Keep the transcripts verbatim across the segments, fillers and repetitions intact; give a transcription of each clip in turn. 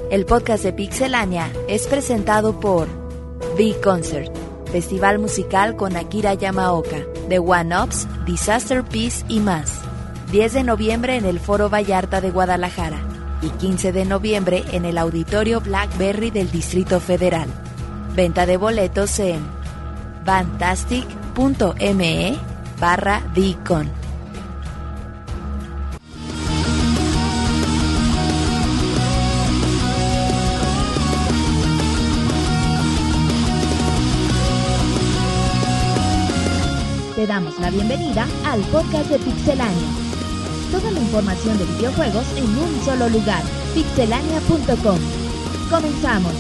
El podcast de Pixelania es presentado por The Concert, festival musical con Akira Yamaoka, The One-Ups, Disaster Peace y más. diez de noviembre en el Foro Vallarta de Guadalajara y quince de noviembre en el Auditorio Blackberry del Distrito Federal. Venta de boletos en fantastic.me barra Dcon. Te damos la bienvenida al podcast de Pixelania. Toda la información de videojuegos en un solo lugar, pixelania punto com. Comenzamos.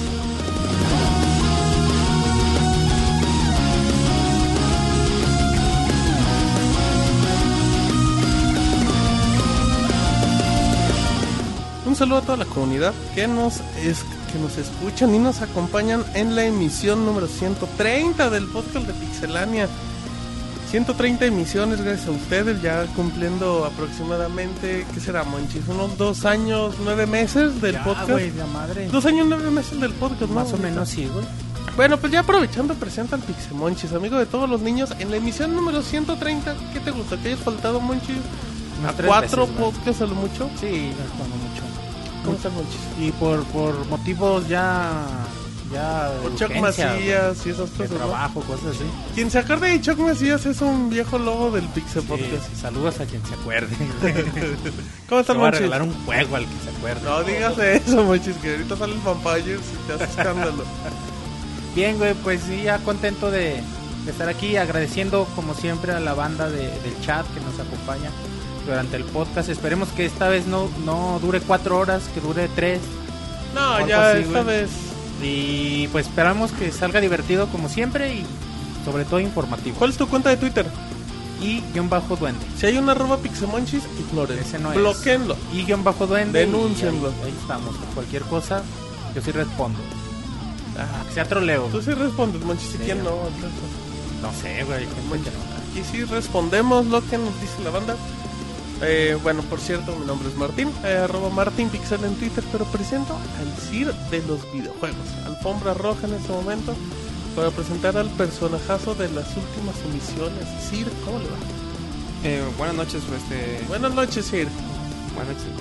Un saludo a toda la comunidad que nos es, que nos escuchan y nos acompañan en la emisión número ciento treinta del podcast de Pixelania. ciento treinta emisiones gracias a ustedes, ya cumpliendo aproximadamente, ¿qué será, Monchis? Unos dos años, nueve meses del ya, podcast. Wey, la madre. Dos años, nueve meses del podcast, Más ¿no? o menos, sí, güey. Bueno, pues ya aprovechando, presenta al Pixemonchis, amigo de todos los niños, en la emisión número ciento treinta. ¿Qué te gusta? ¿Que hayas faltado, Monchis? Unas ¿A tres cuatro veces, güey. podcasts a lo mucho? Sí, no cuando mucho. ¿Cómo estás, Monchis? Y por, por motivos ya... ya O de Chuck urgencia, Macías y esas de cosas, ¿no? trabajo, cosas así. Quien se acuerde de Chuck Macías es un viejo lobo del Pixel Sí, Podcast. sí, saludos a quien se acuerde. ¿Cómo estás, Te voy a Monchis? regalar un juego al que se acuerde. No digas eso, Monchis, que ahorita sale el Vampires y te hace escándalo. Bien, güey, pues sí, ya contento de, de estar aquí, agradeciendo como siempre a la banda de, del chat que nos acompaña durante el podcast. Esperemos que esta vez no, no dure cuatro horas, que dure tres. No, Algo ya así, esta güey. vez. Y pues esperamos que salga divertido como siempre y sobre todo informativo. ¿Cuál es tu cuenta de Twitter? Y guión bajo duende. Si hay un arroba Pixemonchis, ignoren. Ese no es. Bloquéenlo. Y guión bajo duende. Denúncienlo. y Ahí, ahí estamos. Cualquier cosa, yo sí respondo. Ah, Que sea troleo. tú sí respondes, Monchis, y Sí, quién no. no. Entonces, No sé, güey. gente Monchis, que no. aquí sí respondemos lo que nos dice la banda. Eh, bueno, por cierto, mi nombre es Martín, eh, arroba Martín Pixel en Twitter, pero presento al Sir de los videojuegos. Alfombra roja en este momento para presentar al personajazo de las últimas emisiones. Sir, ¿cómo le va? Eh, buenas noches, este... Buenas noches, Sir. Buenas noches.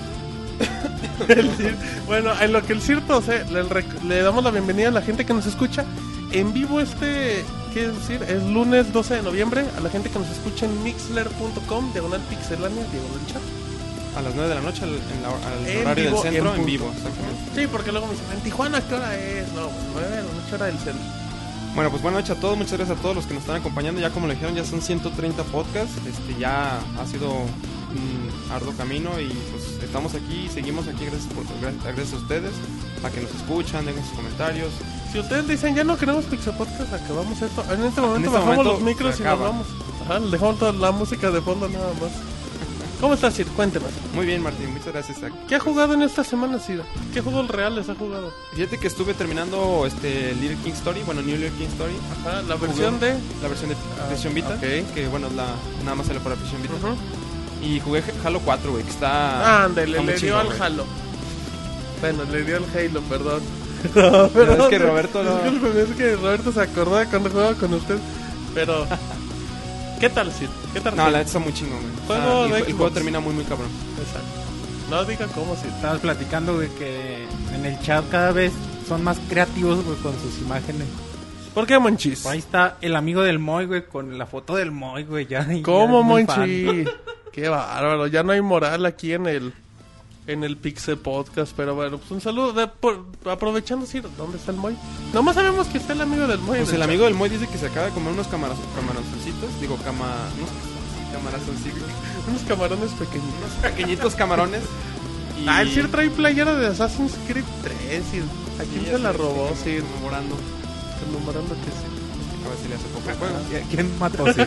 El Sir- Bueno, en lo que el Sir tose, le, rec- le damos la bienvenida a la gente que nos escucha en vivo este, ¿qué decir? Es lunes doce de noviembre, a la gente que nos escucha en mixler punto com, diagonal pixelania, diagonal chat. A las nueve de la noche, al, en la, al En horario vivo, del centro, en en, punto. vivo, exactamente. Sí, porque luego me dicen, ¿en Tijuana qué hora es? No, nueve de la noche, hora del centro. Bueno, pues buenas noches a todos, muchas gracias a todos los que nos están acompañando. Ya como le dijeron, ya son ciento treinta podcasts, este, ya ha sido un arduo camino y pues estamos aquí y seguimos aquí gracias, por, gracias, gracias a ustedes, a que nos escuchan, dejen sus comentarios. Si ustedes dicen, ya no queremos Pixel Podcast, acabamos esto. En este momento este bajamos momento los micros se y nos acaba. vamos. Ajá, dejamos toda la música de fondo nada más. ¿Cómo estás, Sir? Cuéntenos. Muy bien, Martín, muchas gracias. ¿Qué ha jugado en esta semana, Sir? ¿Qué juegos reales ha jugado? Fíjate que estuve terminando este Little King Story, bueno, New Little King Story, Ajá, la versión de... la versión de Ah, PlayStation Vita, ok. que bueno, la, nada más sale para PlayStation Vita. Ujú. Y jugué Halo cuatro, güey, que está... Ah, ándale, está muy le dio chingón, al güey. Halo. Bueno, le dio al Halo, perdón. Pero es que Roberto no- Discúlpeme, es que Roberto se acordó de cuando jugaba con usted. Pero... ¿Qué tal, Sir? ¿Qué tal? No, Halo? la neta está muy chingón, güey. Juego Ah, y de el, el Xbox. juego termina muy, muy cabrón. Exacto. No diga cómo, Sir. Estabas platicando de que en el chat cada vez son más creativos, güey, con sus imágenes. ¿Por qué, Monchis? Ahí está el amigo del Moy, güey, con la foto del Moy, güey, ya. ya ¿Cómo, es muy fan. Monchi? Qué bárbaro, ya no hay moral aquí en el en el Pixel Podcast, pero bueno, pues un saludo de, por, aprovechando, Sir, ¿dónde está el Moy? Nomás sabemos que está el amigo del Moy. Pues en el chat. amigo del Moy dice que se acaba de comer unos camaras, camaroncitos, digo, cama... unos camaroncitos, Unos camarones pequeños. unos pequeñitos camarones. Y... Ah, el Sir trae playera de Assassin's Creed tres, Sir. ¿A quién Sí, se la así, robó, sí, Sir? Conmemorando. Conmemorando que sí. A ver si le hace poco el juego. ¿Quién mató, sí?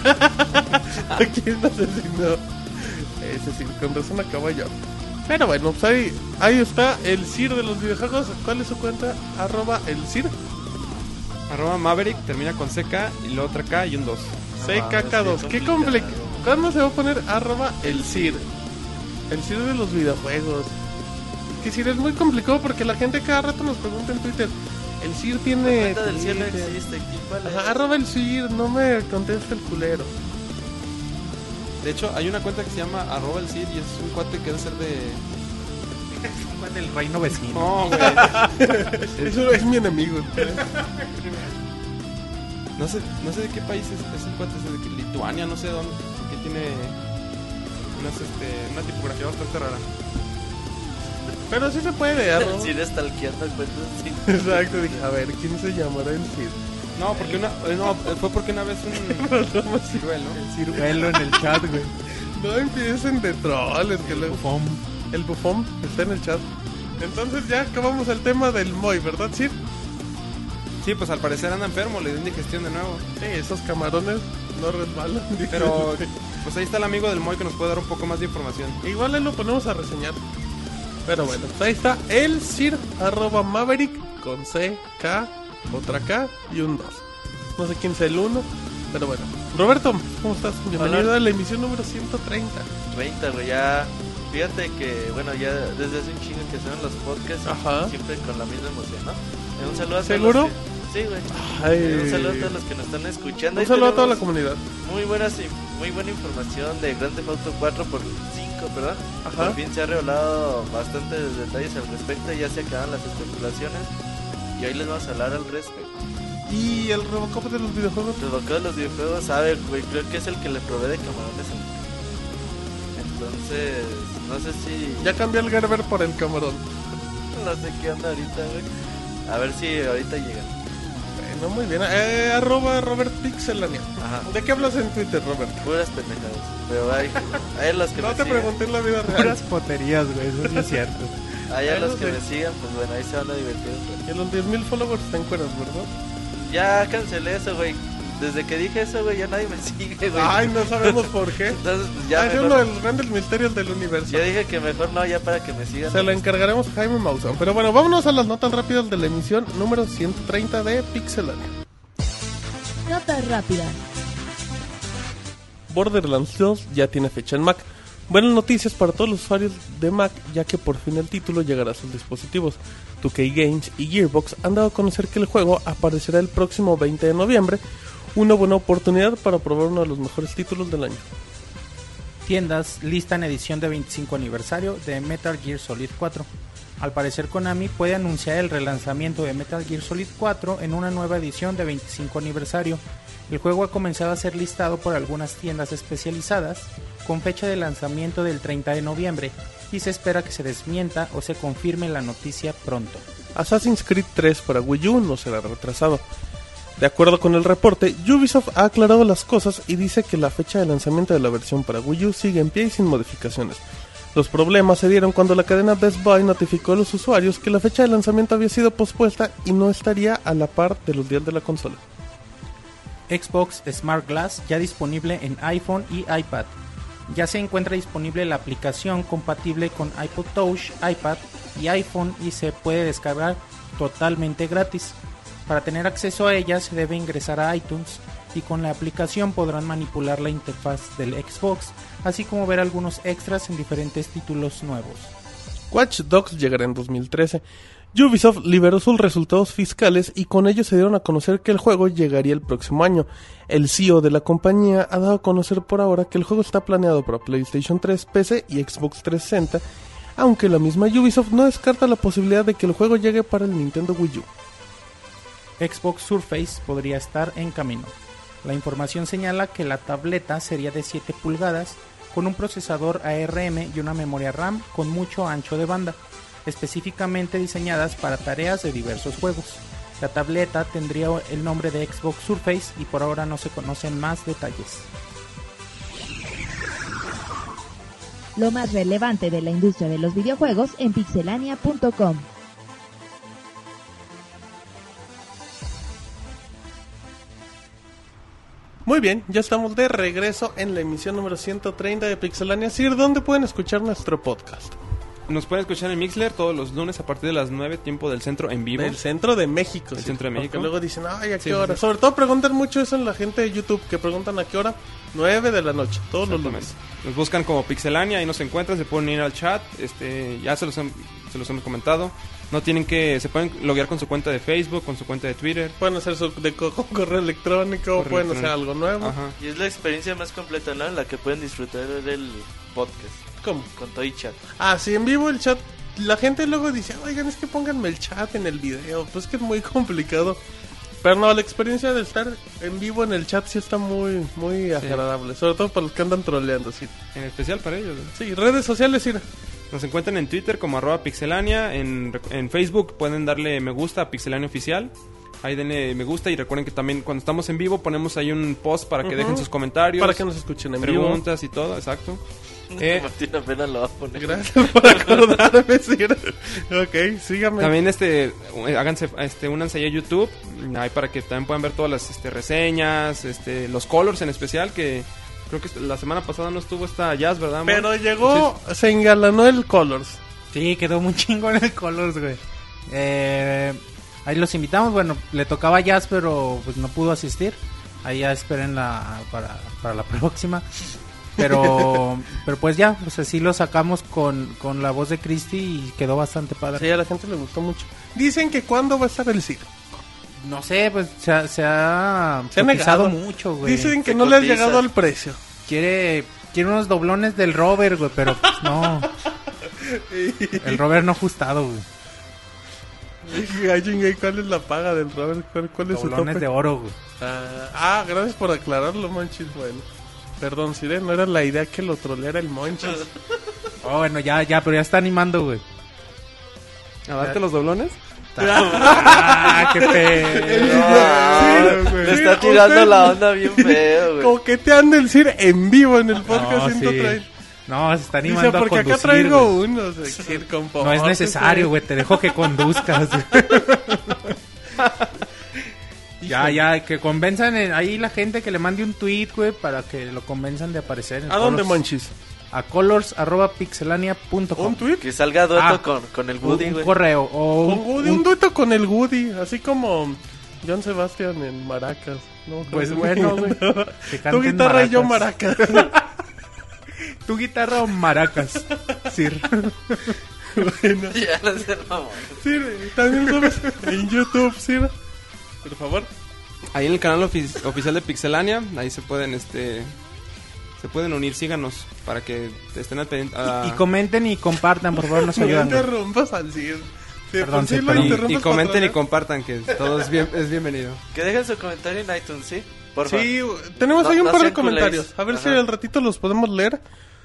¿A quién asesinó? Ese Sir, con razón acaba yo. Pero bueno, pues ahí, ahí está el Sir de los videojuegos. ¿Cuál es su cuenta? Arroba el Sir. Arroba Maverick, termina con C K y la otra K y un dos. C K K dos. Qué complicado. ¿Cuándo se va a poner arroba el Sir? El Sir de los videojuegos. que Sir es muy complicado porque la gente cada rato nos pregunta en Twitter. El Sir tiene... La cuenta del Sir no Twitter. existe. ¿Cuál es? Ajá, arroba el Sir, no me contesta el culero. De hecho, hay una cuenta que se llama arroba el Cid y es un cuate que debe ser de... del reino vecino. No, güey. Eso es mi enemigo. No sé, no sé de qué país es, es el cuate, es de Lituania, no sé dónde. Que tiene unas, este, una tipografía bastante rara. Pero sí se puede, arroba. El Sir stalkeando cuentas. Sí. Exacto, dije, a ver, ¿quién se llamará el Sir? No, porque una, eh, no, fue porque una vez un ciruel, ¿no? Ciruelo en el chat, güey. No empiecen de troles, que luego... Bufón. El bufón está en el chat. Entonces ya acabamos el tema del Moy, ¿verdad, Sir? Sí, pues al parecer anda enfermo, le dio indigestión de nuevo. Sí, esos camarones no resbalan. Pero pues ahí está el amigo del Moy que nos puede dar un poco más de información. Igual ahí lo ponemos a reseñar. Pero bueno, pues ahí está el Sir, arroba Maverick, con C, K, otra K y un dos. No sé quién sea el uno, pero bueno. Roberto, ¿cómo estás? Bienvenido Hola. a la emisión número ciento treinta. treinta, güey, ya. Fíjate que, bueno, ya desde hace un chingo que hacen los podcasts. Ajá. Siempre con la misma emoción, ¿no? Eh, Un saludo a todos ¿Seguro? los que- Sí, güey. Ay. Eh, Un saludo a todos los que nos están escuchando. Un Ahí saludo a toda la tenemos comunidad. Muy buenas, muy buena información de Grand Theft Auto cuatro por cinco, ¿verdad? Ajá. Por fin se ha revelado bastantes detalles al respecto, ya se acaban las especulaciones y hoy les vamos a hablar al respecto. ¿Y el Robocop de los videojuegos? El bocado de los videojuegos, sabe, güey, creo que es el que le provee de camarones. Entonces, no sé si... Ya cambié el Gerber por el camarón. No sé qué onda ahorita, güey. A ver si ahorita llega. Bueno, muy bien. Eh, arroba Robert Pixelania. Ajá. ¿De qué hablas en Twitter, Robert? Puras pendejadas. Pero hay, hay los que No me te sigan. pregunté en la vida real. Puras poterías, güey, eso sí es cierto. Hay a Eso los que sí. me sigan, pues bueno, ahí se van a divertir un rato. Y a los diez mil followers te encuentras, ¿verdad? Ya cancelé eso, güey. Desde que dije eso, güey, ya nadie me sigue, güey. Ay, no sabemos por qué. Entonces, pues ya Ah, es mejor- uno de los grandes misterios del universo. Ya dije que mejor no, ya para que me sigan. Se lo encargaremos a Jaime Maussan. Pero bueno, vámonos a las notas rápidas de la emisión número ciento treinta de Pixelania. Notas rápidas. Borderlands dos ya tiene fecha en Mac. Buenas noticias para todos los usuarios de Mac, ya que por fin el título llegará a sus dispositivos. dos K Games y Gearbox han dado a conocer que el juego aparecerá el próximo veinte de noviembre, una buena oportunidad para probar uno de los mejores títulos del año. Tiendas listan edición de veinticinco aniversario de Metal Gear Solid cuatro. Al parecer Konami puede anunciar el relanzamiento de Metal Gear Solid cuatro en una nueva edición de veinticinco aniversario. El juego ha comenzado a ser listado por algunas tiendas especializadas con fecha de lanzamiento del treinta de noviembre y se espera que se desmienta o se confirme la noticia pronto. Assassin's Creed tres para Wii U no será retrasado. De acuerdo con el reporte, Ubisoft ha aclarado las cosas y dice que la fecha de lanzamiento de la versión para Wii U sigue en pie y sin modificaciones. Los problemas se dieron cuando la cadena Best Buy notificó a los usuarios que la fecha de lanzamiento había sido pospuesta y no estaría a la par de los días de la consola. Xbox Smart Glass ya disponible en iPhone y iPad. Ya se encuentra disponible la aplicación compatible con iPod Touch, iPad y iPhone y se puede descargar totalmente gratis. Para tener acceso a ella se debe ingresar a iTunes y con la aplicación podrán manipular la interfaz del Xbox, así como ver algunos extras en diferentes títulos nuevos. Watch Dogs llegará en dos mil trece. Ubisoft liberó sus resultados fiscales y con ello se dieron a conocer que el juego llegaría el próximo año. El C E O de la compañía ha dado a conocer por ahora que el juego está planeado para PlayStation tres, P C y Xbox trescientos sesenta, aunque la misma Ubisoft no descarta la posibilidad de que el juego llegue para el Nintendo Wii U. Xbox Surface podría estar en camino. La información señala que la tableta sería de siete pulgadas con un procesador A R M y una memoria RAM con mucho ancho de banda, específicamente diseñadas para tareas de diversos juegos. La tableta tendría el nombre de Xbox Surface y por ahora no se conocen más detalles. Lo más relevante de la industria de los videojuegos en pixelania punto com. Muy bien, ya estamos de regreso en la emisión número ciento treinta de Pixelania. Sir, ¿dónde pueden escuchar nuestro podcast? nos pueden escuchar en Mixler todos los lunes a partir de las nueve, tiempo del centro, en vivo. Del centro de México. Del sí, centro de México. Porque luego dicen, ay, ¿a qué Sí, hora? sí. Sobre todo preguntan mucho eso en la gente de YouTube, que preguntan a qué hora. nueve de la noche, todos los lunes. Nos buscan como Pixelania, ahí nos encuentran, se pueden ir al chat, este, ya se los, hem- se los hemos comentado. No tienen que, se pueden loguear con su cuenta de Facebook, con su cuenta de Twitter. Pueden hacer su de co- con correo electrónico, Correo pueden hacer electrónico. algo nuevo. Ajá. Y es la experiencia más completa, ¿no? En la que pueden disfrutar del podcast ¿Cómo? con todo y chat. Ah, sí, en vivo el chat. La gente luego dice, oigan, es que pónganme el chat en el video. Pues que es muy complicado. Pero no, la experiencia de estar en vivo en el chat sí está muy, muy agradable. Sobre todo para los que andan troleando, sí. En especial para ellos. ¿no? Sí, redes sociales, sí. Nos encuentran en Twitter como arroba pixelania, en, en Facebook pueden darle me gusta a Pixelania Oficial. Ahí denle me gusta y recuerden que también cuando estamos en vivo ponemos ahí un post para que Ujú. dejen sus comentarios, Para que nos escuchen en vivo. preguntas y todo, exacto. Eh, Martín apenas lo va a poner. Gracias por acordarme, sí. Ok, síganme. También este háganse este únanse ahí a YouTube, ahí para que también puedan ver todas las este, reseñas, este los colors en especial, que creo que la semana pasada no estuvo esta Jazz, ¿verdad, amor? Pero llegó, se engalanó el Colors. Sí, quedó muy chingón el Colors, güey. Eh, ahí los invitamos. Bueno, le tocaba Jazz, pero pues no pudo asistir. Ahí ya esperen la, para, para la próxima. Pero pero pues ya, pues así lo sacamos con, con la voz de Christy y quedó bastante padre. Sí, a la gente le gustó mucho. Dicen que cuándo va a estar el C I R. No sé, pues se ha, se ha, Se ha cotizado negado. mucho, güey. Dicen que Se no le ha cotiza. llegado al precio. Quiere, quiere unos doblones del Robert, güey, pero pues no. El Robert no ajustado, güey. Ay, chingue, ¿cuál es la paga del Robert? ¿Cuál, cuál es su Doblones tope? de oro, güey. Ah, ah, gracias por aclararlo, Monchis. Bueno, perdón, Sire, no era la idea que lo troleara el Monchis. Oh, bueno, ya, ya, pero ya está animando, güey. ¿A darte los doblones? Ah, qué pedo. No, güey. le Sí, está tirando usted- la onda bien feo, güey. Coqueteando el C I R en vivo en el podcast No, ciento sí. treinta. No, se está Dice, animando a porque acá conducir, traigo güey. unos. de C I R, No es compórtese. necesario, güey, te dejo que conduzcas. Ya, ya, que convenzan en- ahí la gente que le mande un tweet, güey, para que lo convenzan de aparecer en ¿A dónde, Colors. Monchis? A colors arroba pixelania punto com. ¿Un tweet? Que salga dueto Ah, con, con el Un, Woody, un güey. correo o Un, un, Woody, un- un dueto con el Woody, así como John Sebastian en Maracas. ¿no? Pues bueno, güey, que Tu canten guitarra y yo maracas. tu guitarra o maracas. Sir. Bueno, Ya no sé, mamón. sí, también somos en YouTube, sí. Por favor. Ahí en el canal ofi- oficial de Pixelania, ahí se pueden este se pueden unir, síganos para que estén al pendiente. ah, Y comenten y compartan, por favor, nos No ayudan. güey. interrumpas al Cid. Si de Perdón, por sí sí, lo perdón. y, interrumpes y comenten para y compartan, que todo es, bien, es bienvenido. Que dejen su comentario en iTunes, ¿sí? Por favor. Sí, tenemos No- ahí un no par de sean culés. comentarios. A ver si Ajá. al ratito los podemos leer.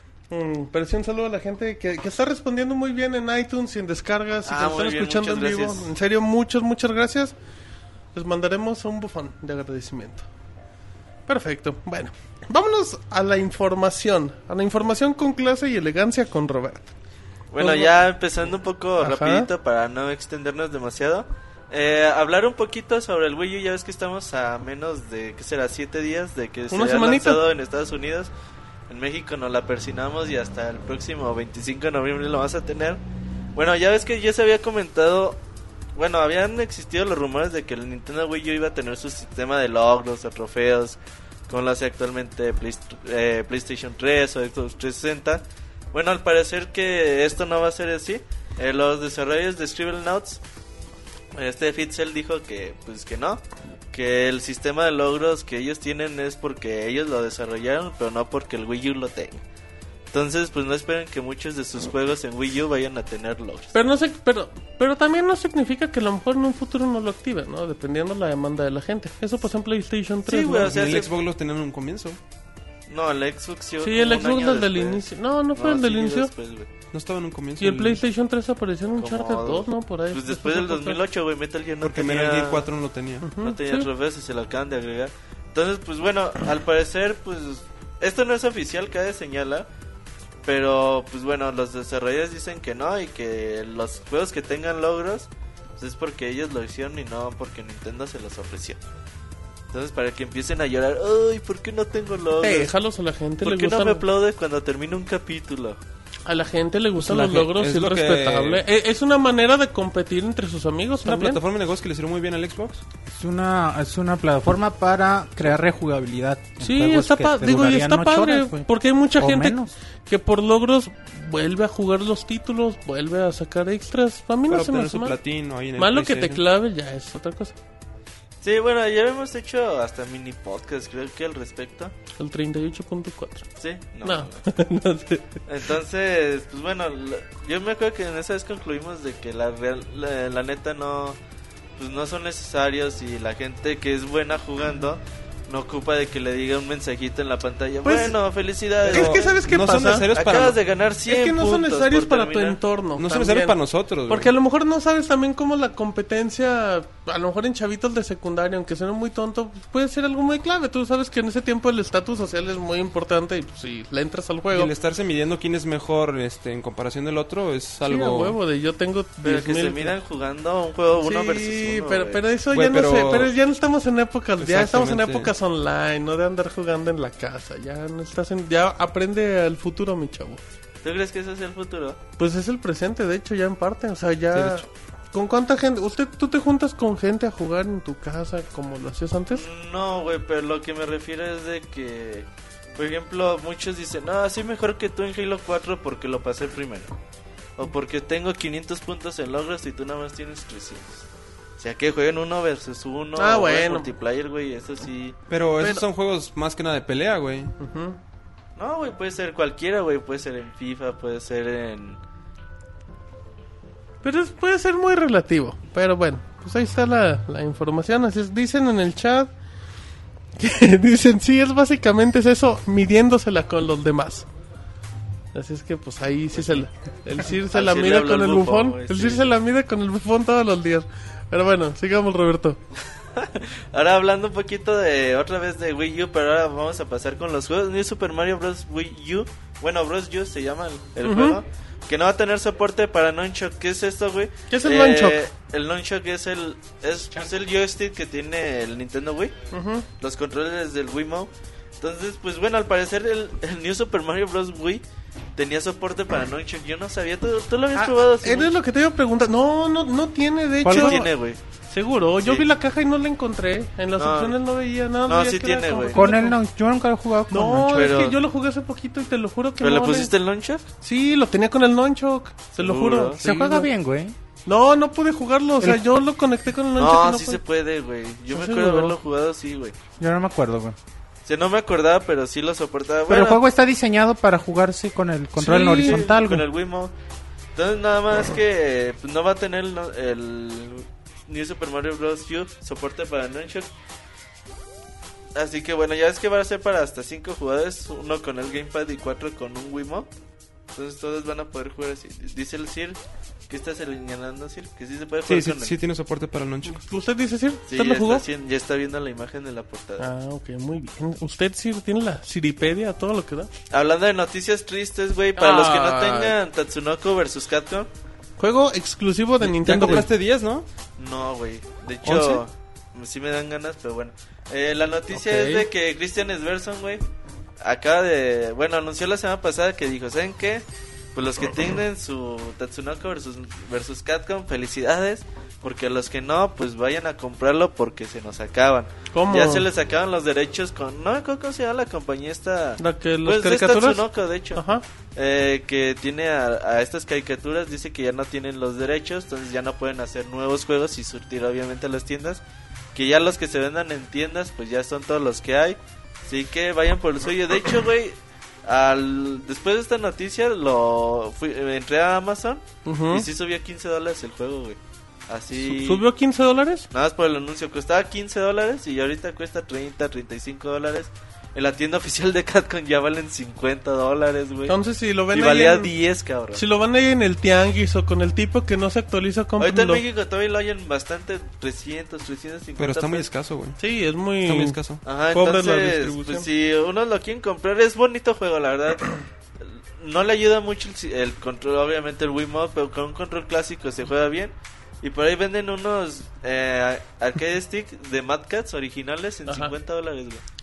Mm, pero sí, un saludo a la gente que, que está respondiendo muy bien en iTunes y en descargas y Ah, que nos muy están bien, escuchando en muchas vivo. gracias. En serio, muchas, muchas gracias. Les mandaremos un bufón de agradecimiento. Perfecto. Bueno, vámonos a la información. A la información con clase y elegancia con Roberto. Bueno, Pues, ya empezando un poco Ajá. rapidito para no extendernos demasiado. Eh, hablar un poquito sobre el Wii U. Ya ves que estamos a menos de, ¿qué será? Siete días de que se Una haya semanita. lanzado en Estados Unidos. En México nos la persinamos y hasta el próximo veinticinco de noviembre lo vas a tener. Bueno, ya ves que ya se había comentado. Bueno, habían existido los rumores de que el Nintendo Wii U iba a tener su sistema de logros, de trofeos, como lo hace actualmente Play- eh, PlayStation tres o Xbox trescientos sesenta. Bueno, al parecer que esto no va a ser así. Eh, los desarrolladores de Scribblenauts, este Fitzel dijo que pues que no, que el sistema de logros que ellos tienen es porque ellos lo desarrollaron, pero no porque el Wii U lo tenga. Entonces, pues no esperen que muchos de sus juegos en Wii U vayan a tener logros. Pero no sé, pero, pero también no significa que a lo mejor en un futuro no lo active, ¿no? Dependiendo la demanda de la gente. Eso pasó en PlayStation tres, Sí, güey, ¿no? o sea, Y el sí. Xbox los tenían en un comienzo. No, el Xbox yo Sí, el como un Xbox año desde el después. inicio. No, no fue el del sí, inicio. después, güey. No estaba en un comienzo. Y el PlayStation tres apareció en un Como- Uncharted dos, ¿no? Por ahí. Pues después del dos mil ocho, güey, Metal Gear no Porque tenía... Metal Gear cuatro no lo tenía. Ujú, No tenía sí. trofeos y se lo acaban de agregar. Entonces, pues bueno, al parecer, pues esto no es oficial, cabe señalar. Pero, pues bueno, los desarrolladores dicen que no y que los juegos que tengan logros pues es porque ellos lo hicieron y no porque Nintendo se los ofreció. Entonces, para que empiecen a llorar, ay, ¿por qué no tengo logros? Eh, déjalos a la gente, ¿Por le qué no gustan. me aplaude cuando termina un capítulo? A la gente le gustan La los ge- logros es y es lo que- respetable. E- Es una manera de competir entre sus amigos Es una también. plataforma de negocio que le sirvió muy bien al Xbox. Es una, es una plataforma para crear rejugabilidad. en Sí, juegos está que pa- te digo, y durarían está ocho padre, horas, güey. porque hay mucha O gente menos. que por logros vuelve a jugar los títulos, vuelve a sacar extras. A mí no Para se me obtener hace su mal. platino ahí en el Malo que te PlayStation. clave ya es otra cosa. Sí, bueno, ya hemos hecho hasta mini podcast, creo que al respecto. El treinta y ocho punto cuatro. Sí, no. No, no sé. Entonces, pues bueno, la- yo me acuerdo que en esa vez concluimos de que la real, la, la neta no, pues no son necesarios y la gente que es buena jugando no ocupa de que le diga un mensajito en la pantalla. Pues, bueno, felicidades. es que ¿sabes qué no pasa? son necesarios para Acabas de ganar cien Es que no son puntos necesarios por para tu terminar. entorno. No son también. necesarios para nosotros, güey. Porque a lo mejor no sabes también cómo la competencia, a lo mejor en chavitos de secundaria, aunque suene muy tonto, puede ser algo muy clave. Tú sabes que en ese tiempo el estatus social es muy importante y pues, si le entras al Y juego, el estarse midiendo quién es mejor este, en comparación del otro es sí, a algo... huevo, de yo tengo Pero diez que se mil. miran jugando un juego uno Sí, versus uno. pero, güey. pero eso Güey, ya no pero- sé, pero ya no estamos en épocas, ya estamos en Exactamente. épocas online, no de andar jugando en la casa, ya no estás en, ya aprende al futuro, mi chavo. ¿Tú crees que ese es el futuro? Pues es el presente, de hecho, ya en parte, o sea, Sí, de ya... hecho. ¿Con cuánta gente? ¿Usted, tú te juntas con gente a jugar en tu casa como lo hacías antes? No, güey, pero lo que me refiero es de que, por ejemplo, muchos dicen, no, así mejor que tú en Halo cuatro porque lo pasé primero. O porque tengo quinientos puntos en logros y tú nada más tienes trescientos. O sea, que jueguen uno versus uno. Ah, o jueguen bueno. multiplayer, güey, eso sí. Pero esos Pero- son juegos más que nada de pelea, güey. Ujú. No, güey, puede ser cualquiera, güey, puede ser en FIFA, puede ser en... Pero es- puede ser muy relativo. Pero bueno, pues ahí está la, la información. Así es, dicen en el chat que dicen, sí, es básicamente es eso, midiéndosela con los demás. Así es que pues ahí sí se la, el Sir se la Así le mide habló con el el bufón, bufón. güey, El sí. Sir se la mide con el bufón todos los días. Pero bueno, sigamos, Roberto. Ahora hablando un poquito de otra vez de Wii U, pero ahora vamos a pasar con los juegos. New Super Mario Bros. Wii U, bueno, Bros. U se llama el, el Ujú. juego, que no va a tener soporte para Nunchuk. ¿Qué es esto, güey? ¿Qué es el Nunchuk? El Nunchuk es el, es, es el joystick que tiene el Nintendo Wii, Ujú. los controles del Wiimote. Entonces, pues bueno, al parecer el, el New Super Mario Bros. Wii tenía soporte para Nunchuk. Yo no sabía, ¿tú, tú lo habías Ah, probado? así, eres güey? lo que te iba a preguntar. No, no, no tiene, de ¿Cuál hecho. tiene, güey? Seguro, yo Sí. vi la caja y no la encontré. En las No. opciones no veía nada. No, veía sí que era tiene, como- güey. Con él no, yo nunca he jugado con No, Nunchuk. Pero- es que yo lo jugué hace poquito y te lo juro que ¿Pero no. le pusiste el Nunchuk? Sí, lo tenía con el Nunchuk, te lo ¿Seguro? juro. Se Sí, juega güey. bien, güey. No, no pude jugarlo, o sea, yo lo conecté con el Nunchuk. No, y no sí pude. se puede, güey. Yo me ¿Estás acuerdo de seguro? haberlo jugado, sí, güey. Yo no me acuerdo, güey. O sea, no me acordaba, pero sí lo soportaba. Pero Bueno, el juego está diseñado para jugarse con el control en Sí, horizontal, con güey. el Wiimote. Entonces, nada más que pues, no va a tener el, el New Super Mario Bros. U soporte para Nunchuk. Así que bueno, ya es que va a ser para hasta cinco jugadores, uno con el Gamepad y cuatro con un Wiimote. Entonces todos van a poder jugar así. Dice el Sir, ¿qué estás señalando, Sir? Que sí se puede jugar Sí, sí, con él. sí tiene soporte para el Nunchuk. ¿Usted dice sí? Sí, ¿Usted ya lo jugó? está, haciendo- ya está viendo la imagen de la portada. Ah, ok, muy bien. ¿Usted sí tiene la Siripedia, todo lo que da? Hablando de noticias tristes, güey, para los que no Ay. tengan Tatsunoko versus Capcom, Juego exclusivo de Ya Nintendo, güey. compraste diez, ¿no? no, güey. De hecho, sí me dan ganas, pero bueno. Eh, la noticia Ok. es de que Christian Sverson, güey, acaba de... Bueno, anunció la semana pasada que dijo, ¿saben qué? Pues los que tienen su Tatsunoko versus, versus Capcom, felicidades. Porque los que no, pues vayan a comprarlo porque se nos acaban. ¿Cómo? Ya se les acaban los derechos con... No me acuerdo cómo se llama la compañía esta... La que los Pues es caricaturas. Tatsunoko, de hecho. Ajá. Eh, que tiene a, a estas caricaturas, dice que ya no tienen los derechos, entonces ya no pueden hacer nuevos juegos y surtir obviamente a las tiendas. Que ya los que se vendan en tiendas, pues ya son todos los que hay. Así que vayan por el suyo. De hecho, güey, al después de esta noticia, lo fui, entré a Amazon Ujú. y sí subió quince dólares el juego, güey. Así. Su- ¿Subió quince dólares? Nada más por el anuncio, costaba quince dólares y ahorita cuesta treinta, treinta y cinco dólares. En la tienda oficial de Capcom ya valen cincuenta dólares, güey. Entonces, si lo ven Y ahí valía en- diez, cabrón. Si lo van ahí en el tianguis o con el tipo que no se actualiza, Ahorita en cómprenlo. México todavía lo hayan bastante, trescientos, trescientos cincuenta. Pero está muy pesos. escaso, güey. Sí, es muy... Está muy escaso. Ajá, Pobre la entonces, distribución. pues si uno lo quieren comprar, es bonito juego, la verdad. No le ayuda mucho el, el control, obviamente el Wiimote, pero con un control clásico se juega bien. Y por ahí venden unos eh, arcade stick de Mad Cats originales en Ajá. cincuenta dólares, güey.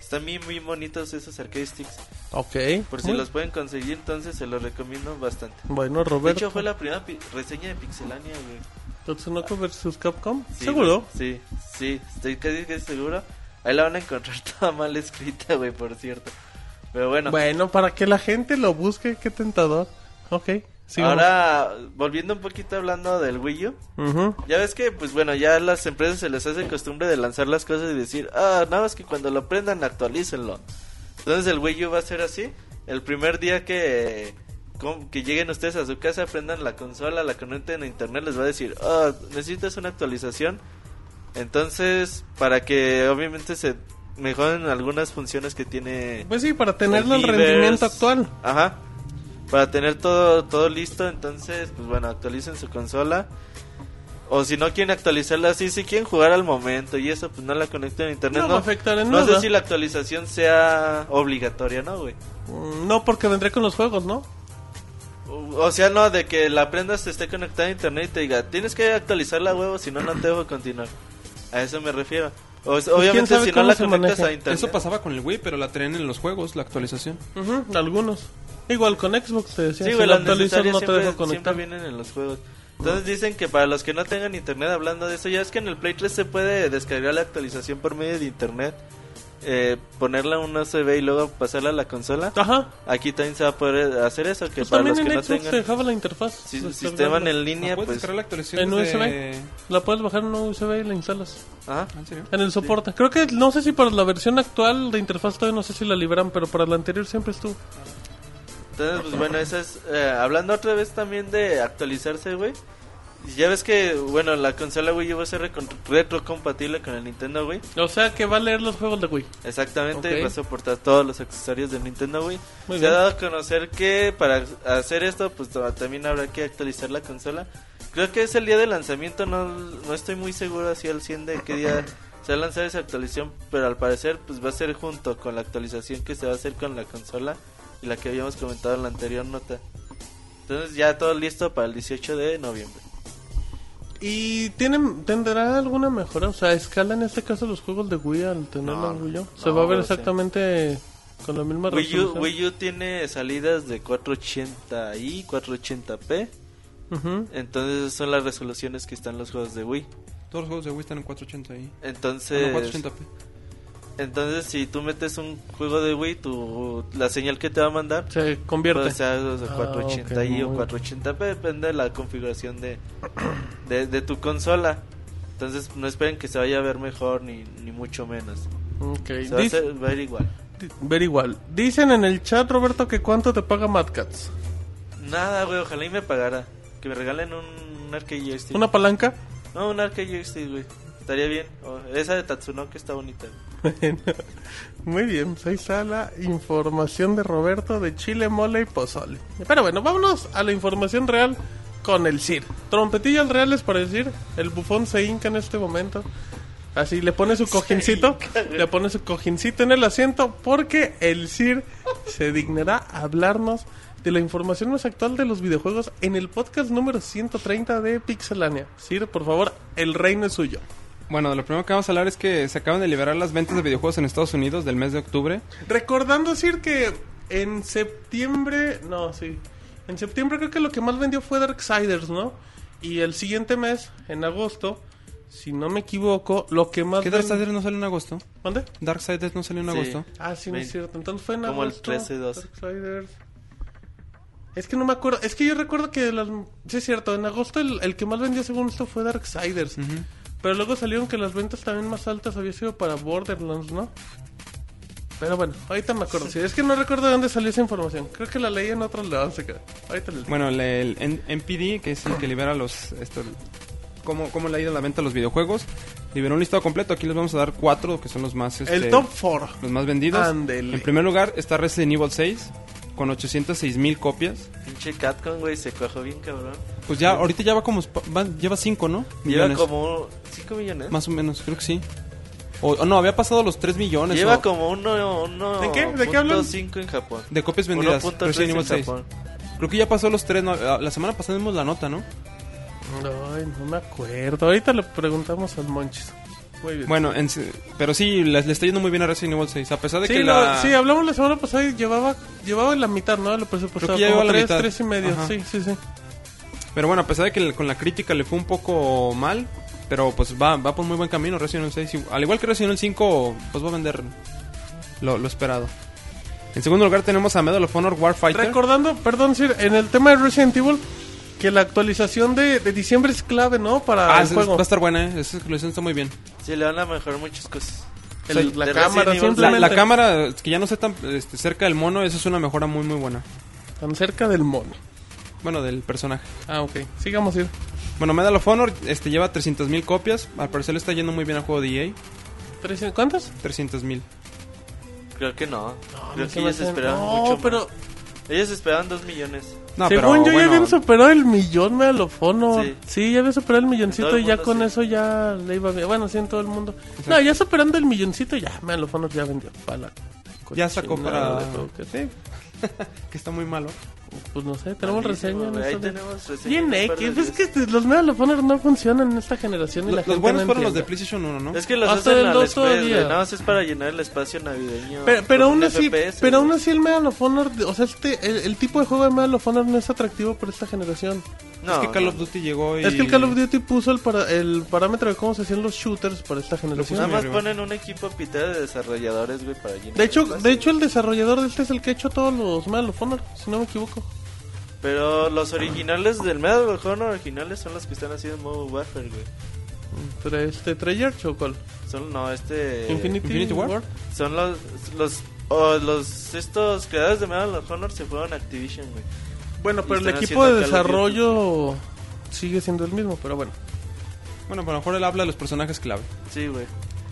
Están muy, muy bonitos esos arcade sticks. Ok. Por si Muy- los pueden conseguir, entonces se los recomiendo bastante. Bueno, De Roberto. hecho, fue la primera pi- reseña de Pixelania, güey. Tatsunoko versus Capcom. Sí, ¿Seguro? güey. Sí, sí, estoy casi, casi seguro. Ahí la van a encontrar toda mal escrita, güey, por cierto. Pero bueno, Bueno, para que la gente lo busque, qué tentador. Ok. sigamos. ahora volviendo un poquito hablando del Wii U. Ujú. Ya ves que, pues bueno, ya a las empresas se les hace costumbre de lanzar las cosas y decir, ah, nada más que cuando lo prendan actualícenlo. Entonces el Wii U va a ser así. El primer día que, com- que lleguen ustedes a su casa, prendan la consola, la conecten a internet, les va a decir, ah, necesitas una actualización. Entonces, para que obviamente se mejoren algunas funciones que tiene... Pues sí, para tenerlo el el rendimiento Miiverse. actual. Ajá. Para tener todo todo listo, entonces, pues bueno, actualicen su consola. O si no quieren actualizarla así, si quieren jugar al momento y eso, pues no la conecten a internet. No va a afectar en no nada. sé si la actualización sea obligatoria, ¿no, güey? Mm, No, porque vendré con los juegos, ¿no? O, o sea, no, de que la prenda se esté conectada a internet y te diga, tienes que actualizarla, huevo, si no, no te dejo continuar. A eso me refiero. O, obviamente, sabe si no cómo la se conectas maneja? a internet. Eso pasaba con el Wii, pero la traen en los juegos, la actualización. Ujú, algunos. Igual con Xbox te decía, Sí, si güey, lo las actualizas necesarias no te siempre, dejo conectar. siempre vienen en los juegos. Entonces dicen que para los que no tengan internet, hablando de eso, ya es que en el Play tres se puede descargar la actualización por medio de internet, eh, ponerla en una U S B y luego pasarla a la consola. Ajá. Aquí también se va a poder hacer eso, que Pues para también los que en no Xbox te tengan dejaba la interfaz. si- descargarla. sistema en ¿La línea, puedes pues... descargar la actualización En U S B. desde- La puedes bajar en una U S B y la instalas. Ajá. Ah, ¿en serio? En el soporte. Creo que, no sé si para la versión actual de interfaz todavía no sé si la liberan, pero para la anterior siempre estuvo. Entonces, pues bueno, eso es... eh, hablando otra vez también de actualizarse, güey. Ya ves que, bueno, la consola Wii U va a ser recon- retrocompatible con el Nintendo Wii. O sea que va a leer los juegos de Wii. Exactamente, Ok. va a soportar todos los accesorios del Nintendo Wii. Muy Se bien. ha dado a conocer que para hacer esto, pues to- también habrá que actualizar la consola. Creo que es el día de lanzamiento, no, no estoy muy seguro así al cien de qué día se va a lanzar esa actualización, pero al parecer pues va a ser junto con la actualización que se va a hacer con la consola y la que habíamos comentado en la anterior nota. Entonces ya todo listo para el dieciocho de noviembre. ¿Y tienen, tendrá alguna mejora? O sea, ¿escala en este caso los juegos de Wii al tener No, la Wii U? ¿Se no, va a ver o sea. exactamente con la misma Wii U, resolución? Wii U tiene salidas de cuatrocientos ochenta i, cuatrocientos ochenta p. Ujú. Entonces son las resoluciones que están los juegos de Wii. Todos los juegos de Wii están en cuatrocientos ochenta ahí. Entonces, Ah, no, cuatrocientos ochenta p. entonces si tú metes un juego de Wii, tu, la señal que te va a mandar Se convierte. puede ser o sea, Ah, cuatrocientos ochenta i ok, o muy- cuatrocientos ochenta p, depende de la configuración de, de, de tu consola. Entonces no esperen que se vaya a ver mejor ni, ni mucho menos. Ok. Se va a, Dice- hacer- va a ver igual. di- ver igual. Dicen en el chat, Roberto, que cuánto te paga Mad Cats. Nada, güey, ojalá y me pagara. Que me regalen un, un arcade joystick. ¿Una palanca? No, un arcade joystick, güey. Estaría bien. O- esa de Tatsunoko está bonita. Bueno, muy bien, pues ahí está la información de Roberto de chile, mole y pozole. Pero bueno, vámonos a la información real con el Sir. Trompetillas reales para decir, el bufón se hinca en este momento. Así le pone su cojincito, le pone su cojincito en el asiento porque el Sir se dignará a hablarnos de la información más actual de los videojuegos en el podcast número ciento treinta de Pixelania. Sir, por favor, el reino es suyo. Bueno, de lo primero que vamos a hablar es que se acaban de liberar las ventas de videojuegos en Estados Unidos del mes de octubre. Recordando decir que en septiembre, no, sí, en septiembre creo que lo que más vendió fue Darksiders, ¿no? Y el siguiente mes, en agosto, si no me equivoco, lo que más ¿Qué ven- Darksiders no salió en agosto? ¿Dónde? Darksiders no salió en Sí. agosto. Ah, sí, no es Vein- cierto. Entonces fue en como el agosto. trece, doce. Darksiders. Es que no me acuerdo. Es que yo recuerdo que las... Sí, es cierto. En agosto el, el que más vendió según esto fue Darksiders. Ujú. Pero luego salieron que las ventas también más altas había sido para Borderlands, ¿no? Pero bueno, ahorita me acuerdo. Sí, es que no recuerdo de dónde salió esa información. Creo que la leí en otros lados. se queda. Ahorita les... Bueno, el, el N- N P D, que es el que libera los... Esto, cómo, cómo le ha ido la venta a los videojuegos, liberó un listado completo. Aquí les vamos a dar cuatro, que son los más... Este, El top cuatro. los más vendidos. Ándele. En primer lugar está Resident Evil seis, con ochocientos seis mil copias. Pinche Capcom, güey, se cuajó bien cabrón. Pues ya, ahorita ya va como... va- lleva cinco, ¿no? Lleva Millones. como cinco millones. Más o menos, creo que sí. O, o no, había pasado los tres millones. Lleva o- como uno, uno ¿De qué? ¿De qué punto hablan? cinco en Japón. de copias vendidas. uno punto tres Resident en Evil seis. Japón. Creo que ya pasó los tres. ¿no? La semana pasada vimos la nota, ¿no? Ay, no me acuerdo. Ahorita le preguntamos al Monchis. Muy bien. Bueno, en, pero sí, le, le está yendo muy bien a Resident Evil seis. A pesar de sí, que no, la... sí, hablamos la semana pasada y llevaba, llevaba la mitad, ¿no? Lo presupuestado. Creo que ya como lleva la tres, mitad. tres y medio. Ajá. Sí, sí, sí. Pero bueno, a pesar de que con la crítica le fue un poco mal, pero pues va, va por muy buen camino Resident Evil seis. Al igual que Resident Evil cinco, pues va a vender lo, lo esperado. En segundo lugar tenemos a Medal of Honor Warfighter. Recordando, perdón, Sir, en el tema de Resident Evil, que la actualización de, de diciembre es clave, ¿no? Para Ah, el es- juego. va a estar buena, ¿eh? Esa actualización está muy bien. Sí, le van a mejorar muchas cosas. El- Sí, la de cámara, Resident Evil. La, simplemente. la cámara, que ya no esté tan este, cerca del mono, esa es una mejora muy muy buena. Tan cerca del mono. Bueno, del personaje. Ah, ok. Sigamos, Sir. Bueno, Medal of Honor este, lleva trescientas mil copias. Al parecer le está yendo muy bien al juego de E A. ¿Tres- ¿Cuántas? trescientas mil. Creo que no. No, Creo no se que me ellos hacen- esperaban no, mucho pero más. Ellos esperaban dos millones. No, según pero yo ya bueno, habían superado el millón, Medal of Honor. Sí. Sí, ya había superado el milloncito En todo el y ya mundo, con sí. eso ya le iba bien. Bueno, sí, en todo el mundo. No, ya superando el milloncito ya, Medal of Honor ya vendió. Para la ya sacó cochinada para... de juego que- Sí. Que está muy malo. Pues no sé, tenemos Malísimo, reseña. en güey. Ahí esto de- tenemos reseña. Bien un par X, de pues es días. que los Medal of Honor no funcionan en esta generación y la Los, gente los buenos no fueron los de entiende. PlayStation uno, ¿no? Es que los Hasta hacen el al dos express, todavía. güey. Nada más es para llenar el espacio navideño. Pero, pero con aún un así, F P S, pero güey. aún así el Medal of Honor, o sea, este, el, el tipo de juego de Medal of Honor no es atractivo por esta generación. No, es que Call no. of Duty llegó y... Es que el Call of Duty puso el, para, el parámetro de cómo se hacían los shooters para esta generación. Nada más arriba. ponen un equipo pitado de desarrolladores, güey, para llenar De hecho, el espacio. de hecho el desarrollador de este es el que ha hecho todos los Medal of Honor, si no me equivoco. Pero los originales del Medal of Honor originales son los que están haciendo Modern Warfare, güey. Pero este Treyarch o cuál? Son, no, este... Infinity, Infinity War. War. Son los... los o los estos creadores de Medal of Honor se fueron a Activision, güey. Bueno, pero el están equipo haciendo de Call of Duty. desarrollo sigue siendo el mismo, pero bueno. Bueno, pero a lo mejor él habla de los personajes clave. Sí, güey.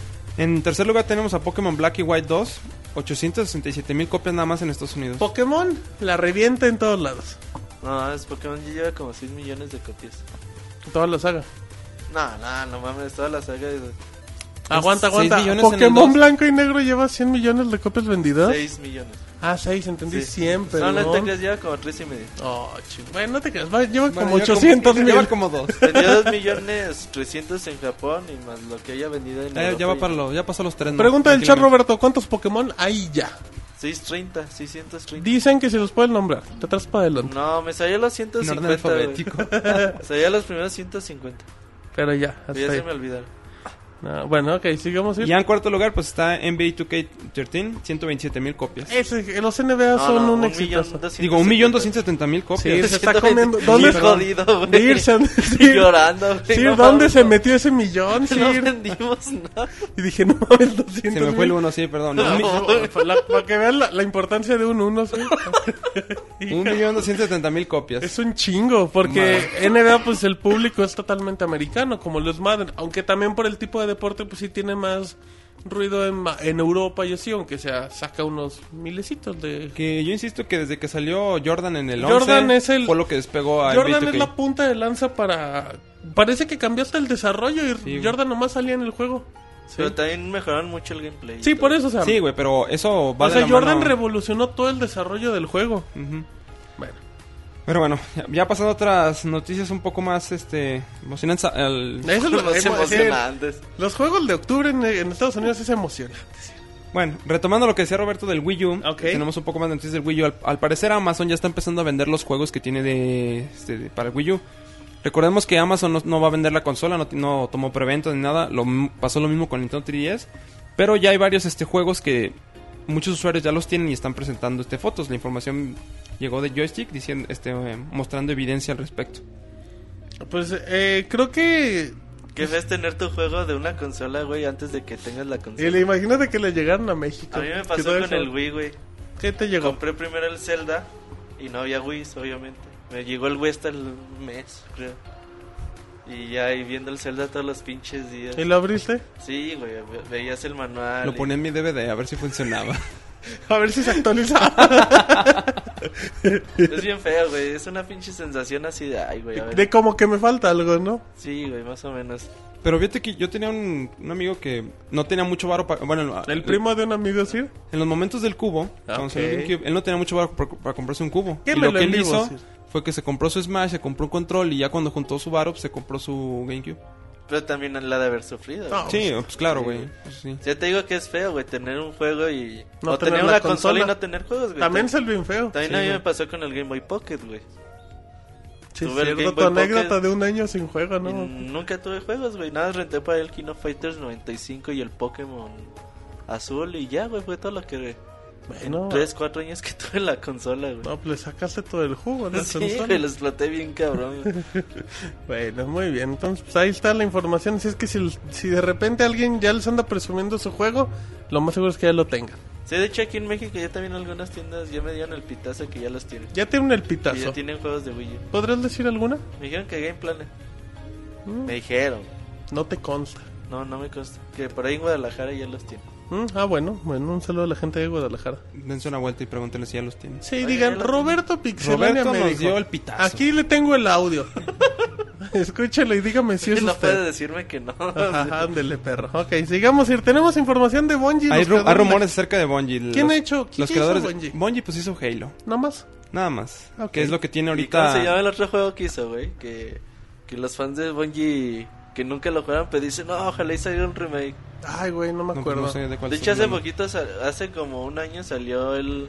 En tercer lugar tenemos a Pokémon Black y White dos. ochocientas sesenta y siete mil copias nada más en Estados Unidos. Pokémon la revienta en todos lados. No, es Pokémon ya lleva como seis millones de copias. Toda la saga. No, no, no mames, toda la saga de Aguanta, seis aguanta. millones en el Pokémon dos. blanco y negro lleva cien millones de copias vendidas. seis millones. Ah, seis, entendí Sí. cien, No, pero no te creas, lleva como tres y medio. Oh, chico. Bueno, no te creas, va, lleva Bueno, como lleva ochocientos mil. Lleva como dos. Vendió dos millones trescientos en Japón y más lo que haya vendido en Ya, Europa ya va y- para lo, ya pasó los tres. ¿no? Pregunta del chat, Tranquilamente. Roberto, ¿cuántos Pokémon hay ya? seiscientos treinta, seiscientos treinta. Dicen que se los pueden nombrar. Te atrás para adelante. No, me salía los ciento En orden cincuenta, güey. alfabético. Me salía los primeros ciento cincuenta. Pero ya, hasta Pero ya ahí. se me olvidaron. No, bueno, ok, sigamos. Y ya en cuarto lugar pues está N B A dos K trece, ciento veintisiete mil copias. Ese, los N B A No, son no, un millón exitazo. doscientos Digo, un millón setenta. doscientos setenta mil copias. Sí, se está ciento veinte. comiendo. ¿Dónde Bien jodido, güey. Dir, se- Y Sir, llorando, güey. Sir, no ¿dónde mames, se no. metió ese millón, No Sir? vendimos nada. Y dije, no mames, doscientos Se me fue el mil. uno, sí, perdón. No. Un, mi- La- para que vean la, la importancia de un uno, ¿sí? un millón doscientos setenta mil copias. Es un chingo, porque N B A, pues el público es totalmente americano, como los Madden. Aunque también por el tipo de deporte, pues sí tiene más ruido en, ma- en Europa y así, aunque sea, saca unos milecitos de... Que yo insisto que desde que salió Jordan en el Jordan once es el- fue lo que despegó a Jordan N B A es dos K. la punta de lanza para... Parece que cambió hasta el desarrollo y Sí. Jordan nomás salía en el juego. Sí, Pero también mejoraron mucho el gameplay. y sí todo. por eso, o sea, Sí, güey, pero eso va o de sea la Jordan mano. revolucionó todo el desarrollo del juego. Ujú. Bueno, Pero bueno, ya, ya pasando a otras noticias un poco más este emocionantes. El... eso es lo Más que emocionantes. Los juegos de octubre en, en Estados Unidos es emocionante. Bueno, retomando lo que decía Roberto del Wii U, Ok. tenemos un poco más de noticias del Wii U. Al, al parecer Amazon ya está empezando a vender los juegos que tiene de, este, de- para el Wii U. Recordemos que Amazon no, no va a vender la consola, no, no tomó preventa ni nada. Lo, m- pasó lo mismo con Nintendo tres D S. Pero ya hay varios este, juegos que muchos usuarios ya los tienen y están presentando este, fotos. La información llegó de Joystick diciendo, este, eh, mostrando evidencia al respecto. Pues eh, creo que... Qué feo es tener tu juego de una consola, güey, antes de que tengas la eh, consola. imagínate que le llegaron a México. A mí me Que pasó todo con eso- el Wii, güey. ¿Qué te llegó? Compré primero el Zelda y no había Wii, obviamente. Me llegó el Wii hasta el mes, creo. Y ya ahí viendo el Zelda todos los pinches días. ¿Y lo abriste? Sí, güey, ve- veías el manual. Lo y- ponía en mi D V D a ver si funcionaba. A ver si se actualiza. Es bien feo, güey. Es una pinche sensación así de, ay, güey, a ver. De como que me falta algo, ¿no? Sí, güey, más o menos. Pero fíjate que yo tenía un, un amigo que no tenía mucho varo para... Bueno, El primo de un amigo, ¿sí? en los momentos del cubo, cuando salió el Ok. GameCube, él no tenía mucho varo para, para comprarse un cubo. Y Quémelo lo que en él vivo, hizo sí. fue que se compró su Smash, se compró un control y ya cuando juntó su varo, pues, se compró su GameCube. Pero también la de haber sufrido. No, Sí, pues claro, Sí, güey. güey. Pues sí. Ya te digo que es feo, güey, tener un juego y... No o tener tener la una consola. consola y no tener juegos, güey. También También, es el bien feo. también Sí, a mí güey. me pasó con el Game Boy Pocket, güey. Sí, Tuve el cierto, Game tu Boy anécdota Pocket. de un año sin juego, Y ¿no? nunca tuve juegos, güey. Nada, renté para el King of Fighters noventa y cinco y el Pokémon azul y ya, güey, fue todo lo que... Bueno, En tres, cuatro años que tuve la consola, güey. no, pues le sacaste todo el jugo, ¿no? Sí, güey, lo exploté bien cabrón, güey. Bueno, muy bien. Entonces, pues ahí está la información. Si es que si, si de repente alguien ya les anda presumiendo su juego, lo más seguro es que ya lo tengan. Sí, de hecho aquí en México ya también algunas tiendas ya me dieron el pitazo que ya los tienen. Ya tienen el Que pitazo. ya tienen juegos de Wii U. ¿Podrías decir alguna? Me dijeron que Game Planet. Mm, Me dijeron. no te consta. No, no me consta. Que por ahí en Guadalajara ya los tienen. Mm, ah, bueno, bueno, un saludo a la gente de Guadalajara. Dense una vuelta y pregúntenle si ya los tienen. Sí, Oye, digan, ya lo Roberto Pixelania Roberto me nos dijo, dio el pitazo. aquí le tengo el audio. Escúchelo y dígame si es no usted. puede decirme que no. Ajá, ándele, perro. Ok, sigamos ir. Tenemos información de Bungie. Hay, los ru- hay creadores rumores acerca de Bungie. ¿Quién Los- ha hecho- quién Los hizo creadores Bungie? de Bungie pues hizo Halo. de- ¿No más? Nada más. Ok. Que es lo que tiene ¿Y cómo se llama ahorita. el otro juego que hizo, güey? Que, que los fans de Bungie que nunca lo juegan, pero dicen, no, ojalá y salga un remake. Ay, güey, no me No, acuerdo. no sé de cuál De es hecho, el hace nombre. poquito, sal- hace como un año salió el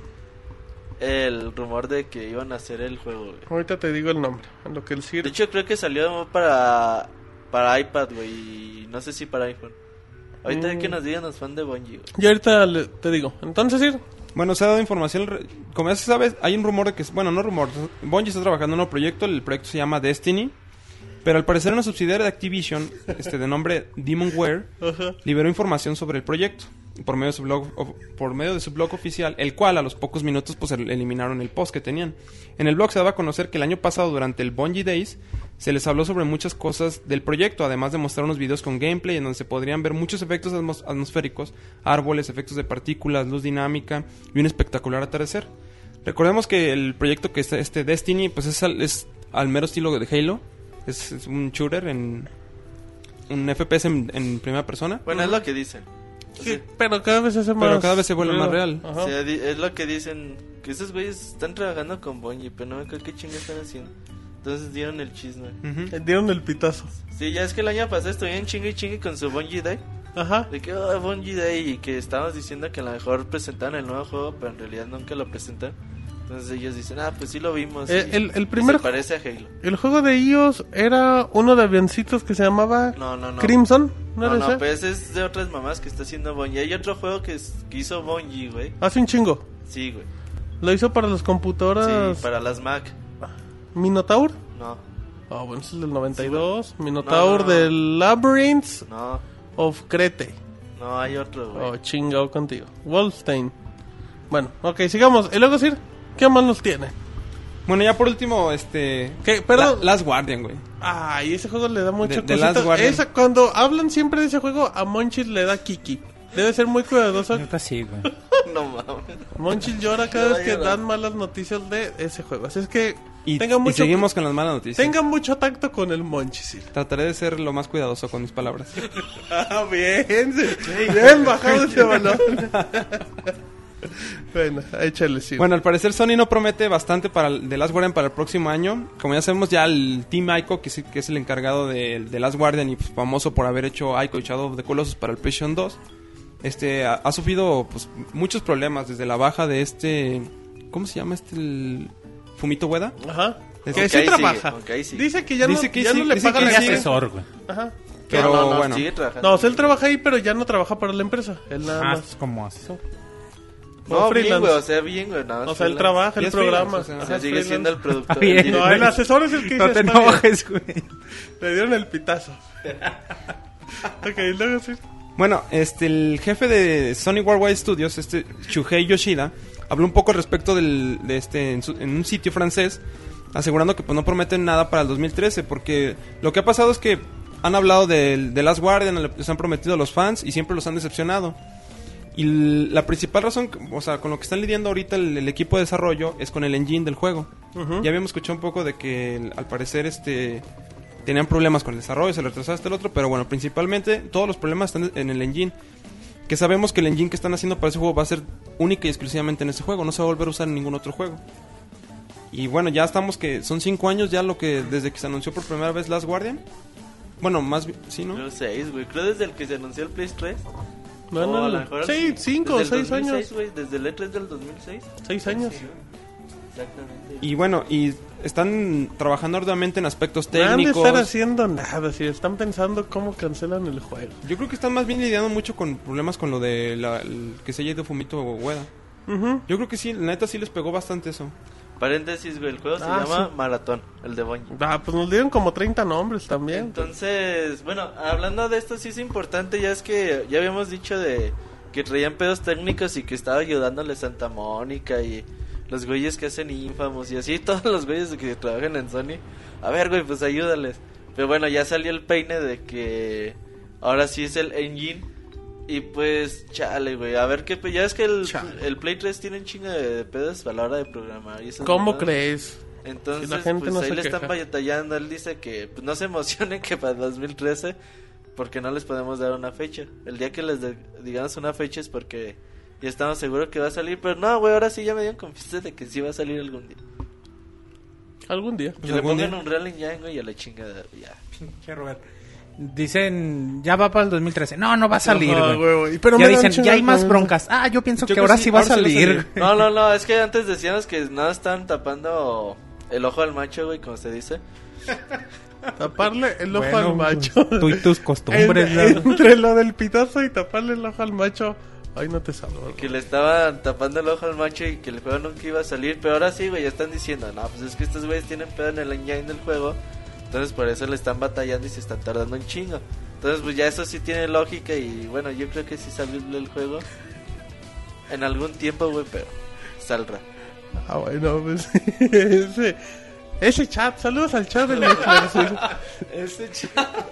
el rumor de que iban a hacer el juego, güey. Ahorita te digo el nombre. En lo que el De Sir... hecho, creo que salió para para iPad, güey, y no sé si para iPhone. Ahorita hay Mm. que nos digan los fans de Bungie, güey. Yo ahorita le- te digo. Entonces, Sir, Bueno, se ha dado información. re- Como ya se sabe, hay un rumor de que. Bueno, no rumor. Bungie está trabajando en un nuevo proyecto. El proyecto se llama Destiny. Pero al parecer, una subsidiaria de Activision, este de nombre Demonware, ajá. liberó información sobre el proyecto por medio de su blog o- por medio de su blog oficial, el cual a los pocos minutos pues el- eliminaron el post que tenían. En el blog se daba a conocer que el año pasado durante el Bungie Days se les habló sobre muchas cosas del proyecto, además de mostrar unos videos con gameplay en donde se podrían ver muchos efectos atmos- atmosféricos, árboles, efectos de partículas, luz dinámica y un espectacular atardecer. Recordemos que el proyecto que está este Destiny pues es al, es al mero estilo de Halo, es, es un shooter en un F P S en, en primera persona. Bueno, es lo que dicen. Sí, pero cada vez se hace más... Pero cada vez se vuelve más real. Ajá. O sea, di- es lo que dicen, que esos güeyes están trabajando con Bungie, pero no me acuerdo qué chingo están haciendo. Entonces dieron el chisme. Ujú. Eh, Dieron el pitazo. Sí, ya es que el año pasado estuvieron chingue y chingue con su Bungie Day. Ajá. De que, oh, Bungie Day, y que estábamos diciendo que a lo mejor presentaron el nuevo juego, pero en realidad nunca lo presentaron. Entonces ellos dicen, ah, pues sí lo vimos. Eh, y- el- el y primer se parece a Halo. El juego de iOS era uno de avioncitos que se llamaba No, no, no. Crimson. ¿No, No, era no, ese? pues es de otras mamás que está haciendo Bungie. Hay otro juego que, es- que hizo Bungie, güey. Hace un chingo. Sí, güey. Lo hizo para las computadoras Sí, para las Mac. Minotaur. No, Ah, bueno, ese es del noventa y dos. Minotaur No, no, no. del Labyrinth no, of Crete. no, hay otro, güey. Oh, chingado contigo. Wolfenstein. Bueno, ok, sigamos. Y luego, Sir, ¿qué más nos tiene? Bueno, ya por último, este... ¿Qué? Perdón. La- Last Guardian, güey. Ay, ese juego le da mucha De- de cosita. Last Guardian. Esa, cuando hablan siempre de ese juego, a Monchis le da kiki. Debe ser muy cuidadoso. Neta sí, güey. No mames. Monchis llora cada Ya vez va a que llorar. dan malas noticias de ese juego. Así es que Y, tengan y mucho, seguimos con las malas noticias. tengan mucho tacto con el Monchis. Sir. Trataré de ser lo más cuidadoso con mis palabras. Ah, bien, Sir. Bien bajado ese balón. Bueno, échale, sí. Bueno, al parecer Sony no promete bastante para el, de Last Guardian para el próximo año. Como ya sabemos, ya el Team Ico, que es, que es el encargado de, de Last Guardian y pues, famoso por haber hecho Ico y Shadow of the Colossus para el PlayStation dos, este, ha, ha sufrido pues, muchos problemas desde la baja de este... ¿Cómo se llama este? El Fumito Ueda. Ajá. Es- Que Aunque sí ahí trabaja. sigue, aunque ahí sigue. Dice que ya, Dice no, que ya sí, no le dice pagan que la Es sí. asesor, güey. Ajá. Pero No, no, no, bueno. sigue trabajando. No, o sea, él trabaja ahí, pero ya no trabaja para la empresa. Él nada Ah, más. es como asesor. como No, bien, freelance. güey, o sea, bien, güey. nada más O sea, él freelance. trabaja, Y el es programa. freelance, o sea, O Ajá, sea, es sigue siendo el freelance. productor. Bien, el No, director. el asesor es el que dice No te está bien. enojes, güey. Le dieron el pitazo. Ok, y luego sí. Bueno, este, el jefe de Sony Worldwide Studios, este Shuhei Yoshida, habló un poco al respecto del, de este, en, su- en un sitio francés, asegurando que pues, no prometen nada para el dos mil trece, porque lo que ha pasado es que han hablado de, de Last Guardian, les han prometido a los fans y siempre los han decepcionado. Y l- la principal razón, o sea, con lo que están lidiando ahorita el, el equipo de desarrollo es con el engine del juego. Ujú. Ya habíamos escuchado un poco de que el- al parecer este tenían problemas con el desarrollo, se le retrasaba este el otro, pero bueno, principalmente todos los problemas están en el engine. Que sabemos que el engine que están haciendo para ese juego va a ser única y exclusivamente en ese juego, no se va a volver a usar en ningún otro juego. Y bueno, ya estamos que son cinco años ya lo que desde que se anunció por primera vez Last Guardian. Bueno, más bien, sí, ¿no? Creo seis, güey. Creo desde el que se anunció el Play tres. No, O no, a lo no. mejor Sí, cinco o desde el seis dos mil seis, años. güey, desde el E tres del dos mil seis. Seis años. Sí, exactamente. Y bueno, y están trabajando arduamente en aspectos No han de técnicos. estar haciendo nada, si están pensando cómo cancelan el juego. Yo creo que están más bien lidiando mucho con problemas con lo de la, el que se haya ido Fumito Ueda. Ujú. Yo creo que sí, la neta sí les pegó bastante eso. Paréntesis, güey, el juego se Ah, llama sí. Maratón, el de Bungie. Ah, pues nos dieron como treinta nombres también. Entonces, bueno, hablando de esto sí es importante, ya es que ya habíamos dicho de que traían pedos técnicos y que estaba ayudándole Santa Mónica y los güeyes que hacen Infamous y así, todos los güeyes que trabajan en Sony. A ver, güey, pues ayúdales. Pero bueno, ya salió el peine de que ahora sí es el engine. Y pues, chale, güey, a ver qué... pe- Ya es que el, Chale. el Play tres tiene un chingo de pedos a la hora de programar. Y esas ¿Cómo mamadas. crees? Entonces, Si la gente pues no ahí se le están queja. batallando. Él dice que pues, no se emocionen que para dos mil trece, porque no les podemos dar una fecha. El día que les de- digamos una fecha es porque ya estamos seguros que va a salir. Pero no, güey, ahora sí ya me dieron confianza de que sí va a salir algún día. Algún día. Que Pues le algún pongan día. un Real Engine, güey, y a la chingada, ya. Pinche Robert. Dicen, ya va para el dos mil trece. No, no va a salir, Ajá, güey. güey, pero Ya me dan dicen, chingo ya hay de más cabeza. broncas. Ah, yo pienso Yo que creo ahora que sí sí, va a ahora sí va a salir. salir. No, no, no, es que antes decíamos que nada están tapando el ojo al macho, güey, como se dice. Taparle el ojo Bueno, al macho. Tú y tus costumbres, En- ¿no? entre lo del pitazo y taparle el ojo al macho. Ay, no te salvo. Que le estaban tapando el ojo al macho y que el juego nunca iba a salir. Pero ahora sí, güey, ya están diciendo, no, pues es que estos güeyes tienen pedo en el engine del juego. Entonces por eso le están batallando y se están tardando un chingo. Entonces pues ya eso sí tiene lógica y bueno, yo creo que sí salió el juego en algún tiempo, güey, pero saldrá. Ah, bueno, pues ese, ese chat, saludos al chat de Mixler. Sí. Ese ch...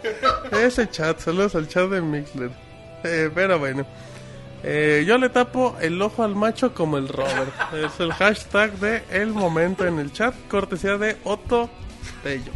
Ese chat, saludos al chat de Mixler. Eh, pero bueno, eh, yo le tapo el ojo al macho como el Robert. Es el hashtag de el momento en el chat, cortesía de Otto Tello.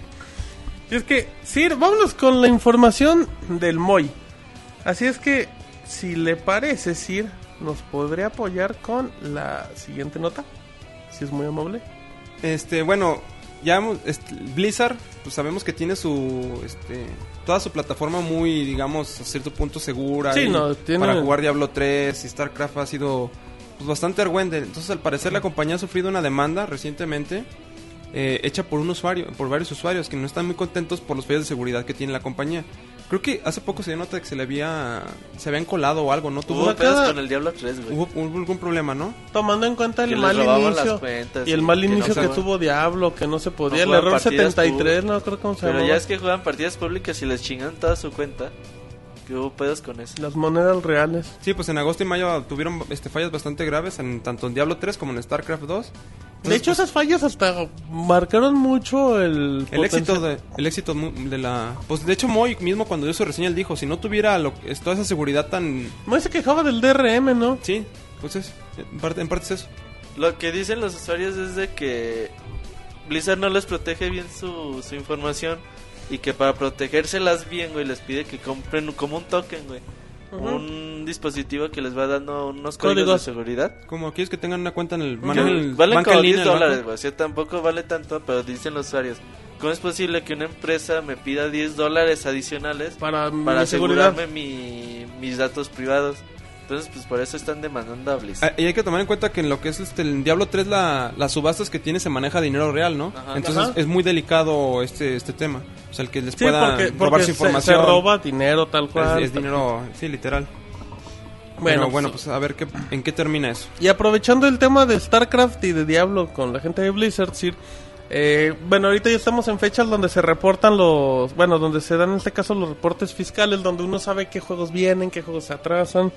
Y es que, Sir, vámonos con la información del M O I. Así es que, si le parece, Sir, nos podría apoyar con la siguiente nota, si es muy amable. Este, bueno, ya hemos- este, Blizzard, pues sabemos que tiene su, este, toda su plataforma muy, digamos, a cierto punto segura. Sí, y no, tiene- para jugar Diablo tres y StarCraft ha sido pues, bastante argüende. Entonces, al parecer, la compañía ha sufrido una demanda recientemente eh, hecha por un usuario, por varios usuarios que no están muy contentos por los fallos de seguridad que tiene la compañía. Creo que hace poco se dio nota de que se le había, se habían colado o algo, ¿no? Tuvo, Hubo pedos cada- con el Diablo tres, güey. hubo, hubo algún problema, ¿no? Tomando en cuenta el Que les mal robaban inicio las cuentas y el y mal que no inicio que, jugaban. tuvo Diablo, que no se podía, el jugaban error partidas setenta y tres, públicas. no creo cómo se Pero llama. ya es que juegan partidas públicas y les chingan toda su cuenta. Que hubo pedos con eso. Las monedas reales. Sí, pues en agosto y mayo tuvieron este, fallas bastante graves en tanto en Diablo tres como en StarCraft dos. De hecho, esas fallas hasta marcaron mucho el, El éxito potencial. de, el éxito mu- de la... Pues de hecho Moy mismo cuando dio su reseña él dijo, si no tuviera lo, es- toda esa seguridad tan... Moy se quejaba del D R M, ¿no? Sí, pues es, en parte, en parte es eso. Lo que dicen los usuarios es de que Blizzard no les protege bien su, su información y que para protegérselas bien, güey, les pide que compren como un token, güey. Ujú. Un dispositivo que les va dando unos códigos, Códigos. de seguridad. Como quieres que tengan una cuenta en el... Ujú. manejan Que el valen banca como en línea diez del banco. dólares, güey. O sea, tampoco vale tanto, pero dicen los usuarios. ¿Cómo es posible que una empresa me pida diez dólares adicionales Para, para mi seguridad. asegurarme mi, mis datos privados? Entonces, pues por eso están demandando a Blizzard. Ah, y hay que tomar en cuenta que en lo que es este, el Diablo tres, la, las subastas que tiene se maneja dinero real, ¿no? Ajá. Entonces Ajá. es muy delicado este este tema. O sea, el que les Sí, pueda porque, robar porque su se, información. se roba dinero tal cual. es, es dinero, sí, literal. Bueno, Bueno, pues- bueno, pues a ver qué, en qué termina eso. Y aprovechando el tema de StarCraft y de Diablo con la gente de Blizzard, Sir, eh, bueno, ahorita ya estamos en fechas donde se reportan los, bueno, donde se dan en este caso los reportes fiscales, donde uno sabe qué juegos vienen, qué juegos se atrasan.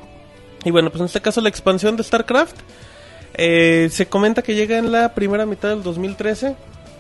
Y bueno, pues en este caso la expansión de StarCraft eh, se comenta que llega en la primera mitad del dos mil trece.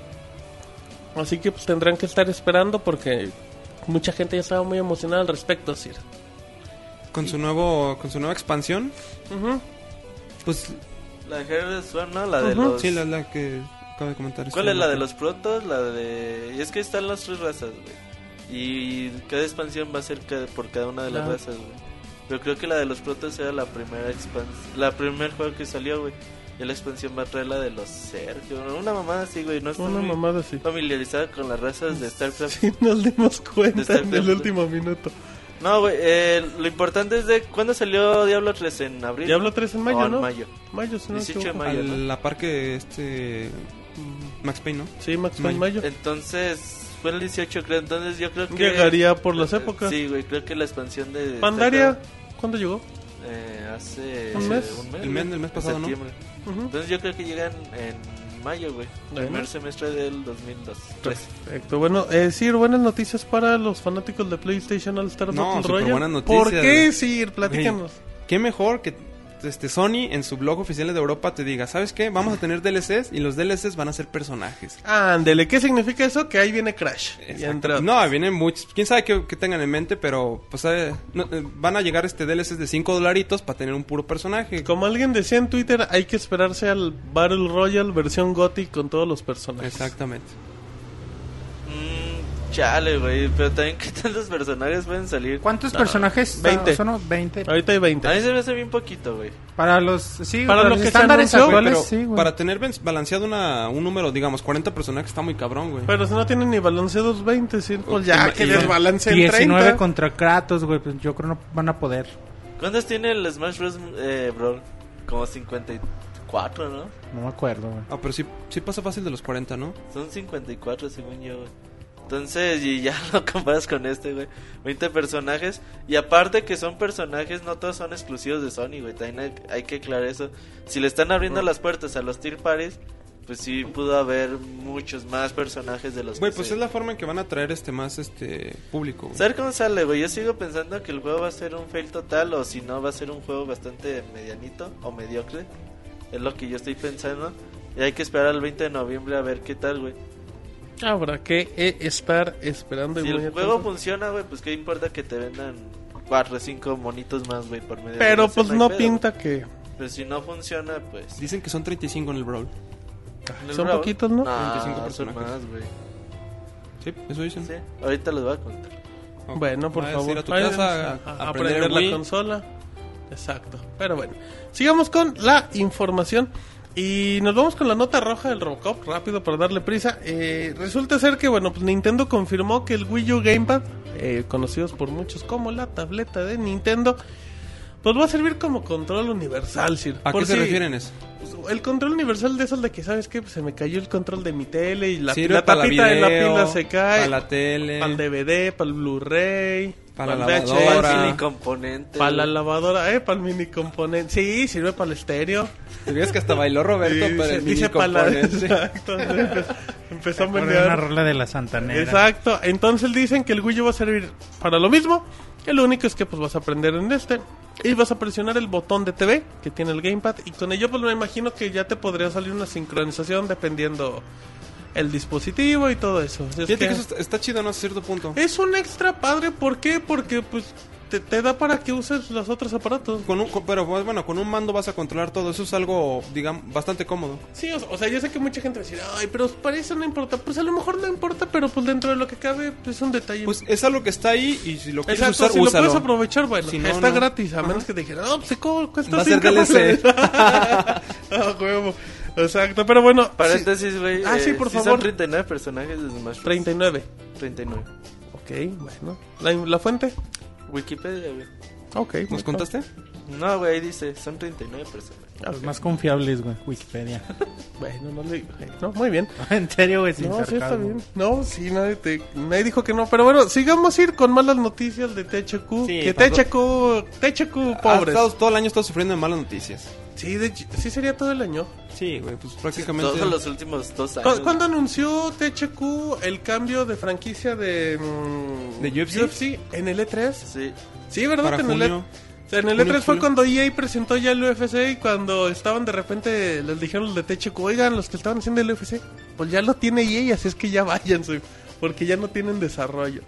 Así que pues tendrán que estar esperando porque mucha gente ya estaba muy emocionada al respecto, Sir. Con su nuevo, con su nueva expansión, Ujú. pues La de Heroes Swarm, ¿no? La de Ujú. los... sí, la, la que acabo de comentar. ¿Cuál es la de que- los protos? La de... Y es que están las tres razas, güey. Y cada expansión va a ser cada- por cada una de las Claro. razas, güey. Pero creo que la de los protos era la primera expansión... La primer juego que salió, güey. Y la expansión va a traer la de los Sergio. Una mamada así, güey. No estoy Una muy mamada así. familiarizada con las razas de StarCraft. Sí, nos dimos cuenta StarCraft. en el último minuto. No, güey. Eh, lo importante es de... ¿Cuándo salió Diablo tres? ¿En abril? Diablo tres en mayo, O en ¿no? mayo. Mayo, si no me dieciocho de equivoco. mayo, A ¿no? la par que este... Max Payne, ¿no? Sí, Max Payne Mayo. mayo. Entonces... Fue el dieciocho, creo. Entonces yo creo que... Llegaría por las épocas. Sí, güey. Creo que la expansión de... Pandaria, ¿cuándo llegó? Eh, hace... ¿Un mes? Un mes El mes güey, del mes en pasado, ¿no? septiembre. Ujú. Entonces yo creo que llegan en mayo, güey. Bueno. Primer semestre del dos mil tres. Perfecto. Bueno, eh, Sir, buenas noticias para los fanáticos de PlayStation All Star No, Battle súper Royale. buenas noticias, ¿Por qué, güey. Sir? Platícanos. ¿Qué mejor que este Sony en su blog oficial de Europa te diga, ¿sabes qué? Vamos a tener D L Cs y los D L Cs van a ser personajes. Ándele, ¿qué significa eso? Que ahí viene Crash. Y Exacto. entra- No, vienen muchos. Quién sabe qué, qué tengan en mente, pero pues eh, no, eh, van a llegar este D L Cs de cinco dolaritos para tener un puro personaje. Como alguien decía en Twitter, hay que esperarse al Battle Royale versión GOTY con todos los personajes. Exactamente. Mm, chale, güey. Pero también, ¿qué tantos personajes pueden salir? ¿Cuántos personajes? veinte. Son veinte. Ahorita hay veinte. A mí se me hace bien poquito, güey. Para los, sí, Para para lo los que se estándares anunció, actuales, Pero sí, güey. para tener ben- balanceado una, un número, digamos, cuarenta personajes está muy cabrón, güey. Pero si no tienen ni balanceados veinte, Sir, pues Y- ya que y- desbalanceen diecinueve treinta. contra Kratos, güey, pues yo creo no van a poder. ¿Cuántos tiene el Smash Bros. Eh, Brawl? Como cincuenta y cuatro, ¿no? No me acuerdo, güey. Ah, pero sí, sí pasa fácil de los cuarenta, ¿no? Son cincuenta y cuatro según yo, güey. Entonces, y ya lo comparas con este, güey. veinte personajes. Y aparte que son personajes, no todos son exclusivos de Sony, güey. También hay, hay que aclarar eso. Si le están abriendo las puertas a los tier parties, pues sí pudo haber muchos más personajes de los Güey, que pues se- es la forma en que van a traer este más este público, güey. Saber cómo sale, güey. Yo sigo pensando que el juego va a ser un fail total, o si no, va a ser un juego bastante medianito o mediocre. Es lo que yo estoy pensando. Y hay que esperar al veinte de noviembre a ver qué tal, güey. Habrá que eh, estar esperando. y Si muy el juego atentos. funciona, güey, pues qué importa que te vendan cuatro o cinco monitos más, güey, por medio de Pero ese, pues hay no pedo. pinta que... Pero si no funciona, pues... Dicen que son treinta y cinco en el Brawl. ¿En el Son Brawl? poquitos, ¿no? veinticinco son personajes. más, güey. Sí, eso dicen. Sí, ahorita les voy a contar. Ok. Bueno, por Vas a favor. ir a tu Váyanos casa a, a- a a aprender aprender el la Wii. consola. Exacto. Pero bueno, sigamos con la información. Y nos vamos con la nota roja del Robocop, rápido para darle prisa. Eh, resulta ser que, bueno, pues Nintendo confirmó que el Wii U Gamepad, eh, conocidos por muchos como la tableta de Nintendo, pues va a servir como control universal, Sir. ¿A Por qué se si- refieren eso? pues, el control universal de esos de que, ¿sabes qué? Pues se me cayó el control de mi tele y la, Sirve la para tapita de la video, pila se cae. para la tele, Para el D V D, para el Blu-ray, Para la el V H S, lavadora. Mini componente. para la güey. lavadora, eh, para el mini componente. Sí, sirve para el estéreo. ¿Te fijas que hasta bailó Roberto Sí, para se- el mini dice para la... componente? Exacto. Empe- Empezó a Por una menear. rola de la Santanera. Exacto. Entonces dicen que el Wii U va a servir para lo mismo. Que lo único es que pues vas a aprender en este y vas a presionar el botón de T V que tiene el gamepad y con ello pues me imagino que ya te podría salir una sincronización dependiendo el dispositivo y todo eso. Así es Fíjate que que eso está, está chido, ¿no? A cierto punto. es un extra padre, ¿por qué? Porque pues te, te da para que uses los otros aparatos. Con un, con- pero pues, bueno, con un mando vas a controlar todo. Eso es algo, digamos, bastante cómodo. Sí, o, o sea, yo sé que mucha gente va a decir, ay, pero para eso no importa. Pues a lo mejor no importa, pero pues dentro de lo que cabe, pues es un detalle. Pues es algo que está ahí y si lo quieres Exacto, usar, si lo úsalo. puedes aprovechar, bueno, Si no, está no. gratis, a menos que te dijeran, no, pues co- cuesta Va a ser cinco D L C. dólares. Ah, huevo. Exacto, pero bueno. sí, Paréntesis, güey. Ah, sí, eh, por Son favor. treinta y nueve personajes de Smash Bros. treinta y nueve. treinta y nueve. Ok, bueno. ¿La, la fuente? Wikipedia, güey. Ok. ¿Nos bueno. contaste? No, güey, ahí dice, son treinta y nueve personajes. Los más confiables, güey. Wikipedia. Bueno, no le... No, muy bien. En serio, güey, sin No, sí está sarcasmo. bien. No, sí, nadie, te, nadie dijo que no. Pero bueno, sigamos a ir con malas noticias de T H Q. Sí, que pasó. T H Q, T H Q, Ha pobres. estado- todo el año está sufriendo de malas noticias. Sí, de hecho, sí sería todo el año. Sí, güey, pues prácticamente. Todos los últimos dos ¿Cu- años. ¿Cuándo anunció T H Q el cambio de franquicia de... mm, ¿De U F C? ¿En el E tres? Sí. Sí, ¿verdad? Para en el, junio. E- o sea, en el Junio, E tres fue julio. cuando E A presentó ya el U F C y cuando estaban de repente, les dijeron los de T H Q, oigan, los que estaban haciendo el U F C, pues ya lo tiene E A, así es que ya váyanse, porque ya no tienen desarrollo.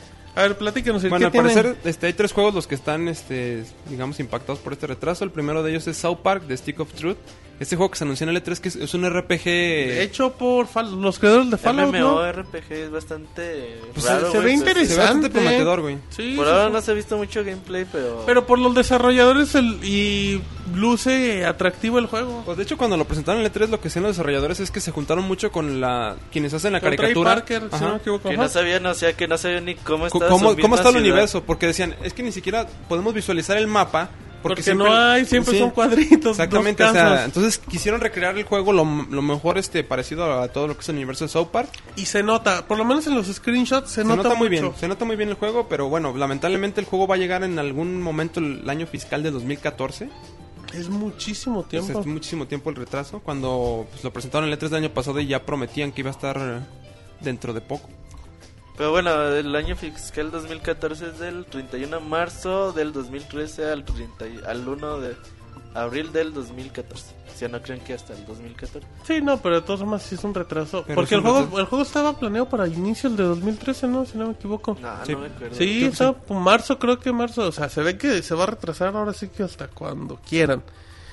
A ver, platícanos. Bueno, ¿qué al tienen? parecer este, hay tres juegos los que están, este, digamos, impactados por este retraso. El primero de ellos es South Park, The Stick of Truth, Este juego que se anunció en el E tres que es, es un R P G... Hecho por Fall- los creadores de Fallout, M M O ¿no? R P G es bastante Pues raro, se ve güey, interesante. Se ve bastante prometedor, güey. Sí, Por sí, ahora sí. no se ha visto mucho gameplay, pero... Pero por los desarrolladores el, y luce atractivo el juego. Pues de hecho cuando lo presentaron en el E tres lo que hacían los desarrolladores es que se juntaron mucho con la quienes hacen la Con Trey caricatura. Parker, si Ajá. no me equivoco. Que ajá. no sabían, o sea, que no sabían ni cómo Co- está ¿Cómo, su cómo misma está el ciudad. universo? Porque decían, es que ni siquiera podemos visualizar el mapa. Porque, Porque siempre, no hay, siempre sí, son cuadritos. Exactamente, dos o sea, casas. entonces quisieron recrear el juego lo, lo mejor este parecido a todo lo que es el universo de South Park. Y se nota, por lo menos en los screenshots se, Se nota, nota, muy mucho. bien, se nota muy bien el juego, pero bueno, lamentablemente el juego va a llegar en algún momento el año fiscal de dos mil catorce. Es muchísimo Pues tiempo. es muchísimo tiempo el retraso, cuando pues, lo presentaron en el E tres del año pasado y ya prometían que iba a estar eh, dentro de poco. Pero bueno, el año fiscal dos mil catorce es del treinta y uno de marzo del dos mil trece al, treinta y- al uno de abril del dos mil catorce. O sea, no creen que hasta el dos mil catorce. Sí, no, pero de todas formas sí es un retraso. Pero Porque es el un juego retraso. el juego estaba planeado para inicio de dos mil trece, ¿no? Si no me equivoco. No, Sí. no me acuerdo. Sí, creo que estaba por marzo, creo que marzo. O sea, se ve que se va a retrasar ahora sí que hasta cuando quieran.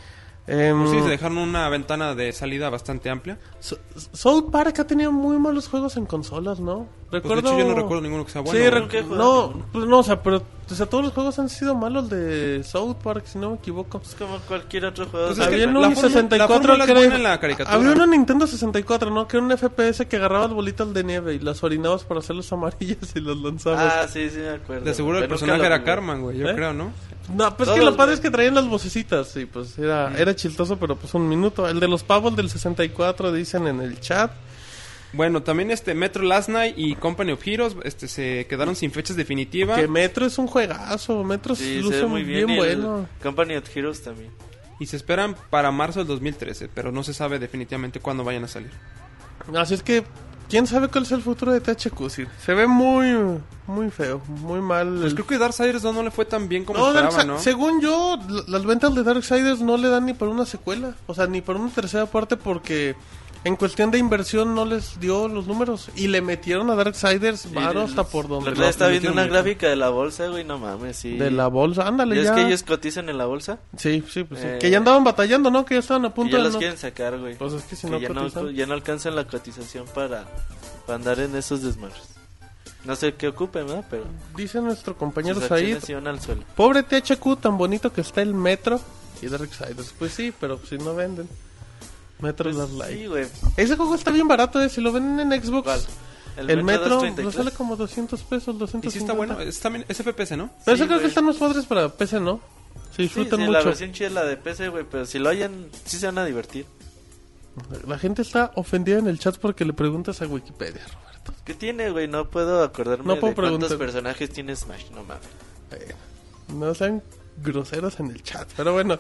Em, Pues sí, se dejaron una ventana de salida bastante amplia. So- South Park ha tenido muy malos juegos en consolas, ¿no? Pues Recuerdo... de hecho yo no recuerdo ninguno que sea bueno. Sí, güey. rec- ¿Qué juego? no, pues no, o sea, pero o sea, todos los juegos han sido malos de South Park, si no me equivoco. Es como cualquier otro juego. Pues o sea, es que Había la un fórmula- sesenta y la cuatro fórmula es que era- buena en la caricatura. Había una Nintendo sesenta y cuatro, ¿no? Que era un F P S que agarrabas bolitas de nieve y las orinabas para hacerlos amarillas y los lanzabas. Ah, sí, sí, me acuerdo. De seguro el Pero nunca personaje lo era jugué. Carman, güey, yo ¿Eh? creo, ¿no? No, pues es que Todos, lo padre güey. es que traían las vocecitas, sí, pues era, era chistoso, pero pues un minuto. El de los pavos del sesenta y cuatro dicen en el chat. Bueno, también este Metro Last Night y Company of Heroes este se quedaron sin fechas definitivas Que Metro es un juegazo, Metro Sí, se luce ve muy bien. bien y el bueno. Company of Heroes también. y se esperan para marzo del dos mil trece, pero no se sabe definitivamente cuándo vayan a salir. Así es que, ¿quién sabe cuál es el futuro de T H Q? Sí, se ve muy, muy feo, muy mal. Pues el- creo que Darksiders dos no le fue tan bien como No, esperaba, Darksi- ¿no? según yo, l- las ventas de Darksiders no le dan ni para una secuela, o sea, ni para una tercera parte porque en cuestión de inversión no les dio los números y le metieron a Darksiders varo hasta por donde La lo- otra vez estaba le viendo metieron una mucho. gráfica de la bolsa, güey, no mames, sí. de la bolsa, ándale ¿Y es ya. que ellos cotizan en la bolsa? Sí, sí, pues sí. Eh, Que ya andaban batallando, ¿no? Que ya estaban a Que punto ya de los no... quieren sacar, güey. Pues es que si Que no ya, no, cotizan. ya no alcanzan la cotización para, para andar en esos desmadres. No sé qué ocupen, ¿verdad? Pero Dice nuestro compañero sus Said, acciones iban al suelo. pobre T H Q, tan bonito que está el Metro y Darksiders. Pues sí, pero si no venden. Metro Pues, Last Light. sí, güey. Ese juego está bien barato, eh. Si lo ven en Xbox, ¿Cuál? el, Metro doscientos treinta y lo tres. sale como doscientos pesos, Y doscientos sí está bueno, es también es F P S, ¿no? Pero Sí, eso creo que güey. están más padres para P C, ¿no? Se Sí, disfrutan sí, la mucho. versión chida es la de P C, güey, pero si lo hayan, sí se van a divertir. La gente está ofendida en el chat porque le preguntas a Wikipedia, Roberto. ¿Qué tiene, güey? No puedo acordarme No puedo de cuántos preguntar. personajes tiene Smash, no mames. Eh, no sean groseros en el chat, pero bueno.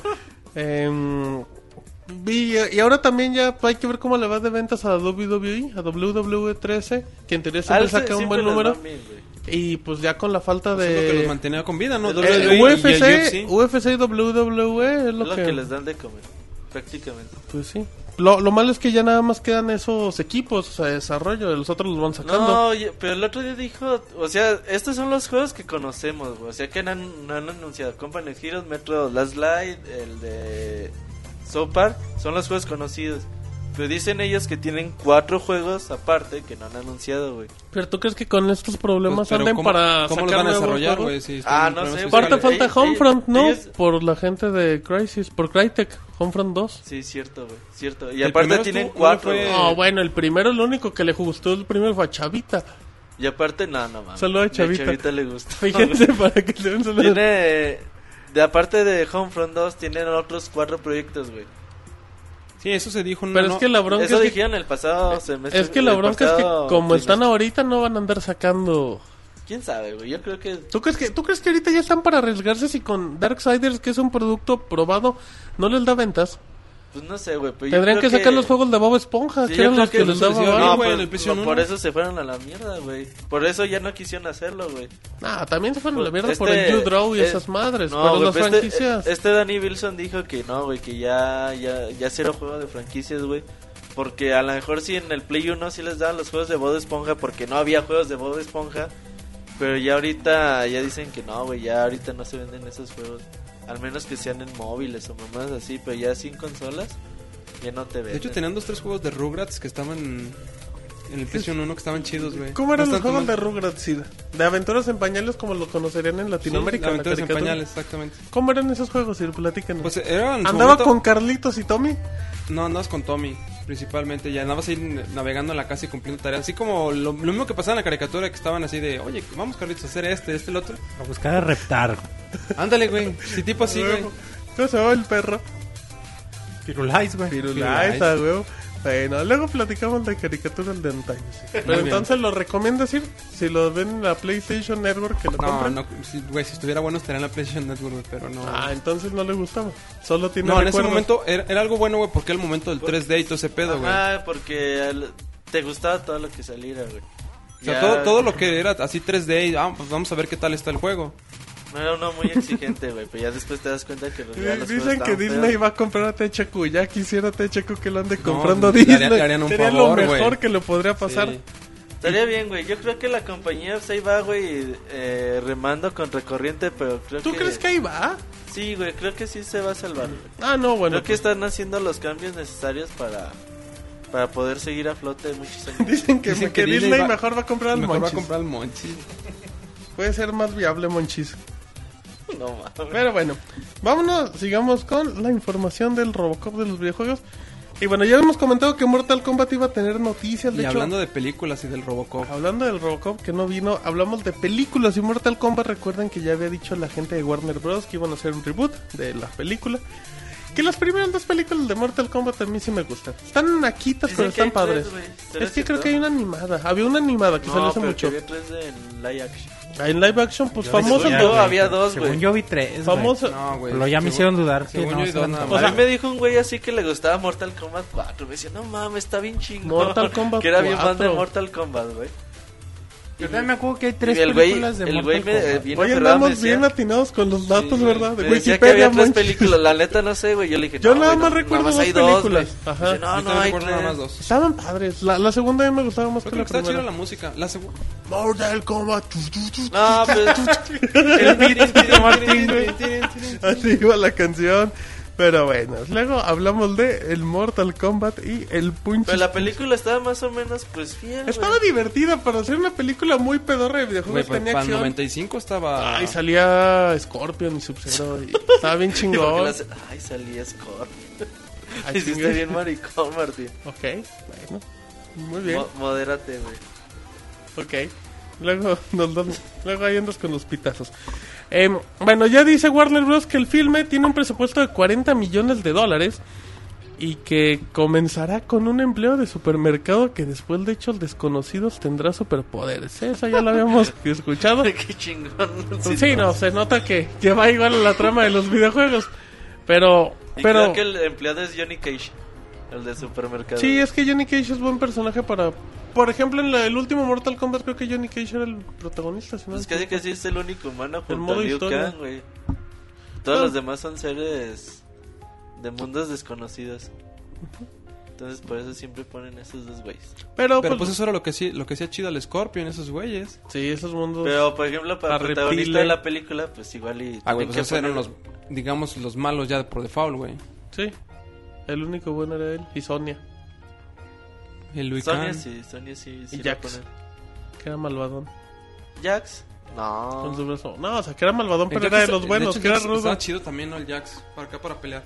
em, y, y ahora también ya hay que ver cómo le va de ventas a W W E, a W W E trece, que en teoría siempre Al- saca un siempre buen les número. va bien, güey. Y pues ya con la falta Eso es lo que los de... mantenía con vida, ¿no? Eh, W W E Eh, y U F el C, U F C. U F C y W W E es Es lo, lo que... que les dan de comer, prácticamente. Pues sí. Lo, lo malo es que ya nada más quedan esos equipos, o sea, desarrollo, los otros los van sacando. No, oye, pero el otro día dijo, o sea, estos son los juegos que conocemos, güey. O sea, que no han, no han anunciado Company of Heroes, Metro Last Light, el de South Park, son los juegos conocidos. Pero dicen ellos que tienen cuatro juegos aparte que no han anunciado, güey. Pero tú crees que con estos problemas Pues, pero anden ¿cómo, para ¿cómo sacar los van a nuevos desarrollar, juegos? güey? Si Ah, están no en sé, problemas Aparte Ellos- falta ellos- Homefront, ¿no? ellos- Por la gente de Crysis, por Crytek, Homefront dos. Sí, cierto, güey, cierto. Y El aparte primero tienen estuvo- cuatro, no fue- güey. No, bueno, el primero, el único que le gustó el primero fue a Chavita. Y aparte, no, no mames. Saludo a De Chavita. Chavita le gusta. Fíjense para que se den saludos. Tiene, de aparte de Homefront dos, tienen otros cuatro proyectos, güey. Sí, eso se dijo. Pero no, es que la bronca Eso es que, dijeron el pasado semestre. es que la el bronca es que pasado como están trimestre. ahorita no van a andar sacando. ¿Quién sabe, güey? Yo creo que... ¿Tú crees que tú crees que ahorita ya están para arriesgarse si con Darksiders, que es un producto probado, no les da ventas? Pues no sé, güey. pero yo Tendrían que creo sacar los juegos de Bob Esponja, Sí, que yo eran creo los que, que les los daba ofrecieron, varo. No, güey, pues, en el PlayStation no, uno. por eso se fueron a la mierda, güey. Por eso ya no quisieron hacerlo, güey. Ah, también se fueron a la mierda Este- por el U-Draw y eh, esas madres, no, pero güey, las pero este- franquicias... Este, Danny Wilson dijo que no, güey, que ya, ya, ya cero juego de franquicias, güey. Porque a lo mejor sí en el Play uno sí les daban los juegos de Bob Esponja porque no había juegos de Bob Esponja. Pero ya ahorita ya dicen que no, güey, ya ahorita no se venden esos juegos. Al menos que sean en móviles o mamás así, pero ya sin consolas. Ya no te ves. De hecho, tenían dos, tres juegos de Rugrats que estaban en el PlayStation uno que estaban chidos, güey. ¿Cómo eran No los están juegos tan de Rugrats, Sid? De aventuras en pañales como lo conocerían en Latinoamérica. Sí, en la Aventuras en caricatura. pañales, exactamente. ¿Cómo eran esos juegos, Sid? Platícanos. Pues eran... en su ¿Andaba momento- con Carlitos y Tommy? No, andabas con Tommy, principalmente. Ya andabas ahí navegando en la casa y cumpliendo tareas. Así como lo, lo mismo que pasaba en la caricatura, que estaban así de, oye, vamos, Carlitos, a hacer este, este, el otro. A buscar a reptar. Ándale, güey. Sí, tipo así, güey. ¿Cómo se llama el perro? Firulais, güey. Firulais, a huevo. Bueno, luego platicamos de caricaturas de antaño. Sí. Pero Muy bien. entonces lo recomiendas ir, si lo ven en la PlayStation Network, que lo No, compren. no, si, güey, si estuviera bueno estaría en la PlayStation Network, güey, pero no. Ah, entonces no le gustaba. Solo tiene No, en ese recuerdos. momento era, era algo bueno, güey, porque era el momento del tres D y todo ese pedo, güey. Ah, porque al- te gustaba todo lo que saliera, güey. O sea, Ya todo, todo lo que era así tres D y ah, pues vamos a ver qué tal está el juego. No era uno muy exigente, güey, pero ya después te das cuenta que los, ya Eh, los Dicen juegos que estaban Disney feos. va a comprar a T H Q. Ya quisiera T H Q que lo ande No, comprando le Disney. harían- le harían un Sería favor, lo mejor güey. que le podría pasar. Sí. Estaría bien, güey. Yo creo que la compañía pues, ahí va, güey, eh, remando contra corriente, pero creo ¿Tú que... crees que ahí va? Sí, güey, creo que sí se va a salvar, güey. Ah, no, bueno. Creo que están haciendo los cambios necesarios para para poder seguir a flote muchos años. Dicen que, Dicen que que Disney, Disney va- mejor va a comprar al Mejor va a Monchis. comprar el Monchis. Puede ser más viable Monchis. No mames. Pero bueno, vámonos, sigamos con la información del Robocop de los videojuegos. Y bueno, ya hemos comentado que Mortal Kombat iba a tener noticias. De Y hecho, hablando de películas y del Robocop. hablando del Robocop que no vino, hablamos de películas y Mortal Kombat. Recuerden que ya había dicho la gente de Warner Bros. Que iban a hacer un reboot de la película. Que las primeras dos películas de Mortal Kombat a mí sí me gustan. Están naquitas, Dicen pero que hay están padres. tres, güey. ¿Será Es que creo cierto? que hay una animada. Había una animada que salió No, hace pero mucho. que había tres de en live action. Ah, en live action, pues famoso según el yo, do- había dos, Según güey. yo vi tres, Famoso. No, güey. Pero ya me Según- hicieron dudar. Sí, según no, yo hay sí dos eran nada tan más. O sea, sea, me dijo un güey así que le gustaba Mortal Kombat cuatro. Me decía, no mames, está bien chingón. Mortal Kombat Que era bien fan de cuatro. Mortal Kombat, güey. Yo también me acuerdo que hay tres Y el güey, películas de el Mortal güey me, Kombat. bien Hoy aferrado me andamos decía- bien atinados con los datos, Sí, ¿verdad? De me decía que Wikipedia, había tres Monchis. películas, la neta no sé, güey. Yo le dije, Yo no, nada güey, más no, recuerdo nada más dos hay dos, películas. güey. Ajá. Dice, no, Yo no, también hay recuerdo nada más tres. dos. Estaban padres. La, la segunda a mí me gustaba más Yo que creo la que está chida primera. la música. La segunda. Mortal Kombat. tu, tu, tu. No, pues, El beat de Martín, güey. Así iba la canción. Pero bueno, luego hablamos de el Mortal Kombat y el Punch. pero la película estaba más o menos, pues, fiel, Estaba güey. divertida para hacer una película muy pedorra de Güey, videojuegos. pues, tenía para el acción. noventa y cinco estaba... Ay, salía Scorpion y Sub-Zero. y Estaba bien Porque chingón. las- Ay, salía Scorpion. Ay, Hiciste chingue. bien maricón, Martín. Ok, bueno. Muy bien. Mo- modérate, güey. Ok. Luego, nos dan- luego ahí andas con los pitazos. Eh, bueno, ya dice Warner Bros. Que el filme tiene un presupuesto de cuarenta millones de dólares y que comenzará con un empleo de supermercado que después de hechos desconocidos tendrá superpoderes. ¿Eh? Eso ya lo habíamos escuchado. Qué chingón. Sí, no, se nota que, que va igual a la trama de los videojuegos. Pero, Y pero... creo que el empleado es Johnny Cage, el de supermercado. Sí, es que Johnny Cage es buen personaje para... Por ejemplo, en la- el último Mortal Kombat creo que Johnny Cage era el protagonista. Si no Pues me casi equivoco. que sí es el único humano El junto modo a Liu historia. Kang, güey. Todos Ah. los demás son seres de mundos desconocidos. Entonces por eso siempre ponen esos dos güeyes. Pero, Pero pues, pues eso era lo que sí, lo que hacía chido al Scorpion, esos güeyes. sí, esos mundos... Pero por ejemplo para A el protagonista reptile. de la película, pues igual y... Ah, güey, tienen pues que esos eran poner- los, digamos, los malos ya por default, güey. Sí, el único bueno era él y Sonia, El Liu Sonia Kang. sí, Sonia sí, sí Y la Jax. ponen. que era malvadón. ¿Jax? Con su No. brazo. No, o sea, que era malvadón, pero El era de Jax- los buenos, hecho, que era Jax rudo. Estaba chido también, ¿no? El Jax. Para acá, para pelear.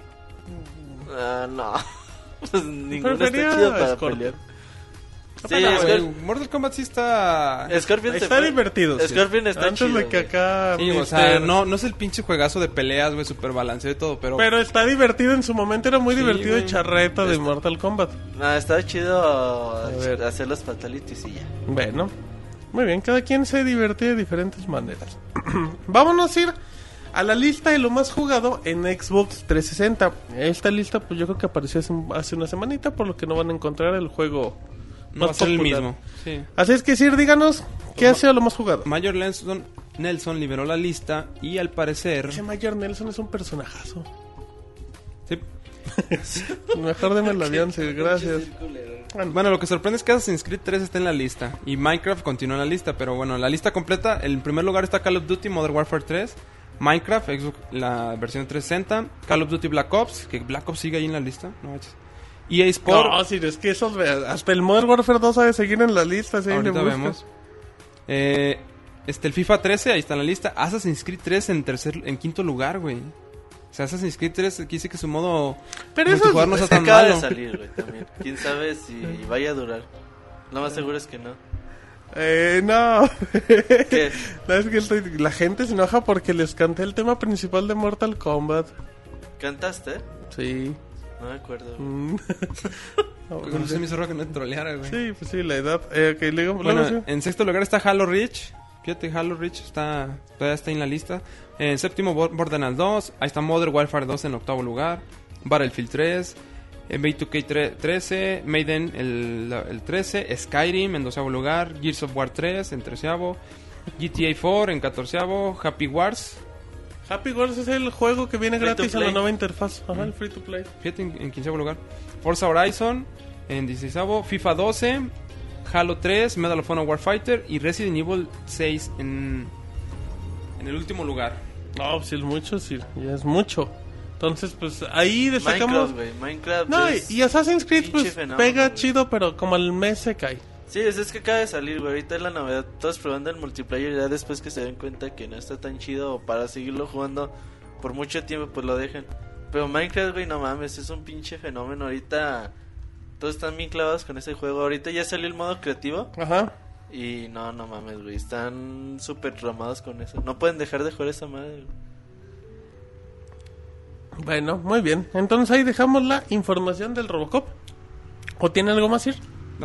Ah, no. Pues ninguno Prefería está chido a para Scorpion. pelear. Sí, Pero, Güey, Scor- Mortal Kombat sí está... Scorpion se Está fue- divertido. sí. Scorpion está Antes chido, de que güey. acá... Sí, o mister sea, no, no es el pinche juegazo de peleas, güey, super balanceado y todo, pero... Pero está divertido, en su momento era muy Sí, divertido de güey. charreta de Está- Mortal Kombat. Ah, estaba chido ver. hacer los fatalities y ya. Bueno, muy bien, cada quien se divierte de diferentes maneras. Vámonos a ir a la lista de lo más jugado en Xbox trescientos sesenta. Esta lista, pues yo creo que apareció hace, hace una semanita, por lo que no van a encontrar el juego no va a más ser el popular. mismo. Sí. Así es que, Sir, díganos, ¿qué ha sido lo más jugado? Mayor Nelson, Nelson liberó la lista y al parecer... Ese Mayor Nelson es un personajazo. Sí. Mejor deme el avión, Sir, gracias. Bueno, lo que sorprende es que Assassin's Creed tres está en la lista y Minecraft continúa en la lista, pero bueno, la lista completa, en primer lugar está Call of Duty Modern Warfare tres, Minecraft, Xbox, la versión trescientos sesenta, Call of Duty Black Ops, que Black Ops sigue ahí en la lista, no manches. E A Sport. No, sí, es que esos, hasta el Modern Warfare dos ha de seguir en la lista. Sí, Ahorita le buscas. vemos. Eh, este, el FIFA trece, ahí está en la lista. Assassin's Creed tres en tercer, en quinto lugar, güey. O sea, Assassin's Creed tres aquí dice que su modo Pero eso multijugador no es- está tan Acaba de malo. salir, güey, también. Quién sabe si vaya a durar. Lo más seguro es que no. Eh, no. ¿Qué? No, es que estoy- la gente se enoja porque les canté el tema principal de Mortal Kombat. ¿Cantaste? Sí. No me acuerdo. güey. Mm. No se me hizo raro que no te troleara, güey. Sí, pues sí, la edad. Eh, ok, luego, Bueno, luego sí. en sexto lugar está Halo Reach. Fíjate, Halo Reach está, todavía está en la lista. En séptimo, Bo- Borderlands dos. Ahí está Modern Warfare dos en octavo lugar. Battlefield tres. En B dos K trece. Maiden el, el trece. Skyrim en doceavo lugar. Gears of War tres en treceavo. G T A cuatro en catorceavo. Happy Wars. Happy Wars es el juego que viene Free to gratis en la play. nueva interfaz. Ajá, el free to play. Fíjate, en, en quinceavo lugar. Forza Horizon en dieciséisavo. FIFA doce. Halo tres. Medal of Honor Warfighter. Y Resident Evil seis en, en el último lugar. No, pues sí es mucho, sí, ya es mucho. Entonces, pues ahí destacamos. Minecraft, güey. Minecraft. No, y, es- y Assassin's Creed, pinche pues fenómeno, pega güey. chido, pero como al mes se cae. Sí, es, es que acaba de salir, güey. Ahorita es la novedad. Todos probando el multiplayer. Ya después que se den cuenta que no está tan chido. O para seguirlo jugando por mucho tiempo, pues lo dejan. Pero Minecraft, güey, no mames. Es un pinche fenómeno. Ahorita todos están bien clavados con ese juego. Ahorita ya salió el modo creativo. Ajá. Y no, no mames, güey. Están súper tramados con eso. No pueden dejar de jugar esa madre, güey. Bueno, muy bien. Entonces ahí dejamos la información del Robocop. ¿O tiene algo más, ir? No.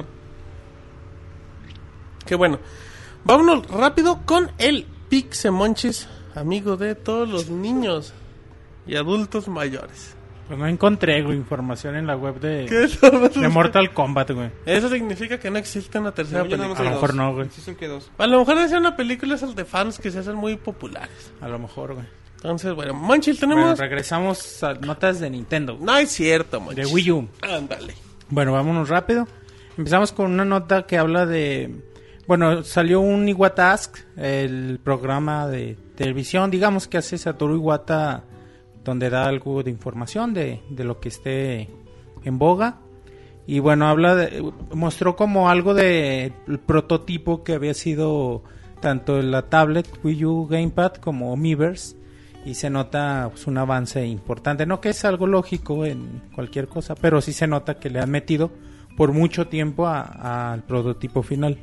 Qué bueno. Vámonos rápido con el Pixemonchis, amigo de todos los niños y adultos mayores. Pues no encontré, güey, información en la web de, ¿Qué es eso? de Mortal Kombat, güey. Eso significa que no existe una tercera Según yo, nada película. más A lo hay mejor dos. no, güey. Sí, son que dos. A lo mejor es una película esas de fans que se hacen muy populares. A lo mejor, güey. Entonces, bueno, Monchil, Bueno, tenemos... regresamos a notas de Nintendo. No es cierto, Monchil. De Wii U. Ándale. Bueno, vámonos rápido. Empezamos con una nota que habla de... Bueno, salió un Iwata Ask, el programa de televisión, digamos, que hace Satoru Iwata, donde da algo de información de, de lo que esté en boga. Y bueno, habla de... mostró como algo de el prototipo que había sido tanto la tablet Wii U Gamepad como Miiverse. Y se nota pues, un avance importante. No que es algo lógico en cualquier cosa, pero sí se nota que le han metido por mucho tiempo a- al prototipo final.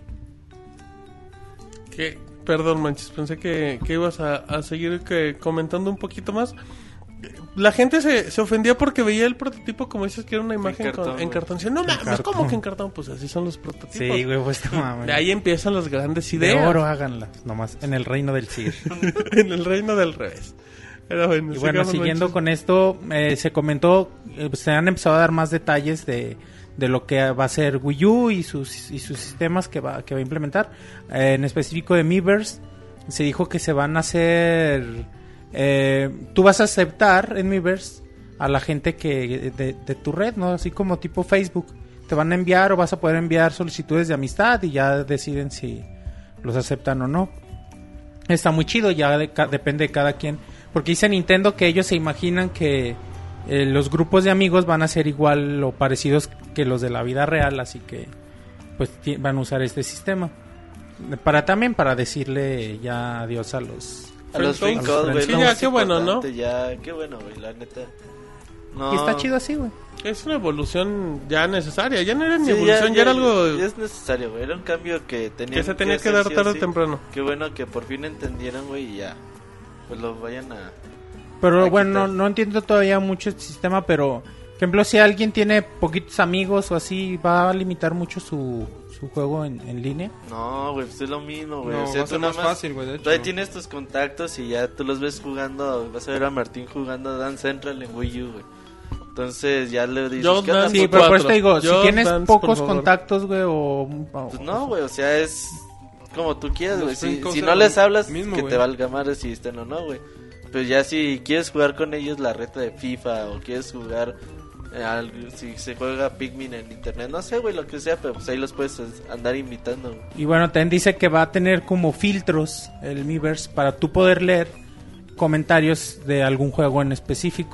Que, perdón, Manchis, pensé que, que ibas a, a seguir que, comentando un poquito más. La gente se, se ofendía porque veía el prototipo, como dices, que era una imagen cartón, con- en güey. cartón. Decían, no mames, cartón. ¿cómo que en cartón? Pues así son los prototipos. Sí, güey, pues no mames. De ahí empiezan las grandes De ideas. oro háganlas, nomás, en el reino del Sir. En el reino del revés. Pero bueno, Y bueno, sigamos, siguiendo Manchis. con esto, eh, se comentó, eh, se han empezado a dar más detalles de, de lo que va a ser Wii U y sus, y sus sistemas que va, que va a implementar. Eh, en específico de Miiverse, se dijo que se van a hacer... Eh, tú vas a aceptar en Miiverse a la gente que de, de tu red, ¿no? Así como tipo Facebook. Te van a enviar o vas a poder enviar solicitudes de amistad y ya deciden si los aceptan o no. Está muy chido, ya de ca- depende de cada quien. Porque dice Nintendo que ellos se imaginan que eh, los grupos de amigos van a ser igual o parecidos que los de la vida real, así que pues ti- van a usar este sistema. Para también para decirle ya adiós a los... A los Friend Friend Code. Code, güey. Sí, lo ya, más qué bueno, ¿no? importante, Ya, qué bueno, güey, la neta. No. Y está chido así, güey. Es una evolución ya necesaria. Ya no era ni Sí, evolución, ya, era algo ya es necesario, güey. Era un cambio que tenía que se tenía que dar tarde o temprano. Qué bueno que por fin entendieron, güey, y ya. Pues lo vayan a... Pero Hay que bueno, no, estar- no entiendo todavía mucho este sistema, pero... Por ejemplo, si alguien tiene poquitos amigos o así, ¿va a limitar mucho su, su juego en, en línea? No, güey, pues es lo mismo, güey. No, o sea, va a tú ser nada más fácil, güey, de Tú ahí hecho. tienes tus contactos y ya tú los ves jugando. Vas a ver a Martín jugando Dance Central en Wii U, güey. Entonces ya le dices... Just ¿qué onda, Dance Sí, puto? pero por cuatro. eso te digo, si Just tienes Dance, por pocos favor. contactos, güey, o... o- Pues no, güey, o sea, es como tú quieras, Los güey. Si, Friend Codes si eran no les hablas, mismo, que güey. te valga madre si estén o no, güey. Pero ya si quieres jugar con ellos la reta de FIFA o quieres jugar... eh, al- si se juega Pikmin en internet, no sé, güey, lo que sea, pero pues ahí los puedes andar invitando, güey. Y bueno, también dice que va a tener como filtros el Miiverse para tú poder leer comentarios de algún juego en específico.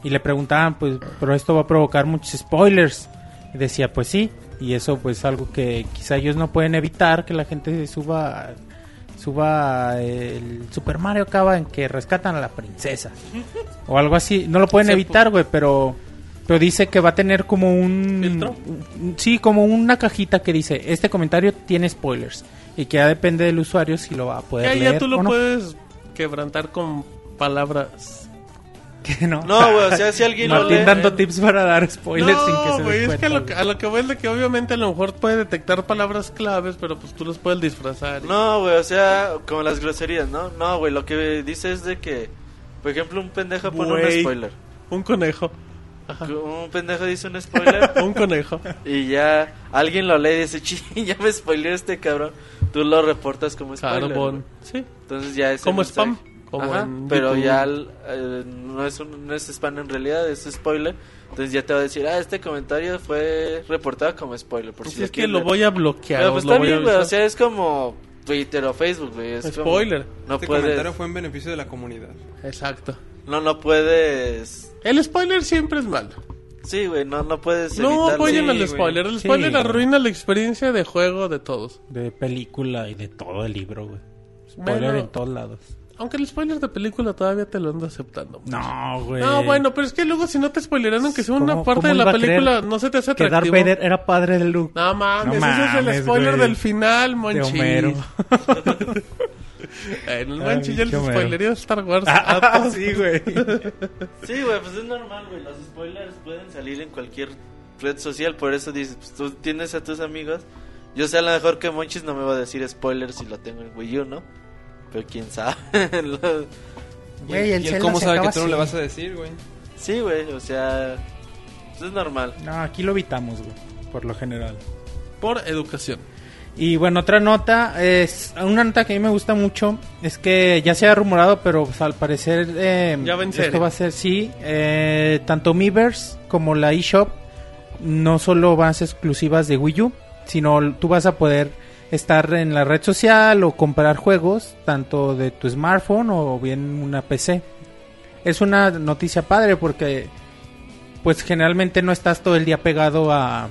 Y le preguntaban, pues, pero esto va a provocar muchos spoilers. Y decía, pues sí, y eso pues algo que quizá ellos no pueden evitar, que la gente suba suba el Super Mario acaba en que rescatan a la princesa o algo así, no lo pueden Sí, evitar, güey, pero pero dice que va a tener como un ¿Filtro? un- sí, como una cajita que dice, este comentario tiene spoilers y que ya depende del usuario si lo va a poder Ya, leer ya tú lo o no. puedes quebrantar con palabras. Que no. No, güey, o sea, si alguien lo Martín lee... dando tips para dar spoilers sin que No, se güey, den es que a cuenta, lo, que güey. a lo que voy es de que obviamente a lo mejor puede detectar palabras claves, pero pues tú los puedes disfrazar. No, güey, o sea, como las groserías, ¿no? No, güey, lo que dice es de que, por ejemplo, un pendejo pone un Güey. spoiler. Un conejo. Ajá. Un pendejo dice un spoiler Un conejo. y ya alguien lo lee y dice, "Chi, ya me spoileó este cabrón". Tú lo reportas como spoiler. Carbón. güey. Sí. Entonces ya es Como el mensaje. spam. Como Ajá, en pero YouTube. ya el- eh, no, es un, no es spam en realidad, es spoiler. Entonces ya te va a decir, ah, este comentario fue reportado como spoiler. Por Pues si es lo que quieres lo leer. voy a bloquear. Pero o pues lo está voy a bien, güey, o avisar. sea, es como Twitter o Facebook, güey. Es como- Spoiler. no Este puedes, comentario fue en beneficio de la comunidad. Exacto. no, no puedes, El spoiler siempre es malo. sí, güey, no, no puedes No evitarlo. apoyen Sí, al güey. spoiler. El Sí. spoiler arruina la experiencia de juego de todos. De película y de todo el libro, güey. Spoiler Bueno. en todos lados. Aunque el spoiler de película todavía te lo ando aceptando. No, güey. No, bueno, pero es que luego si no te spoileran, aunque sea una ¿Cómo- parte cómo de la iba a película, creer no se te hace que Darth atractivo. Vader era padre de Luke. No mames, No ese es el mames, spoiler güey. del final, De Monchis. Homero. Eh, en el Ay, Monchis ya les qué Homero. spoilería de Star Wars. Ah, a todos. sí, güey. Sí, güey, pues es normal, güey, los spoilers pueden salir en cualquier red social, por eso dices, pues tú tienes a tus amigos. Yo sé a lo mejor que Monchis no me va a decir spoilers si lo tengo en Wii U, ¿no? Pero quién sabe. Lo- Güey, el ¿Y él Zelda cómo se sabe que acaba tú no le así. vas a decir, güey? Sí, güey, o sea, pues es normal. No, aquí lo evitamos, güey. Por lo general. Por educación. Y bueno, otra nota, es una nota que a mí me gusta mucho, es que ya se ha rumorado, pero pues, al parecer eh, Ya va en esto serio. va a ser, sí, eh, tanto Miiverse como la eShop no solo van a ser exclusivas de Wii U, sino tú vas a poder estar en la red social o comprar juegos, tanto de tu smartphone o bien una P C. Es una noticia padre porque pues generalmente no estás todo el día pegado a,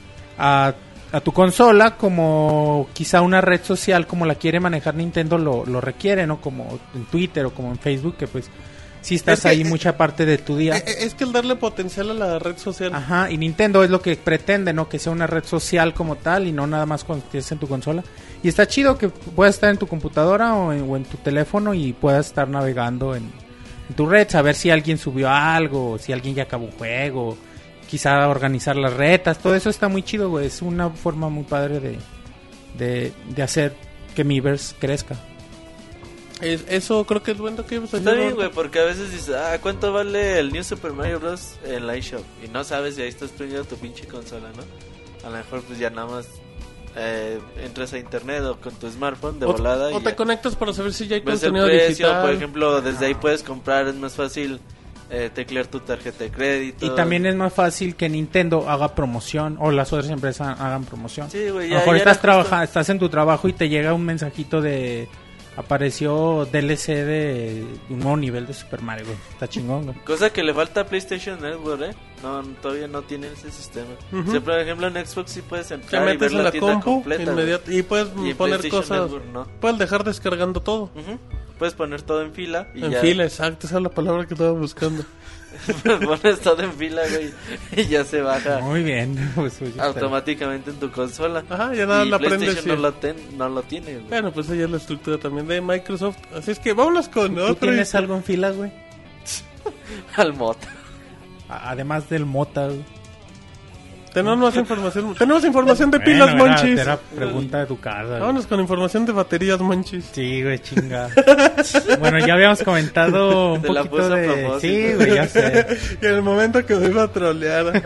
a, a tu consola como quizá una red social como la quiere manejar Nintendo lo, lo requiere, ¿no? Como en Twitter o como en Facebook, que pues sí estás Es que- ahí mucha parte de tu día. Eh, eh, Es que el darle potencial a la red social. Ajá, y Nintendo es lo que pretende, ¿no? Que sea una red social como tal y no nada más cuando estés en tu consola. Y está chido que puedas estar en tu computadora o en, o en tu teléfono y puedas estar navegando en, en tu red, saber si alguien subió algo, si alguien ya acabó un juego, quizá organizar las retas, todo eso está muy chido, güey. Es una forma muy padre de, de, de hacer que Miiverse crezca. Es- eso creo que es bueno que ibas a Está decir, bien, Roberto. güey, porque a veces dices, ah, ¿cuánto vale el New Super Mario Bros. En la eShop? Y no sabes si ahí estás prendiendo tu pinche consola, ¿no? A lo mejor pues ya nada más eh, entras a internet o con tu smartphone de O, volada o y te ya conectas para saber si ya hay ves el contenido precio, digital. por ejemplo, desde ahí puedes comprar, es más fácil eh, teclear tu tarjeta de crédito. Y también es más fácil que Nintendo haga promoción o las otras empresas hagan promoción. Sí, güey, A ya- lo mejor ya estás era trabaja, justo- estás en tu trabajo y te llega un mensajito de apareció D L C de un nuevo nivel de Super Mario, güey. Está chingón, güey. Cosa que le falta a PlayStation Network, ¿eh? No, todavía no tiene ese sistema. Ujú. Sí, por ejemplo, en Xbox sí puedes Te entrar y ver metes en la, la tienda compu completa, güey. inmediato, y puedes Y en poner PlayStation cosas. Network no. Puedes dejar descargando todo. Ujú. Puedes poner todo en fila y En ya fila, exacto, esa es la palabra que estaba buscando. pones todo en fila, güey, y ya se baja Muy bien. Pues, oye, está- automáticamente en tu consola. Ajá, ya nada y la PlayStation prendes. no y- lo, ten- no lo tiene, güey. Bueno, pues ella es la estructura también de Microsoft. Así es que vámonos con ¿Tú otro. tienes algo en filas, güey? Al mota. A- Además del Mota, güey. Tenemos más información. Tenemos información de Bueno, pilas, era- Monchis. Era pregunta educada, güey. Vámonos con información de baterías, Monchis. Sí, güey, chinga. Bueno, ya habíamos comentado un Te la poquito puso a de... propósito. Sí, güey, ya sé. Y en el momento que me iba a trolear.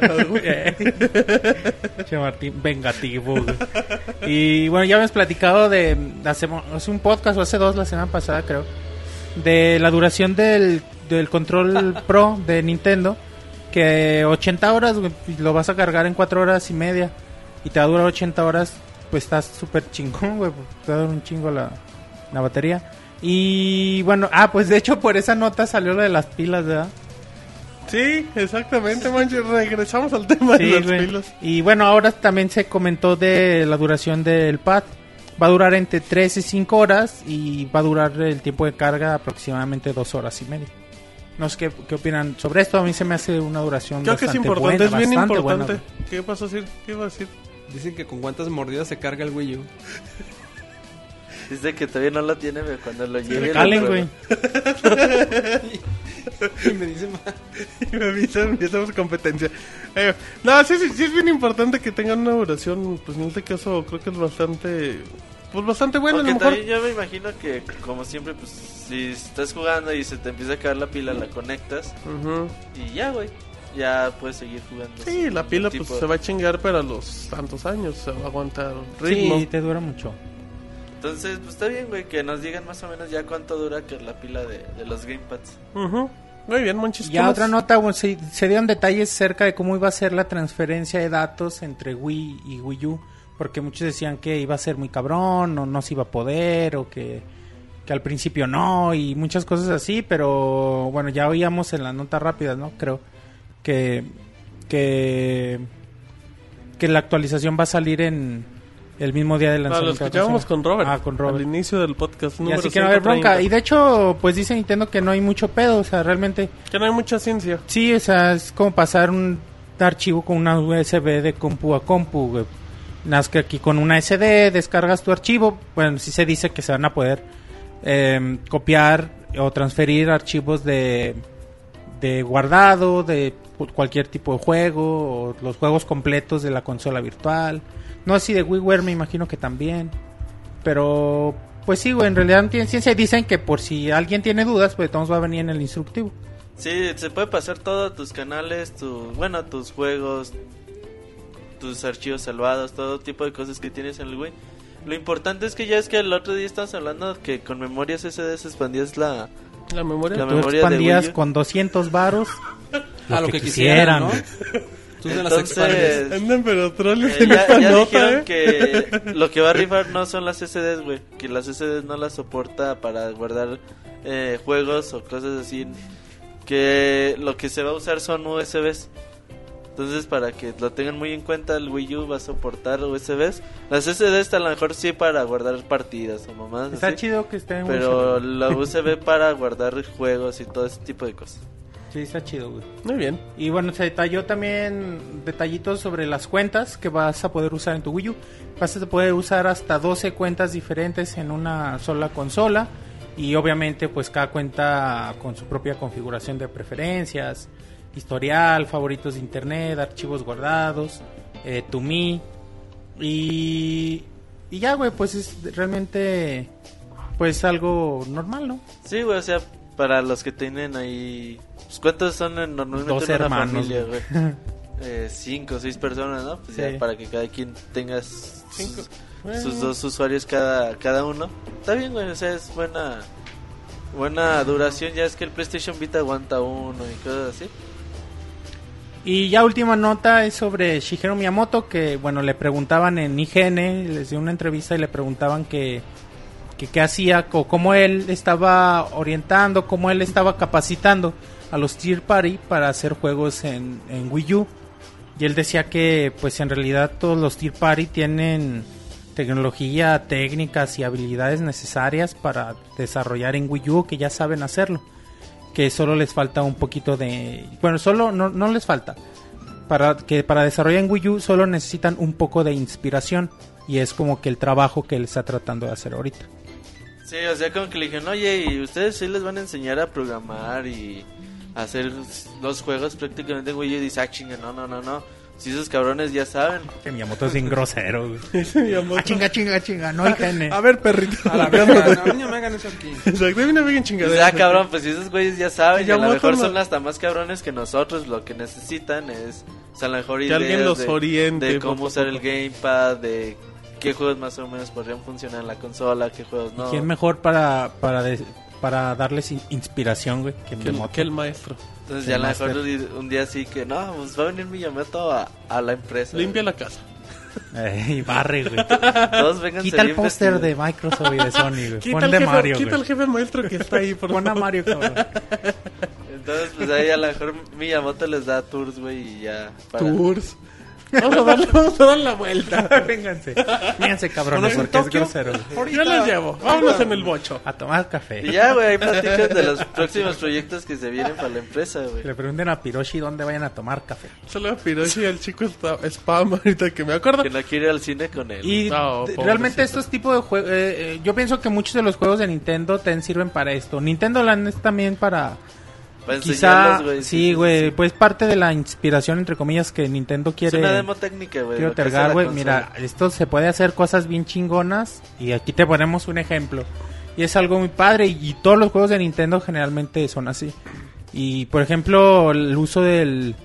Che, Martín, vengativo, güey. Y bueno, ya habíamos platicado de hace, hace un podcast o hace dos la semana pasada, creo, de la duración del, del control Pro de Nintendo, que ochenta horas, güey, y lo vas a cargar en cuatro horas y media y te va a durar ochenta horas, pues estás súper chingón, güey, te va a dar un chingo la, la batería. Y bueno, ah, pues de hecho por esa nota salió lo de las pilas, ¿verdad? Sí, Sí, exactamente, manche. Regresamos al tema Sí, de las güey. pilas. Y bueno, ahora también se comentó de la duración del pad. Va a durar entre tres y cinco horas y va a durar el tiempo de carga aproximadamente dos horas y media. No sé qué, qué opinan sobre esto. A mí se me hace una duración Creo que es bastante importante, buena, es bien bastante importante. buena, güey. ¿Qué vas a decir? ¿Qué vas a decir? Dicen que con cuántas mordidas se carga el Wii U. Dice que todavía no lo tiene, pero cuando lo lleve... lo Calen, prueba. güey. Y me dice, ma, Y me avisan y hacemos competencia. Eh, no, sí, sí, sí es bien importante que tengan una duración. Pues en este caso creo que es bastante... Pues bastante bueno, a Porque lo mejor. también yo me imagino que, como siempre, pues si estás jugando y se te empieza a acabar la pila, la conectas Ujú. y ya, güey. Ya puedes seguir jugando. Sí, sin la ningún pila tipo pues de- se va a chingar, pero a los tantos años se va a aguantar ritmo. Sí, te dura mucho. Entonces, pues está bien, güey, que nos digan más o menos ya cuánto dura que la pila de, de los gamepads. Ujú. Muy bien, Monchis. ¿qué Ya más? otra nota, bueno, se, se dieron detalles acerca de cómo iba a ser la transferencia de datos entre Wii y Wii U, porque muchos decían que iba a ser muy cabrón, o no se iba a poder, o que, que al principio no, y muchas cosas así, pero bueno, ya oíamos en las notas rápidas, ¿no? Creo que, que, que la actualización va a salir en el mismo día de Ah, lanzamiento. lo de la escuchábamos consola. con Robert, Ah, con Robert. al inicio del podcast Y número así que no va a haber ciento treinta. bronca. Y de hecho, pues dice Nintendo que no hay mucho pedo, o sea, realmente... Que no hay mucha ciencia. Sí, o sea, es como pasar un archivo con una U S B de compu a compu, güey. Nada más que aquí con una S D descargas tu archivo. Bueno, sí se dice que se van a poder eh, copiar o transferir archivos de, de guardado, de cualquier tipo de juego, o los juegos completos de la consola virtual. No así de WiiWare, me imagino que también. Pero, pues sí, güey, en realidad no tienen ciencia. Dicen que por si alguien tiene dudas, pues entonces va a venir en el instructivo. Sí, se puede pasar todos tus canales, tu, bueno, tus juegos, tus archivos salvados, todo tipo de cosas que tienes en el Wii. Lo importante es que ya es que el otro día estábamos hablando que con memorias S D expandías la... La memoria. La Tú memoria de expandías Wii U. con doscientos varos a lo que quisieran, ¿no? Tú se las expandes. Entonces, Andan pero troles eh, en ya, esta ya nota, dijeron eh. que lo que va a rifar no son las S Ds, güey. Que las S Ds no las soporta para guardar eh, juegos o cosas así. Que lo que se va a usar son U S Bs. Entonces, para que lo tengan muy en cuenta, el Wii U va a soportar U S Bs. Las S Ds a lo mejor sí para guardar partidas o mamadas Está así, chido que esté en pero U S B. la U S B para guardar juegos y todo ese tipo de cosas. Sí, está chido, güey. Muy bien. Y bueno, se detalló también detallitos sobre las cuentas que vas a poder usar en tu Wii U. Vas a poder usar hasta doce cuentas diferentes en una sola consola. Y obviamente pues cada cuenta con su propia configuración de preferencias, historial, favoritos de internet, archivos guardados, eh, to me. Y, y ya, güey, pues es realmente pues algo normal, ¿no? Sí, güey, o sea, para los que tienen ahí... Pues, ¿cuántos son en- normalmente Dos en una hermanos, familia, güey. güey? Eh, cinco o seis personas, ¿no? Pues Sí. ya para que cada quien tenga sus, Cinco. sus dos usuarios cada, cada uno. Está bien, güey, o sea, es buena buena duración. Ya es que el PlayStation Vita aguanta uno y cosas así. Y ya última nota es sobre Shigeru Miyamoto, que bueno, le preguntaban en I G N, les dio una entrevista y le preguntaban que que qué hacía, o cómo él estaba orientando, cómo él estaba capacitando a los Tier Party para hacer juegos en, en Wii U. Y él decía que pues en realidad todos los Tier Party tienen tecnología, técnicas y habilidades necesarias para desarrollar en Wii U, que ya saben hacerlo. Que solo les falta un poquito de... Bueno, solo no, no les falta. Para que para desarrollar en Wii U solo necesitan un poco de inspiración. Y es como que el trabajo que él está tratando de hacer ahorita. Sí, o sea, como que le dijeron, oye, ¿y ustedes sí les van a enseñar a programar y hacer los juegos prácticamente en Wii U? Y dice, ah, chinga, no, no, no, no. Si esos cabrones ya saben. Que Miyamoto es bien grosero, güey. Ese Miyamoto. Ah, chinga, chinga, chinga, no I G N. A ver, perrito. A la verga, no, no me hagan eso aquí. Exacto, hay una bien Pues, chingadera. ah, cabrón, pues si esos güeyes ya saben, y a lo Miyamoto mejor no- son hasta más cabrones que nosotros. Lo que necesitan es, o sea, a lo mejor Que ideas alguien los de, oriente de poco cómo a usar poco. el gamepad, de qué juegos más o menos podrían funcionar en la consola, qué juegos no. ¿Quién mejor para para de- para darles in- inspiración, güey, que Que el, Miyamoto? que el maestro. Entonces el ya a lo máster. mejor un día sí que, no, pues va a venir Miyamoto a, a la empresa. Limpia la casa. Ey, barre, güey. Todos vengan Quita el póster de Microsoft y de Sony, güey. Quita, Pon el de jefe, Mario, quita güey. el jefe maestro que está ahí, por Pon a favor. Mario, cabrón. Entonces, pues ahí a lo mejor Miyamoto les da tours, güey, y ya. Para... Tours. Vamos a darle, vamos a dar la vuelta. Vénganse. Vénganse, cabrones, ¿Conoces porque es Tokio? grosero. Yo los llevo. Vámonos en el bocho. A tomar café. Y ya, güey, ahí platican de los próximos proyectos que se vienen para la empresa, güey. Le pregunten a Piroshi dónde vayan a tomar café. Solo a Piroshi y el chico está spam ahorita que me acuerdo. Que no quiere ir al cine con él. Y No, de- pobrecito. realmente estos tipos de juegos, eh, eh, yo pienso que muchos de los juegos de Nintendo te sirven para esto. Nintendo Land es también para... Para Quizá, enseñarles, güey. sí, güey, pues parte de la inspiración, entre comillas, que Nintendo Es quiere, una demo técnica, güey. quiere lo que hace otorgar, la güey. consola. Mira, esto se puede hacer cosas bien chingonas y aquí te ponemos un ejemplo. Y es algo muy padre y, y todos los juegos de Nintendo generalmente son así. Y, por ejemplo, el uso del...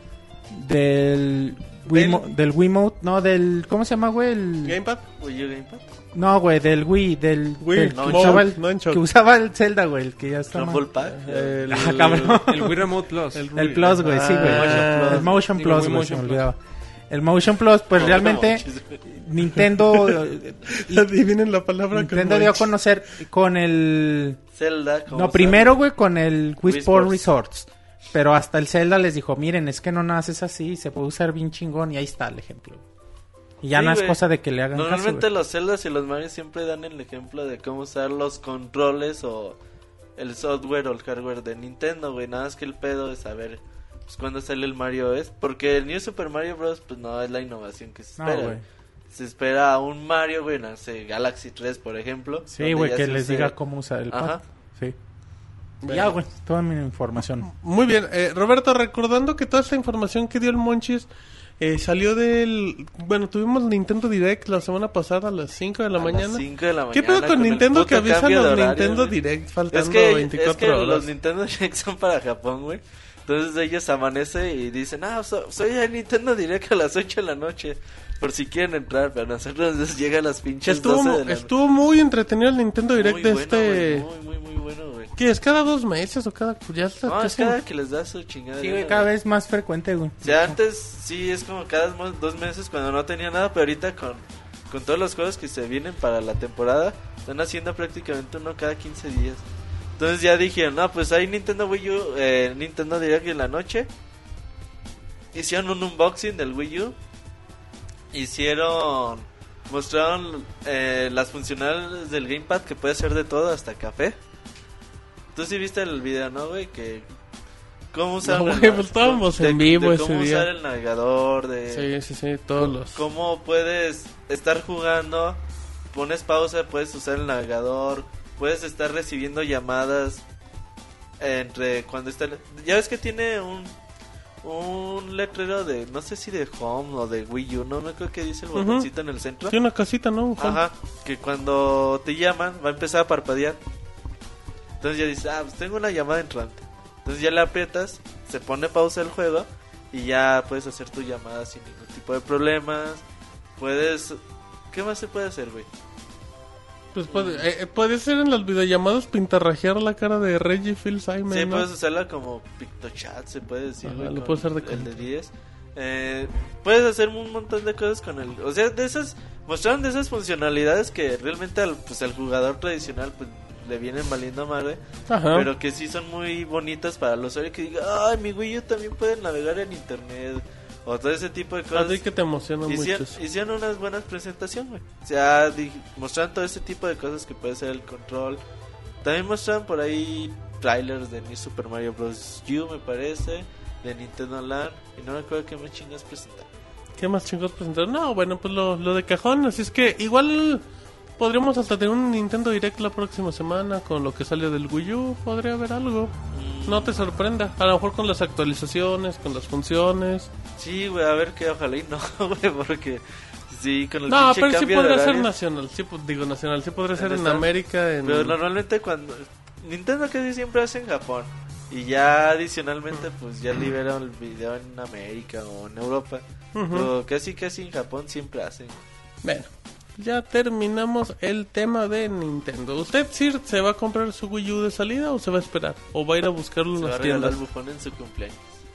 del... Wiimo- del Wiimote, no, del... ¿Cómo se llama, güey? El... Gamepad. Wii U Gamepad. No, güey, del Wii, del... Wii, del no, que, Mode, usaba el, no en shock. que usaba el Zelda, güey, el que ya está... Rumble mal. Pack. El, Ah, cabrón. El Wii Remote Plus. El Plus, güey, sí, güey. Ah, el Motion Digo, Plus, Wii güey, se me Motion Plus. olvidaba. El Motion Plus, pues No, realmente no, Nintendo eh, Adivinen la palabra. Nintendo con dio a Monch. conocer con el... Zelda. como No, saben. primero, güey, con el Wii Wii Sport Sports. Resorts. Pero hasta el Zelda les dijo, miren, es que no naces así, se puede usar bien chingón y ahí está el ejemplo. Y ya Sí, no es güey. cosa de que le hagan Normalmente caso, güey. los Zeldas y los Mario siempre dan el ejemplo de cómo usar los controles o el software o el hardware de Nintendo, güey. Nada más que el pedo es saber pues cuándo sale el Mario es. Porque el New Super Mario Bros. Pues no es la innovación que se No, espera. güey. Se espera a un Mario, güey, no sé, Galaxy tres, por ejemplo. Sí, donde güey, ya que se les use- diga cómo usar el pad. Ajá. Sí. Bueno. Ya, güey, toda mi información. Muy bien, eh, Roberto, recordando que toda esta información que dio el Monchis eh, salió del... Bueno, tuvimos Nintendo Direct la semana pasada a las cinco de la A mañana. las cinco de la mañana. ¿Qué pedo con el Nintendo puto que avisa cambio de los horario, Nintendo güey? Direct faltando Es que, veinticuatro es que horas? los Nintendo Direct son para Japón, güey. Entonces ellos amanecen y dicen, ah, so- soy el Nintendo Direct a las ocho de la noche. Por si quieren entrar, pero a nosotros nos llega a las pinches Estuvo, doce de la estuvo muy entretenido el Nintendo Direct Muy de bueno, este... güey, muy, muy, muy bueno, güey. ¿Qué es? ¿Cada dos meses o cada...? Ya está No, es casi- cada que les da su chingada. Sí, gana, güey, cada vez más frecuente, güey. O sea, antes sí es como cada mo- dos meses cuando no tenía nada, pero ahorita con, con todos los juegos que se vienen para la temporada, están haciendo prácticamente uno cada quince días. Entonces ya dijeron, no, pues hay Nintendo Wii U, eh, Nintendo Direct en la noche. Hicieron un unboxing del Wii U. Hicieron, mostraron eh, las funcionalidades del Gamepad que puede hacer de todo, hasta café. Tú sí viste el video, ¿no, güey? Que cómo usar No, el- güey, pues estábamos de- en vivo de ese cómo día. usar el navegador, de Sí, sí, sí, todos los... cómo puedes estar jugando, pones pausa, puedes usar el navegador, puedes estar recibiendo llamadas entre cuando está... Ya ves que tiene un un letrero de, no sé si de Home o de Wii U, no me acuerdo que dice el Ujú. botoncito en el centro. Sí, una casita, ¿no? Un home. Ajá, que cuando te llaman va a empezar a parpadear. Entonces ya dices, ah, pues tengo una llamada entrante. Entonces ya le aprietas, se pone pausa el juego y ya puedes hacer tu llamada sin ningún tipo de problemas. Puedes... ¿Qué más se puede hacer, güey? Pues puede, eh, puede ser en las videollamadas pintarrajear la cara de Reggie Phil Simon, Sí, ¿no? puedes usarla como PictoChat, se puede decir, Ajá, güey, lo con puedes hacer de el de cuenta. diez. Eh, puedes hacer un montón de cosas con el... O sea, de esas... Mostraron de esas funcionalidades que realmente al, pues, al jugador tradicional pues le vienen valiendo madre. Ajá. Pero que sí son muy bonitas para el usuario que diga, ay, mi Wii U también puede navegar en internet. O todo ese tipo de cosas. Así que te emociona Hicieron, mucho. eso. hicieron unas buenas presentaciones, güey. O sea, di- mostraron todo ese tipo de cosas que puede ser el control. También mostraron por ahí trailers de New Super Mario Bros. U, me parece, de Nintendo Land. Y no me acuerdo qué más chingas presentaron. ¿Qué más chingos presentaron? No, bueno, pues lo, lo de cajón. Así es que igual podríamos hasta tener un Nintendo Direct la próxima semana con lo que salió del Wii U. Podría haber algo. Mm, No te sorprenda. A lo mejor con las actualizaciones, con las funciones. Sí, güey, a ver qué, ojalá y no, güey, porque sí, con el No, pinche pero sí cambio de podría ser horario. nacional. Sí, pues, digo nacional. Sí podría ser en esta? América. En... Pero normalmente cuando Nintendo casi siempre hace en Japón y ya adicionalmente pues ya liberan el video en América o en Europa. Ujú. Pero casi casi en Japón siempre hacen. Bueno, ya terminamos el tema de Nintendo. ¿Usted, Sir, se va a comprar su Wii U de salida o se va a esperar? ¿O va a ir a buscarlo en Se va a las regalar tiendas? el bufón en su cumpleaños.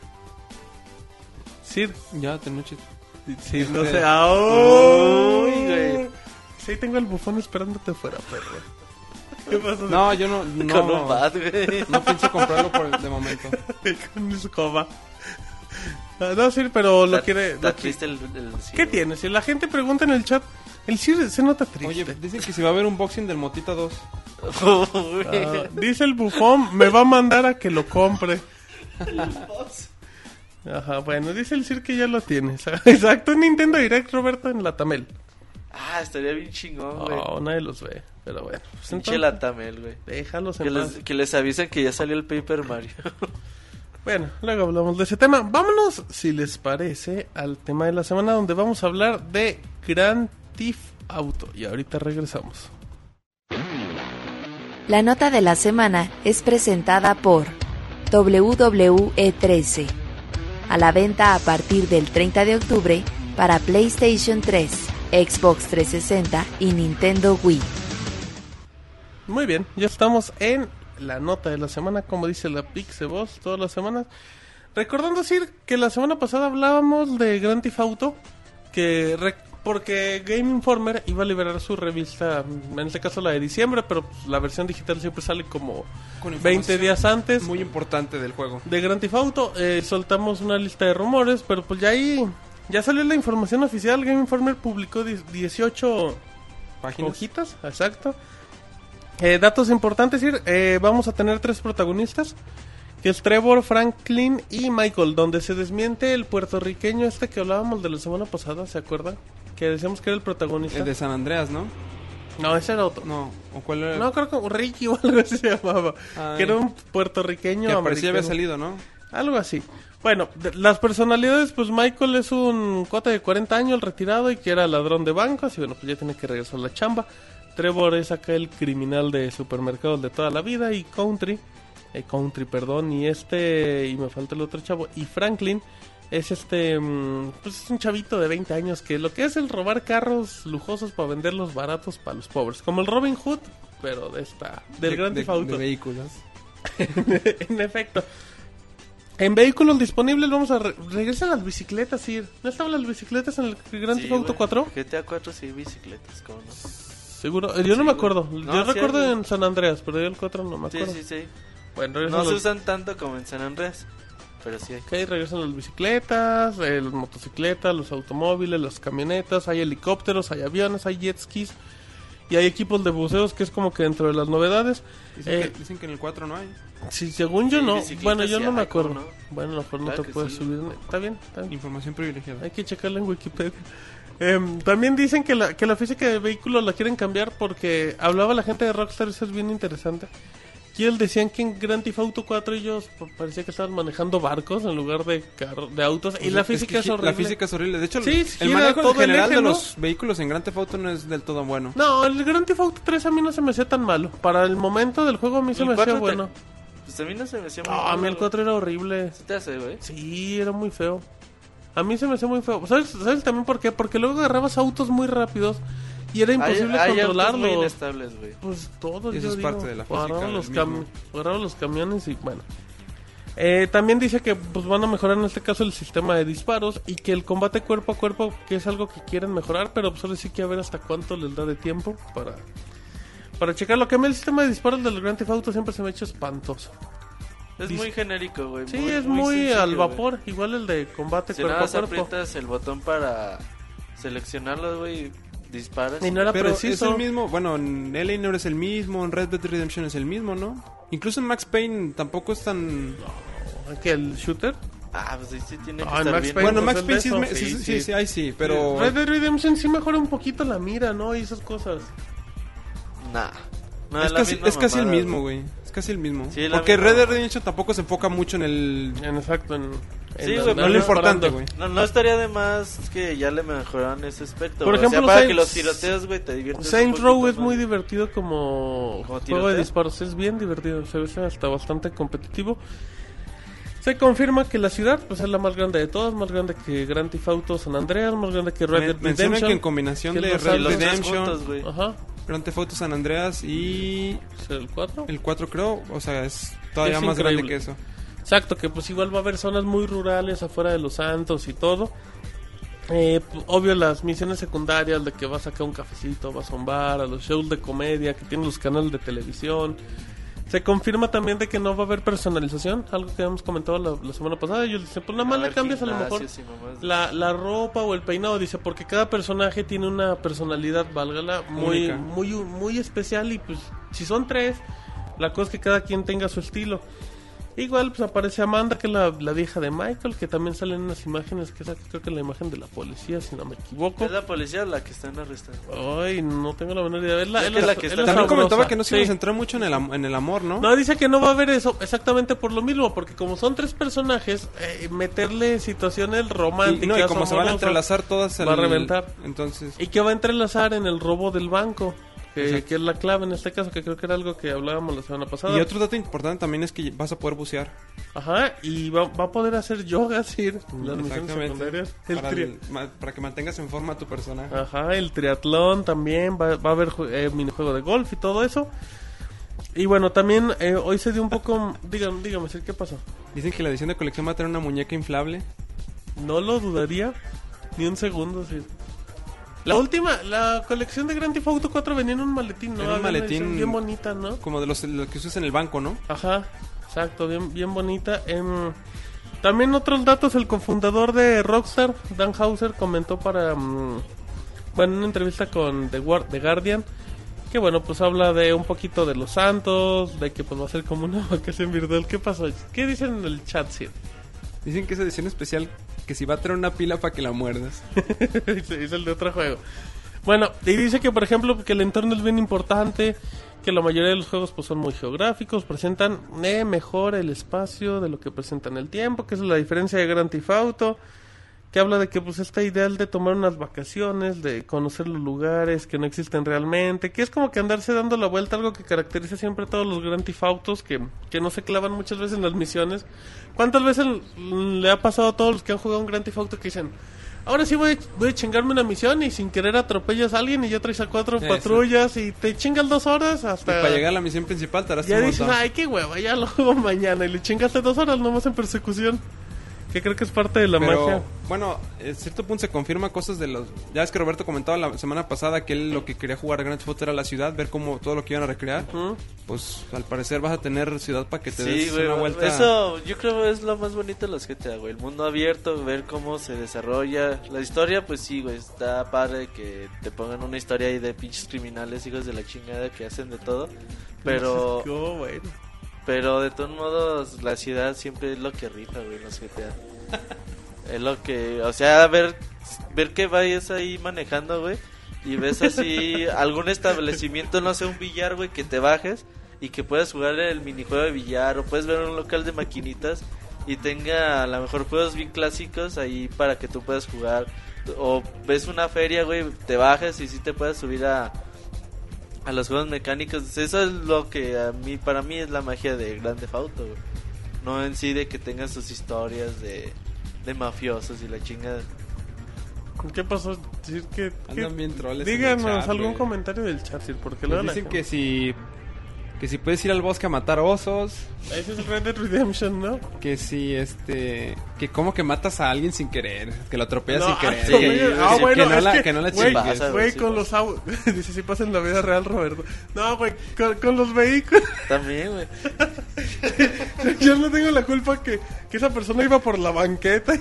Sir, Ya, te noche. sí, no sé. Uy, güey. Sí, tengo el bufón esperándote fuera, perro. ¿Qué pasó? No, yo no, Con no, un bat, güey. no pienso comprarlo por el, de momento. Con escoba. Ah, no, sí, pero lo Está- quiere... Está lo triste el, el sí, ¿Qué güey. tiene? Si la gente pregunta en el chat, el Sir se nota triste. Oye, dicen que si va a haber un boxing del Motita dos. Uy. Ah, dice el bufón, me va a mandar a que lo compre. Ajá, bueno, dice el Sir que ya lo tiene. Exacto, Nintendo Direct, Roberto, en la Tamel. Ah, estaría bien chingón, güey. No, nadie los ve, pero bueno. Pues Pinche entonces, Latamel, güey. déjalos Que en les, paz. que les avisen que ya salió el Paper Mario. Bueno, luego hablamos de ese tema. Vámonos, si les parece, al tema de la semana donde vamos a hablar de Grand Theft Auto. Y ahorita regresamos. La nota de la semana es presentada por W W E trece. A la venta a partir del treinta de octubre para PlayStation tres, Xbox trescientos sesenta y Nintendo Wii. Muy bien, ya estamos en la nota de la semana, como dice la Pixeboss todas las semanas. Recordando decir que la semana pasada hablábamos de Grand Theft Auto, que rec- porque Game Informer iba a liberar su revista, en este caso la de diciembre, pero pues, la versión digital siempre sale como Con veinte información días antes Muy importante del juego. de Grand Theft Auto. Eh, soltamos una lista de rumores, pero pues ya ahí ya salió la información oficial. Game Informer publicó die- dieciocho Páginas. hojitas, exacto. Eh, datos importantes, Sir, eh, vamos a tener tres protagonistas, que es Trevor, Franklin y Michael, donde se desmiente el puertorriqueño este que hablábamos de la semana pasada, ¿se acuerdan? Que decíamos que era el protagonista. El de San Andreas, ¿no? No, ese era otro. No, ¿o cuál era? No, creo que Ricky o algo así se llamaba. Ay. Que era un puertorriqueño Que parecía americano. había salido, ¿no? Algo así. Bueno, de- las personalidades, pues Michael es un cuate de cuarenta años, retirado y que era ladrón de bancos y bueno, pues ya tiene que regresar a la chamba. Trevor es acá el criminal de supermercados de toda la vida y Country, eh, Country, perdón, y este, y me falta el otro chavo, y Franklin es este, mm, pues es un chavito de veinte años que lo que es el robar carros lujosos para venderlos baratos para los pobres, como el Robin Hood, pero de esta, del De- Grand de- Theft Auto. de vehículos. En efecto. En vehículos disponibles vamos a... Re regresan las bicicletas, sí. ¿No estaban las bicicletas en el Grand Theft Sí, Auto güey. cuatro? G T A cuatro sí, bicicletas, ¿cómo no? Seguro. Eh, Yo no Sí, me güey. acuerdo. No, Yo sí recuerdo hay, güey. en San Andreas, pero yo el cuatro no me Sí, acuerdo. sí, sí. Bueno, regresan, No se las... usan tanto como en San Andrés, pero sí hay. Ok, regresan las bicicletas, eh, las motocicletas, los automóviles, las camionetas, hay helicópteros, hay aviones, hay jet skis y hay equipos de buceos que es como que dentro de las novedades. Dicen, Eh, que, dicen que en el cuatro no hay. Sí, según yo Sí, no. bicicletas Bueno, yo sí no me hay, ¿cómo acuerdo. no? Bueno, a lo mejor no Claro te que puedes sí. subir. Está bien, está bien. Información privilegiada. Hay que checarla en Wikipedia. Em, también dicen que la, que la física de vehículos la quieren cambiar porque hablaba la gente de Rockstar, eso es bien interesante. Y ellos decían que en Grand Theft Auto cuatro ellos pa- parecía que estaban manejando barcos en lugar de carro, de autos. y Pues la es que física es, gi- horrible. La física es horrible. De hecho, Sí, el- gira el manejo todo en el general eje, de ¿no? los vehículos en Grand Theft Auto no es del todo bueno. No, el Grand Theft Auto tres a mí no se me hacía tan malo. Para el momento del juego a mí se ¿El me hacía cuatro te- bueno. Pues a mí no se me hacía muy No, a mí malo, el cuatro era horrible. ¿Sí te hace, güey? Sí, era muy feo. A mí se me hacía muy feo. ¿Sabes, ¿Sabes también por qué? Porque luego agarrabas autos muy rápidos y era imposible hay, hay autos controlarlos. muy inestables, güey. Pues todos, Eso yo es digo. parte de la física Agarraban del los, mismo. cam- agarraban los camiones y bueno. Eh, también dice que pues van a mejorar en este caso el sistema de disparos y que el combate cuerpo a cuerpo, que es algo que quieren mejorar, pero pues ahora sí que a ver hasta cuánto les da de tiempo para para checar. Lo que a mí el sistema de disparos del Grand Theft Auto siempre se me ha hecho espantoso. Es Dis- muy genérico, güey. Sí, es muy sencillo, al güey. vapor, igual el de combate Si cuerpo nada a más cuerpo. aprietas el botón para seleccionarlos, güey, disparas. Y no era Pero preciso. es el mismo, bueno, en L A Noire es el mismo, en Red Dead Redemption es el mismo, ¿no? Incluso en Max Payne tampoco es tan... ¿Qué, el shooter? Ah, pues ahí sí tiene que Ah, en estar Max bien. Payne, Bueno, pues, Max el Payne de sí, es eso, me- sí, sí, sí, sí. sí, ahí sí, pero... Red Dead Redemption sí mejora un poquito la mira, ¿no? Y esas cosas. Nah. No, es la casi, misma es casi el mamada, mismo, güey. Es casi el mismo. Sí, la Porque misma Red Dead mamada. Redemption tampoco se enfoca mucho en el... En exacto, en, en Sí, la- güey, en No es lo andar importante, disparando. güey. No, no estaría de más que ya le mejoraran ese aspecto. Por güey. ejemplo, o sea, para Saints- que los tiroteos, güey, te diviertas. Saints un Row poquito es muy más. divertido como, ¿Como juego de tiroteo? disparos, es bien divertido, se ve hasta bastante competitivo. Se confirma que la ciudad pues es la más grande de todas, más grande que Grand Theft Auto San Andreas, más grande que Red Men- Dead mencionan Redemption. que en combinación que de los Red Y los tres Redemption, juntos, güey. Ajá, Grand Theft Auto San Andreas y ¿es el cuatro? el cuatro creo, o sea, es todavía Es más increíble. grande que eso. Exacto, que pues igual va a haber zonas muy rurales afuera de Los Santos y todo. Eh, pues, obvio las misiones secundarias de que vas a sacar un cafecito, vas a un bar, a los shows de comedia que tienen los canales de televisión. Se confirma también de que no va a haber personalización, algo que habíamos comentado la, la semana pasada. Yo dice, pues nada más le cambias a lo mejor la, la ropa o el peinado, dice, porque cada personaje tiene una personalidad, válgala, muy, Única. muy, muy especial. Y pues si son tres, la cosa es que cada quien tenga su estilo. Igual pues aparece Amanda, que es la, la vieja de Michael, que también salen unas imágenes, que esa creo que es la imagen de la policía, si no me equivoco. ¿Es la policía la que están arrestando? Ay, no tengo la menor idea. Es la, Es es que la- la que es está- la También sabrosa. comentaba que no se Sí. iba a centrar mucho en el, am- en el amor, ¿no? No, dice que no va a haber eso exactamente por lo mismo, porque como son tres personajes, eh, meterle situaciones Y, románticas no, y como se van a amorosas, entrelazar todas va a reventar. Entonces, y que va a entrelazar en el robo del banco, que, Exacto. que es la clave en este caso, que creo que era algo que hablábamos la semana pasada. y otro dato importante también es que vas a poder bucear. Ajá, y va, va a poder hacer yoga, sí, las misiones secundarias. El Para, tri- el- ma- para que mantengas en forma a tu personaje. Ajá, el triatlón también, va, va a haber ju- eh, minijuego de golf y todo eso. Y bueno, también eh, hoy se dio un poco... Dígame, dígame, Sir, ¿qué pasó? Dicen que la edición de colección va a tener una muñeca inflable. No lo dudaría ni un segundo, sí. La última, la colección de Grand Theft Auto cuatro venía en un maletín, ¿no? Era un Había una maletín- edición bien bonita, ¿no? Como de los, los que usas en el banco, ¿no? Ajá, exacto, bien, bien bonita. Em, también otros datos, el cofundador de Rockstar, Dan Houser, comentó para... mm, bueno, en una entrevista con The, Guar- The Guardian, que bueno, pues habla de un poquito de los Santos, de que pues va a ser como una vacación virtual. ¿Qué pasó? ¿Qué dicen en el chat, Sir? Dicen que es edición especial, que si va a traer una pila para que la muerdas. Dice dice el de otro juego. Bueno, y dice que por ejemplo que el entorno es bien importante, que la mayoría de los juegos pues son muy geográficos, presentan eh, mejor el espacio de lo que presentan el tiempo, que es la diferencia de Grand Theft Auto, que habla de que pues esta ideal de tomar unas vacaciones, de conocer los lugares que no existen realmente, que es como que andarse dando la vuelta, algo que caracteriza siempre a todos los Grand Theft Autos, que, que no se clavan muchas veces en las misiones. ¿Cuántas veces le ha pasado a todos los que han jugado un Grand Theft Auto que dicen, ahora sí voy a, voy a chingarme una misión y sin querer atropellas a alguien y ya traes a cuatro Eso. patrullas y te chingas dos horas Y hasta... para llegar a la misión principal te harás Ya un dices, montón. ay, qué hueva, ya lo juego mañana. Y le chingaste dos horas nomás en persecución. Que creo que es parte de la Pero, magia. bueno, en cierto punto se confirma cosas de los... Ya es que Roberto comentaba la semana pasada que él lo que quería jugar a Grand Theft Auto era la ciudad, ver cómo todo lo que iban a recrear. Ujú. Pues al parecer vas a tener ciudad para que te Sí, des güey, una vuelta. eso yo creo es lo más bonito de los G T A, güey. El mundo abierto, ver cómo se desarrolla. La historia, pues sí, güey, está padre que te pongan una historia ahí de pinches criminales, hijos de la chingada que hacen de todo. Pero, Oh, bueno. pero de todos modos, la ciudad siempre es lo que rifa, güey, los G T A. Es lo que, o sea, ver, ver que vayas ahí manejando, güey, y ves así algún establecimiento, no sé, un billar, güey, que te bajes y que puedas jugar el minijuego de billar, o puedes ver un local de maquinitas y tenga a lo mejor juegos bien clásicos ahí para que tú puedas jugar, o ves una feria, güey, te bajes y sí te puedas subir a a los juegos mecánicos. Eso es lo que a mí, para mí es la magia de Grand Theft Auto, güey. No en sí de que tengan sus historias de, de mafiosos y la chingada. ¿Qué pasó? Sir, ¿qué- qué- Andan bien troles en el Díganos chat, algún güey. comentario del chat, Sir, porque Pues luego la dicen gente- que si... Que si puedes ir al bosque a matar osos. Ese es el Red Dead Redemption, ¿no? Que si, este... Que como que matas a alguien sin querer. Que lo atropellas No, sin querer. ah, que, güey, que- ah, que bueno, no es la, que, que no la güey, chingues. pasa, Güey, sí con pasa. los autos. Dice, si pasa en la vida real, Roberto. No, güey, con, con los vehículos. También, güey. Yo no tengo la culpa que, que esa persona iba por la banqueta.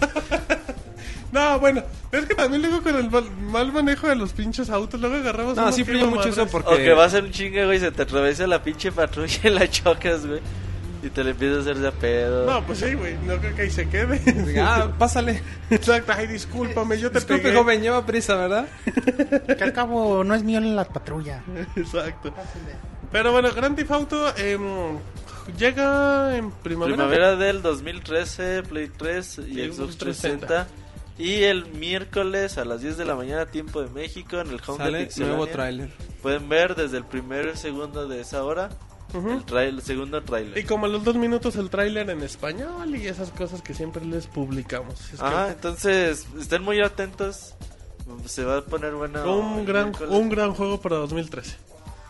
No, bueno, es que también luego con el mal, mal manejo de los pinches autos, luego agarramos No, uno sí que influye iba mucho eso madres. porque... O que vas en un chinga, güey, se te atraviesa la pinche patrulla y la chocas, güey. Y te le empiezas a hacer de a pedo. No, pues sí, güey, no creo que ahí se quede. Ah, pásale. Exacto, ay, discúlpame, yo te Disculpe, pegué. joven, lleva prisa, ¿verdad? Que al cabo no es mío en la patrulla. Exacto. Pero bueno, Grand Theft Auto em, llega en primavera. Primavera del dos mil trece, Play tres y Xbox Xbox trescientos trescientos sesenta. Y el miércoles a las diez de la mañana, tiempo de México, en el home de Sale Pixelania. nuevo tráiler. Pueden ver desde el primero y el segundo de esa hora Ujú. el, trail, el segundo Y tráiler. como a los dos minutos el tráiler en español y esas cosas que siempre les publicamos. Es que Ajá, entonces estén muy atentos. Se va a poner buena. un el gran, miércoles. un gran juego para dos mil trece.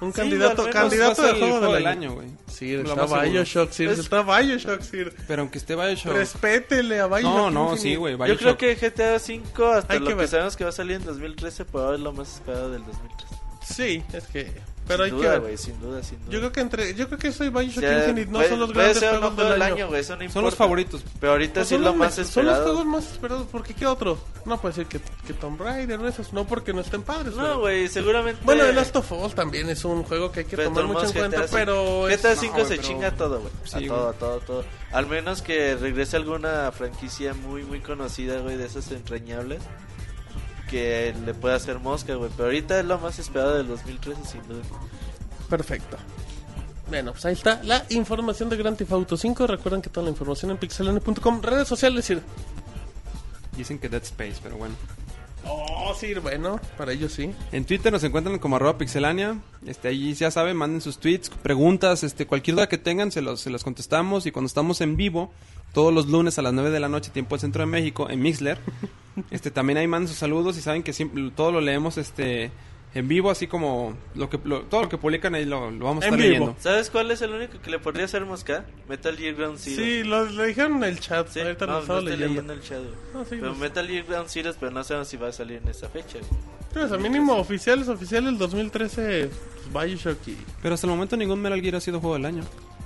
Un Sí, candidato, al menos candidato va a de ser el juego, juego del del año. año, güey. Sí, Lo está más seguro. Bioshock, Sir. Es- Está Bioshock, Sir. Pero aunque esté Bioshock... Respétele a Bioshock. No, no, Infinite. sí, güey. Yo Bioshock. creo que G T A cinco, hasta Hay lo que que, ver. sabemos que va a salir en dos mil trece, puede haber lo más esperado del dos mil trece. Sí, es que... Pero sin hay duda, que ver. güey, sin duda, sin duda. Yo creo que entre... Yo creo que soy Bioshock O sea, Infinite. No puede- son los puede grandes ser o no juegos juego del del año. año, güey, eso no importa. Son los favoritos. Pero ahorita Pues sí son lo los más me- Son los esperado. juegos más esperados. ¿Porque qué otro? No puede ser que, que Tomb Raider o esos. No porque no estén padres. No, pero- güey, seguramente... Bueno, The Last of Us también es un juego que hay que Pero tomar mucho en tomamos cuenta, G T A pero G T A es- cinco no, se güey, pero- chinga a todo, güey. Sí, a güey. todo, a todo, a todo. Al menos que regrese alguna franquicia muy, muy conocida, güey, de esas entrañables. Que le pueda hacer mosca, güey. Pero ahorita es lo más esperado del dos mil trece, sin duda. perfecto. Bueno, pues ahí está la información de Grand Theft Auto cinco. Recuerden que toda la información en pixelania punto com. Redes sociales, Sir. Dicen que Dead Space, pero bueno. Oh, sí, bueno, para ellos sí. En Twitter nos encuentran como arroba pixelania. Este, ahí ya saben, manden sus tweets, preguntas, este, cualquier duda que tengan, se los, se las contestamos. Y cuando estamos en vivo, todos los lunes a las nueve de la noche, tiempo del Centro de México, en Mixler, este, también ahí manden sus saludos y saben que siempre, todo lo leemos, este, en vivo, así como lo que, lo- todo lo que publican ahí lo, lo vamos a En estar vivo. leyendo. ¿Sabes cuál es el único que le podría hacer mosca? Metal Gear Ground Zero. Sí, lo, lo dijeron en el chat. Sí, Ahorita no, lo no estaba estoy leyendo. leyendo el chat, güey. No, sí, Pero pues, Metal Gear Ground Zero, pero no sabemos si va a salir en esa fecha, güey. pues, a mínimo oficiales, oficiales el dos mil trece, pues, Bioshock y... Pero hasta el momento ningún Metal Gear ha sido juego del año.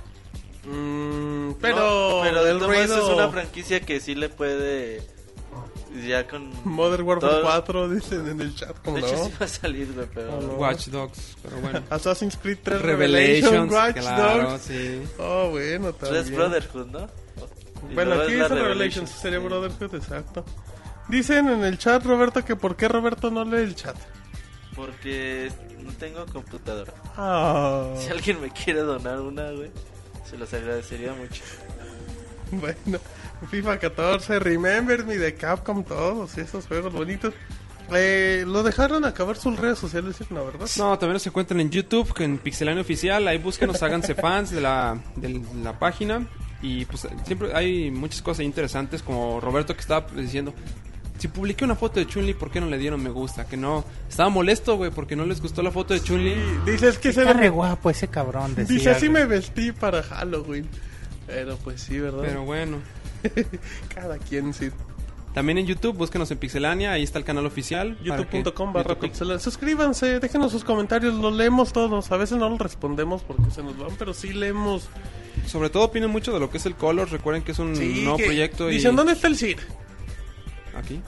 Mm, pero... No, pero de el todos modos ruido... es una franquicia que sí le puede... Ya con... Modern Warfare todo- cuatro, dicen en el chat, como De no. hecho sí va a salir, güey, pero... Oh, no. Watch Dogs, pero bueno. Assassin's Creed tres Revelations, Revelations, Watch claro, Dogs. sí. Oh, bueno, también. Tres Brotherhood, ¿no? Y Bueno, luego aquí es la dice Revelations, sería sí. Brotherhood, exacto. Dicen en el chat, Roberto, que por qué Roberto no lee el chat. Porque no tengo computadora. Ah, Si alguien me quiere donar una, güey, se los agradecería mucho. bueno, FIFA catorce, Remember Me de Capcom, todos esos juegos bonitos. Eh, lo dejaron acabar sus redes sociales, ¿no, verdad? No, también nos encuentran en YouTube, que en Pixelania Oficial. Ahí búsquenos, háganse fans de la, de la página. Y pues siempre hay muchas cosas interesantes, como Roberto que estaba diciendo. Si publiqué una foto de Chun-Li, ¿por qué no le dieron me gusta? Que no... Estaba molesto, güey, porque no les gustó la foto de Chun-Li. Y dices que se Está ve- re guapo ese cabrón, decía. Dice así güey. me vestí para Halloween. Pero pues sí, ¿verdad? Pero bueno. Cada quien sí. También en YouTube, búsquenos en Pixelania, ahí está el canal oficial. para youtube punto com que- barra YouTube. pixel. Suscríbanse, déjenos sus comentarios, los leemos todos. A veces no los respondemos porque se nos van, pero sí leemos. Sobre todo opinen mucho de lo que es el Color. Recuerden que es un Sí, nuevo que- proyecto. Dicen, y... ¿dónde está el C I R? Aquí.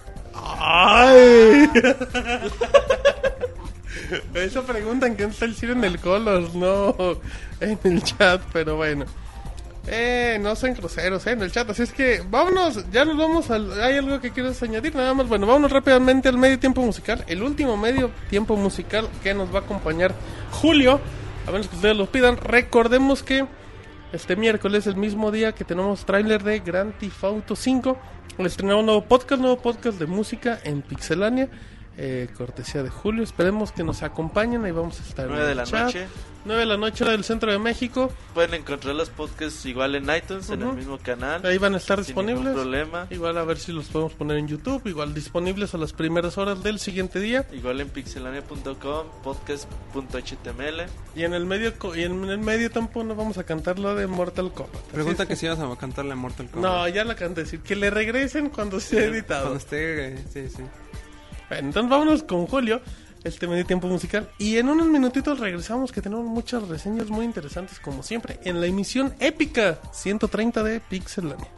¡Ay! Eso preguntan que está el C I R en el Colors, no en el chat, pero bueno. Eh, no sean groseros, eh, en el chat. Así es que vámonos, ya nos vamos al... ¿Hay algo que quieras añadir? Nada más, bueno, vámonos rápidamente al medio tiempo musical. El último medio tiempo musical que nos va a acompañar Julio. A menos que ustedes lo pidan. Recordemos que este miércoles, el mismo día que tenemos tráiler de Grand Theft Auto cinco, estrenamos un nuevo podcast, nuevo podcast de música en Pixelania. Eh, cortesía de Julio, esperemos que nos acompañen, ahí vamos a estar en nueve de el la chat. noche. nueve de la noche hora del centro de México. Pueden encontrar los podcasts igual en iTunes, en Ujú. el mismo canal. Ahí van a estar sin disponibles. ningún problema. Igual a ver si los podemos poner en YouTube, igual disponibles a las primeras horas del siguiente día. Igual en pixelania punto com, podcast punto h t m l. Y en el medio co- y en el medio tiempo nos vamos a cantar la de Mortal Kombat. Así Pregunta es que si ibas a cantarle a Mortal Kombat. No, ya la canté, decir que le regresen cuando esté editado. Cuando esté... eh, Sí, sí. Bueno, entonces vámonos con Julio, este medio tiempo musical. Y en unos minutitos regresamos, que tenemos muchas reseñas muy interesantes, como siempre, en la emisión épica ciento treinta de Pixelania.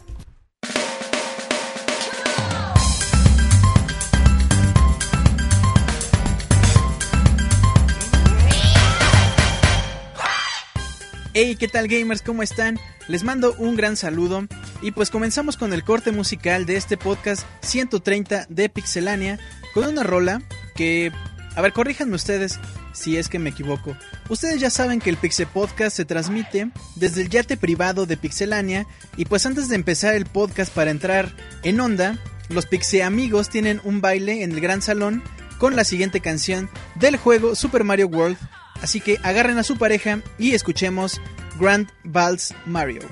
Hey, ¿qué tal gamers? ¿Cómo están? Les mando un gran saludo y pues comenzamos con el corte musical de este podcast ciento treinta de Pixelania con una rola que, a ver, corríjanme ustedes si es que me equivoco. Ustedes ya saben que el Pixel Podcast se transmite desde el yate privado de Pixelania y pues antes de empezar el podcast para entrar en onda, los Pixel amigos tienen un baile en el gran salón con la siguiente canción del juego Super Mario World. Así que agarren a su pareja y escuchemos Grand Vals Mario.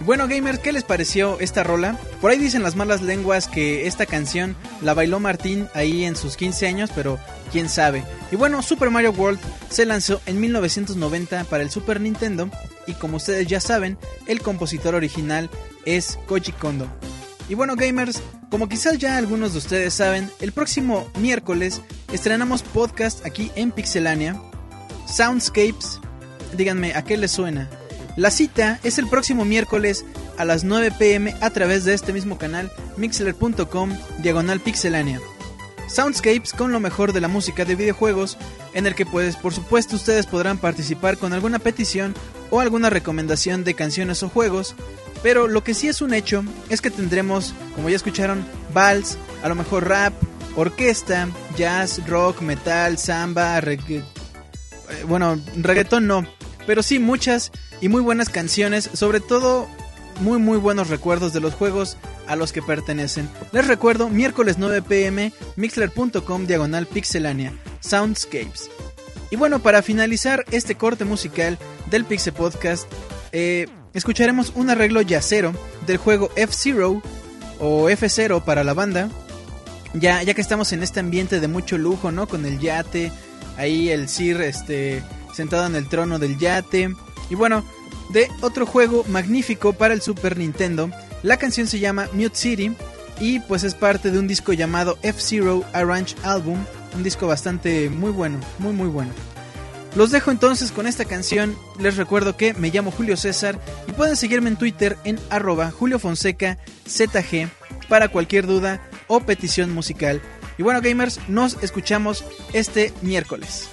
Bueno, gamers, ¿qué les pareció esta rola? Por ahí dicen las malas lenguas que esta canción la bailó Martín ahí en sus quince años, pero quién sabe. Y bueno, Super Mario World se lanzó en mil novecientos noventa para el Super Nintendo y como ustedes ya saben, el compositor original es Koji Kondo. Y bueno, gamers, como quizás ya algunos de ustedes saben, el próximo miércoles estrenamos podcast aquí en Pixelania, Soundscapes. Díganme, ¿a qué les suena? La cita es el próximo miércoles a las nueve pm a través de este mismo canal, mixler punto com, diagonal pixelania. Soundscapes con lo mejor de la música de videojuegos, en el que pues por supuesto ustedes podrán participar con alguna petición o alguna recomendación de canciones o juegos, pero lo que sí es un hecho es que tendremos, como ya escucharon, vals, a lo mejor rap, orquesta, jazz, rock, metal, samba, regga... bueno, reggaetón no, pero sí muchas y muy buenas canciones, sobre todo muy muy buenos recuerdos de los juegos a los que pertenecen. Les recuerdo, miércoles nueve pm, mixler punto com, diagonal pixelania, Soundscapes. Y bueno, para finalizar este corte musical del Pixel Podcast, eh, escucharemos un arreglo jazzero del juego F-Zero o F cero para la banda, ya, ya que estamos en este ambiente de mucho lujo, ¿no? Con el yate, ahí el Sir este, sentado en el trono del yate. Y bueno, de otro juego magnífico para el Super Nintendo. La canción se llama Mute City y pues es parte de un disco llamado F-Zero Arrange Album, un disco bastante muy bueno, muy muy bueno. Los dejo entonces con esta canción. Les recuerdo que me llamo Julio César y pueden seguirme en Twitter en arroba Julio Fonseca Z G para cualquier duda o petición musical. Y bueno, gamers, nos escuchamos este miércoles.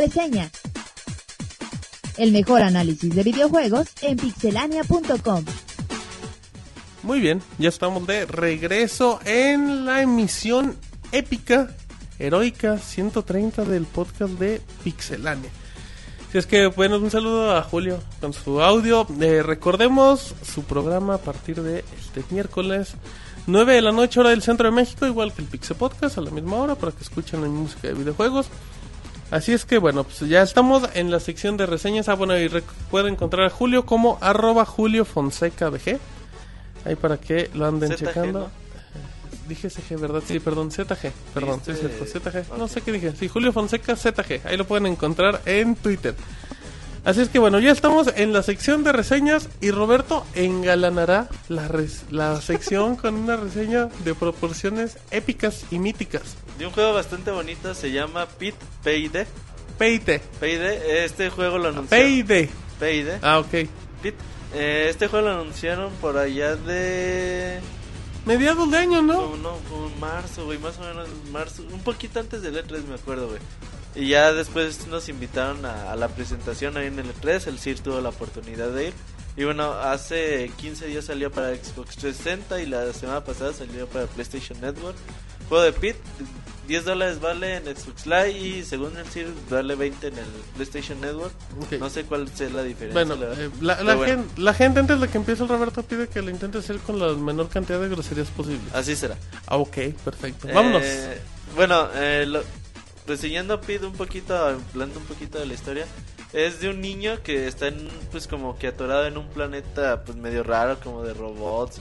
Reseña. El mejor análisis de videojuegos en pixelania punto com. Muy bien, ya estamos de regreso en la emisión épica, heroica ciento treinta del podcast de Pixelania. Si es que, bueno, un saludo a Julio con su audio. Eh, recordemos su programa a partir de este miércoles, nueve de la noche, hora del centro de México, igual que el Pixel Podcast, a la misma hora, para que escuchen la música de videojuegos. Así es que, bueno, pues ya estamos en la sección de reseñas. Ah, bueno, y rec- pueden encontrar a Julio como arroba Julio Fonseca B G. Ahí para que lo anden Z G, checando. ¿no? Eh, Dije C G, ¿verdad? Sí, perdón, Z G. Perdón, sí, es Dijiste- cierto, Z G. No Ok. sé qué dije. Sí, Julio Fonseca Z G. Ahí lo pueden encontrar en Twitter. Así es que, bueno, ya estamos en la sección de reseñas y Roberto engalanará la, res- la sección con una reseña de proporciones épicas y míticas. De un juego bastante bonito, se llama Pit P I D. P I T. P I D, este juego lo anunció. P I D. P I D. Ah, ok. Pit. Eh, este juego lo anunciaron por allá de... Mediados de año, ¿no? Como, no, como en marzo, güey, más o menos marzo, un poquito antes del E tres me acuerdo, güey. Y ya después nos invitaron a, a la presentación ahí en el E tres, el Sir tuvo la oportunidad de ir. Y bueno, hace quince días salió para Xbox trescientos sesenta y la semana pasada salió para PlayStation Network. Juego de Pit, diez dólares vale en Xbox Live y según el Sir vale veinte en el PlayStation Network. Ok. No sé cuál es la diferencia. Bueno, la verdad. eh, la, Pero la, bueno, gente, la gente antes de que empiece el Roberto pide que lo intente hacer con la menor cantidad de groserías posible. así será. Ah, ok, perfecto. Vámonos. Eh, bueno, eh, lo, reseñando Pid un poquito, hablando un poquito de la historia, es de un niño que está en, pues como que atorado en un planeta pues medio raro, como de robots,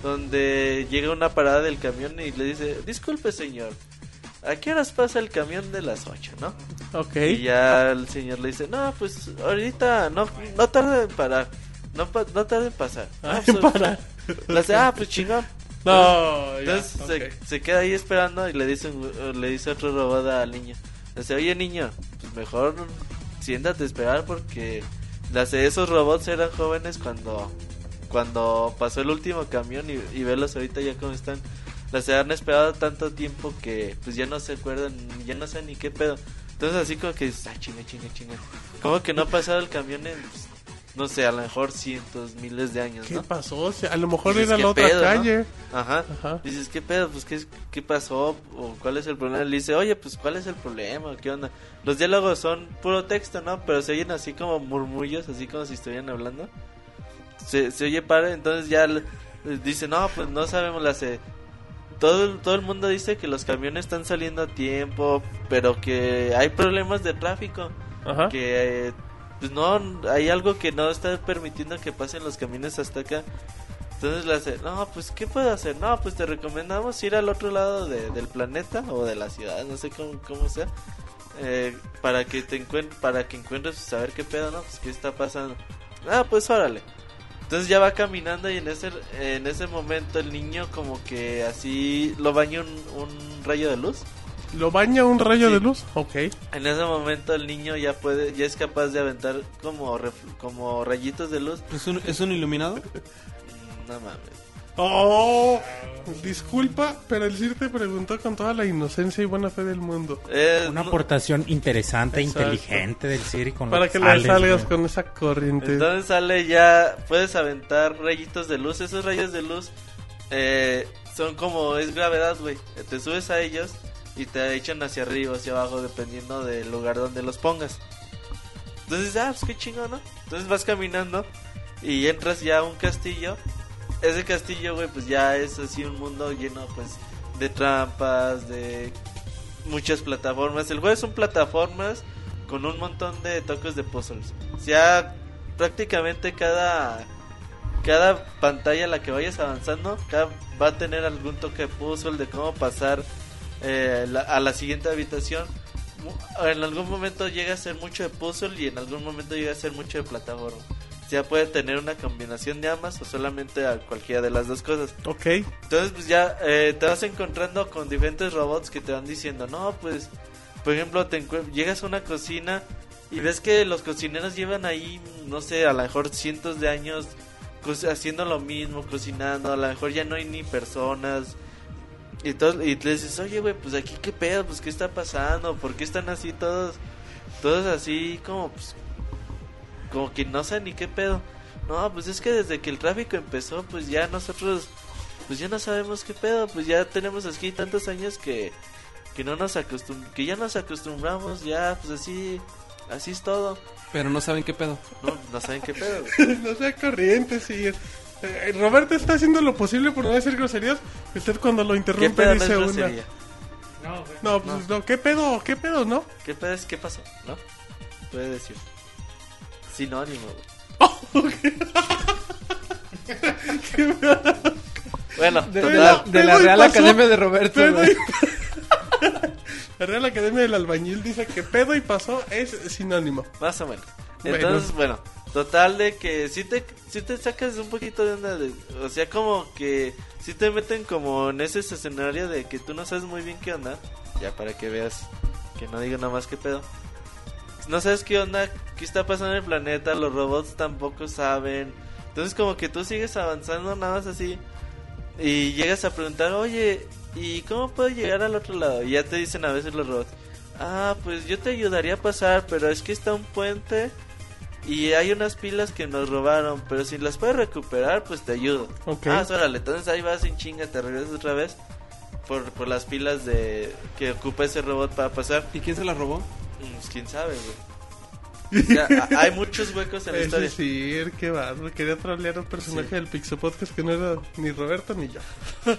donde llega una parada del camión y le dice, disculpe señor, ¿a qué horas pasa el camión de las ocho, no? Ok. Y ya el señor le dice, no, pues ahorita no, no tarda en parar, no, pa- no tarda en pasar. Ah, No, en pues, parar. le dice, ah, pues chingón. No, ya, Entonces ok. se, se queda ahí esperando y le dice un- le dice otro robot al niño. Le dice, oye niño, pues mejor siéntate a esperar porque las, esos robots eran jóvenes cuando cuando pasó el último camión y, y velos ahorita ya como están. Las han esperado tanto tiempo que pues ya no se acuerdan, ya no saben ni qué pedo. Entonces así como que dices, ah, chinga, chinga, chinga. Como que no ha pasado el camión en, pues, no sé, a lo mejor cientos, miles de años, ¿Qué ¿no? pasó? O sea, a lo mejor Dices, era ¿qué la otra pedo, no? calle. Ajá. Ajá. Dices, ¿qué pedo? Pues, ¿qué, ¿qué pasó? ¿O cuál es el problema? Le dice, oye, pues, ¿cuál es el problema? ¿Qué onda? Los diálogos son puro texto, ¿no? Pero se oyen así como murmullos, así como si estuvieran hablando. Se, se oye padre, entonces ya le- le dice, no, pues, no sabemos la se... Todo, el- todo el mundo dice que los camiones están saliendo a tiempo, pero que hay problemas de tráfico. Ajá. Que... eh, pues no, hay algo que no está permitiendo que pasen los camiones hasta acá. Entonces le hace, no, pues ¿qué puedo hacer? No, pues te recomendamos ir al otro lado de, del planeta o de la ciudad, no sé cómo, cómo sea, eh, para que te encuentres, para que encuentres saber qué pedo, ¿no? Pues qué está pasando. Ah, pues órale. Entonces ya va caminando y en ese en ese momento el niño como que así lo baña un, un rayo de luz. ¿Lo baña un rayo Sí. de luz? Ok. En ese momento el niño ya puede, ya es capaz de aventar como ref- como rayitos de luz. ¿Es un, ¿Es un iluminado? Mm, No mames. Oh, disculpa, pero el Sir te preguntó con toda la inocencia y buena fe del mundo. Eh, Una no- aportación interesante, Exacto. inteligente del Siri con lo Para que que le sales, salgas güey. con esa corriente. Entonces sale ya, puedes aventar rayitos de luz. Esos rayos de luz eh, son como, es gravedad, güey. Te subes a ellos y te echan hacia arriba, hacia abajo, dependiendo del lugar donde los pongas. Entonces, ah, pues qué chingón, ¿no? Entonces vas caminando y entras ya a un castillo. Ese castillo, güey, pues ya es así un mundo lleno, pues, de trampas, de muchas plataformas. El juego son plataformas con un montón de toques de puzzles. Ya prácticamente cada cada pantalla a la que vayas avanzando cada, va a tener algún toque de puzzle de cómo pasar eh, la, a la siguiente habitación. Mu- En algún momento llega a ser mucho de puzzle y en algún momento llega a ser mucho de plataforma. Ya puede tener una combinación de ambas o solamente a cualquiera de las dos cosas. Ok. Entonces pues ya eh, te vas encontrando con diferentes robots que te van diciendo, no, pues, por ejemplo, te encue- llegas a una cocina y ves que los cocineros llevan ahí, no sé, a lo mejor cientos de años co- haciendo lo mismo, cocinando, a lo mejor ya no hay ni personas. Y, todo, y le dices, oye, güey, pues aquí qué pedo, pues qué está pasando, ¿por qué están así todos todos así como pues como que no saben ni qué pedo. No, pues es que desde que el tráfico empezó, pues ya nosotros pues ya no sabemos qué pedo, pues ya tenemos aquí tantos años que que no nos acostum que ya nos acostumbramos, ya pues así así es todo. Pero no saben qué pedo. No, no saben qué pedo. No sea corriente, sí. Eh, Roberto está haciendo lo posible por no decir groserías. Usted cuando lo ¿Qué interrumpe pedo no es dice una. grosería? No, güey. No, pues no. ¿Qué pedo? ¿Qué pedo, no? ¿Qué pedo es? ¿Qué pasó? ¿No? Puede decir. Sinónimo, güey. Bueno, De- total. De la Pedo y Real pasó. Academia de Roberto, Pedo güey. y- La Real Academia del Albañil dice que pedo y pasó es sinónimo. Más o menos. Bueno. Entonces, bueno, total de que si te, si te sacas un poquito de onda, de, o sea, como que si te meten como en ese escenario de que tú no sabes muy bien qué onda, ya para que veas que no digo nada más qué pedo. No sabes qué onda, qué está pasando en el planeta, los robots tampoco saben. Entonces como que tú sigues avanzando nada más así y llegas a preguntar, oye, ¿y cómo puedo llegar al otro lado? Y ya te dicen a veces los robots, ah, pues yo te ayudaría a pasar, pero es que está un puente y hay unas pilas que nos robaron, pero si las puedes recuperar, pues te ayudo. Ok. Ah, órale, entonces ahí vas sin chinga, te regresas otra vez por, por las pilas de que ocupa ese robot para pasar. ¿Y quién se la robó? Pues quién sabe, güey. O sea, a- hay muchos huecos en la Es historia. decir, qué barro. Quería trolear a un personaje Sí. del Pixel Podcast que no era ni Roberto ni yo.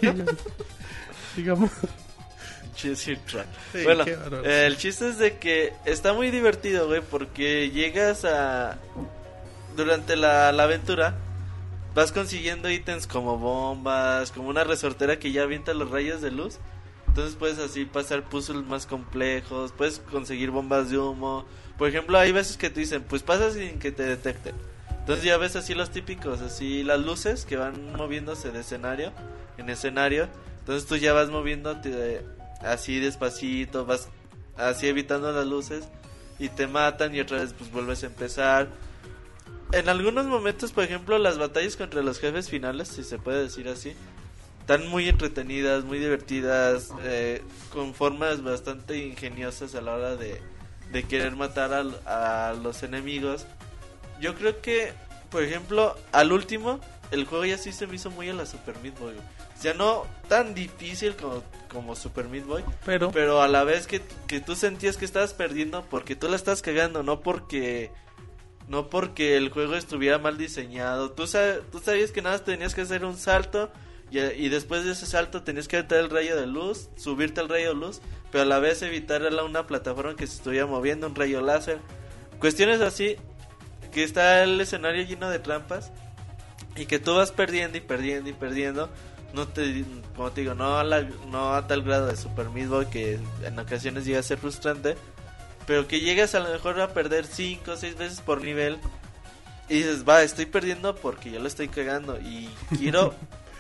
Digamos. Sí, tra- Sí, bueno, qué bárbaro. eh, el chiste es de que está muy divertido, güey, porque llegas a... Durante la, la aventura vas consiguiendo ítems como bombas, como una resortera que ya avienta los rayos de luz. Entonces puedes así pasar puzzles más complejos, puedes conseguir bombas de humo. Por ejemplo, hay veces que te dicen, pues pasa sin que te detecten. Entonces ya ves así los típicos, así las luces que van moviéndose de escenario en escenario. Entonces tú ya vas moviéndote de- así despacito, vas así evitando las luces y te matan y otra vez pues vuelves a empezar. En algunos momentos, por ejemplo, las batallas contra los jefes finales, si se puede decir así, están muy entretenidas, muy divertidas, eh, con formas bastante ingeniosas a la hora de, de querer matar a, a los enemigos. Yo creo que, por ejemplo, al último, el juego ya sí se me hizo muy a la Super Meat Boy. O sea, no tan difícil como, como Super Meat Boy, Pero, pero a la vez que, que tú sentías que estabas perdiendo porque tú la estás cagando, no porque no porque el juego estuviera mal diseñado. Tú, sab, tú sabías que nada más tenías que hacer un salto y, y después de ese salto tenías que aventar el rayo de luz, subirte al rayo de luz, pero a la vez evitar a una plataforma que se estuviera moviendo, un rayo láser. Cuestiones así, que está el escenario lleno de trampas y que tú vas perdiendo y perdiendo y perdiendo. No te, como te digo, no a, la, no a tal grado de Super Meat Boy que en ocasiones llega a ser frustrante, pero que llegas a lo mejor a perder cinco o seis veces por nivel y dices, va, estoy perdiendo porque yo lo estoy cagando y quiero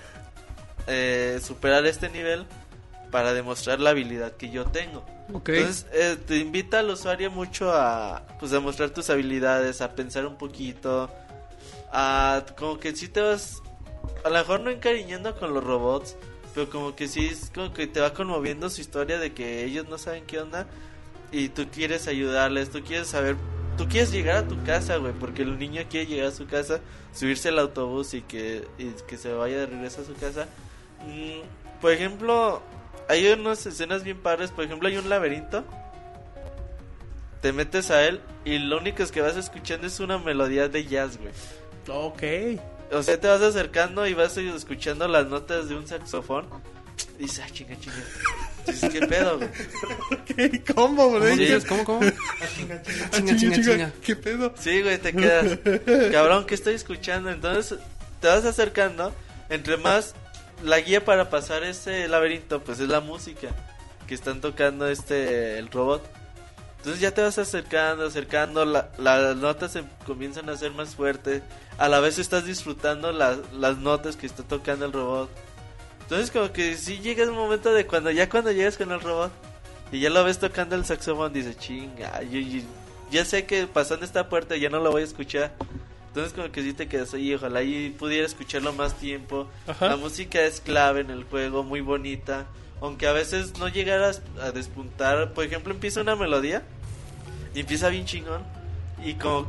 eh, superar este nivel para demostrar la habilidad que yo tengo. ok. Entonces eh, te invita al usuario mucho a pues a mostrar tus habilidades, a pensar un poquito, a como que si te vas a lo mejor no encariñando con los robots, pero como que sí es como que te va conmoviendo su historia de que ellos no saben qué onda y tú quieres ayudarles, tú quieres saber, tú quieres llegar a tu casa, güey, porque el niño quiere llegar a su casa, subirse al autobús y que y que se vaya de regreso a su casa. Mm, por ejemplo, hay unas escenas bien padres, por ejemplo, hay un laberinto. Te metes a él y lo único que vas escuchando es una melodía de jazz, güey. Ok. O sea, te vas acercando y vas escuchando las notas de un saxofón. Y dices, ah, chinga, chinga. Dices, ¿qué pedo, güey? ¿Qué? ¿Cómo, ¿Cómo güey? dices? ¿Cómo, cómo? Ah, Chinga, chinga, chinga, chinga. chinga. ¿Qué pedo? Sí, güey, te quedas. Cabrón, ¿qué estoy escuchando? Entonces, te vas acercando. Entre más, la guía para pasar ese laberinto, pues es la música que están tocando este, el robot. Entonces ya te vas acercando, acercando, la, las notas se comienzan a hacer más fuertes. A la vez estás disfrutando la, las notas que está tocando el robot. Entonces como que sí llega un momento de cuando ya cuando llegas con el robot y ya lo ves tocando el saxofón, dices, chinga, yo, yo, ya sé que pasando esta puerta ya no lo voy a escuchar. Entonces como que sí te quedas ahí, ojalá y pudiera escucharlo más tiempo. Ajá. La música es clave en el juego, muy bonita. Aunque a veces no llegaras a despuntar. Por ejemplo, empieza una melodía Y empieza bien chingón. Y como...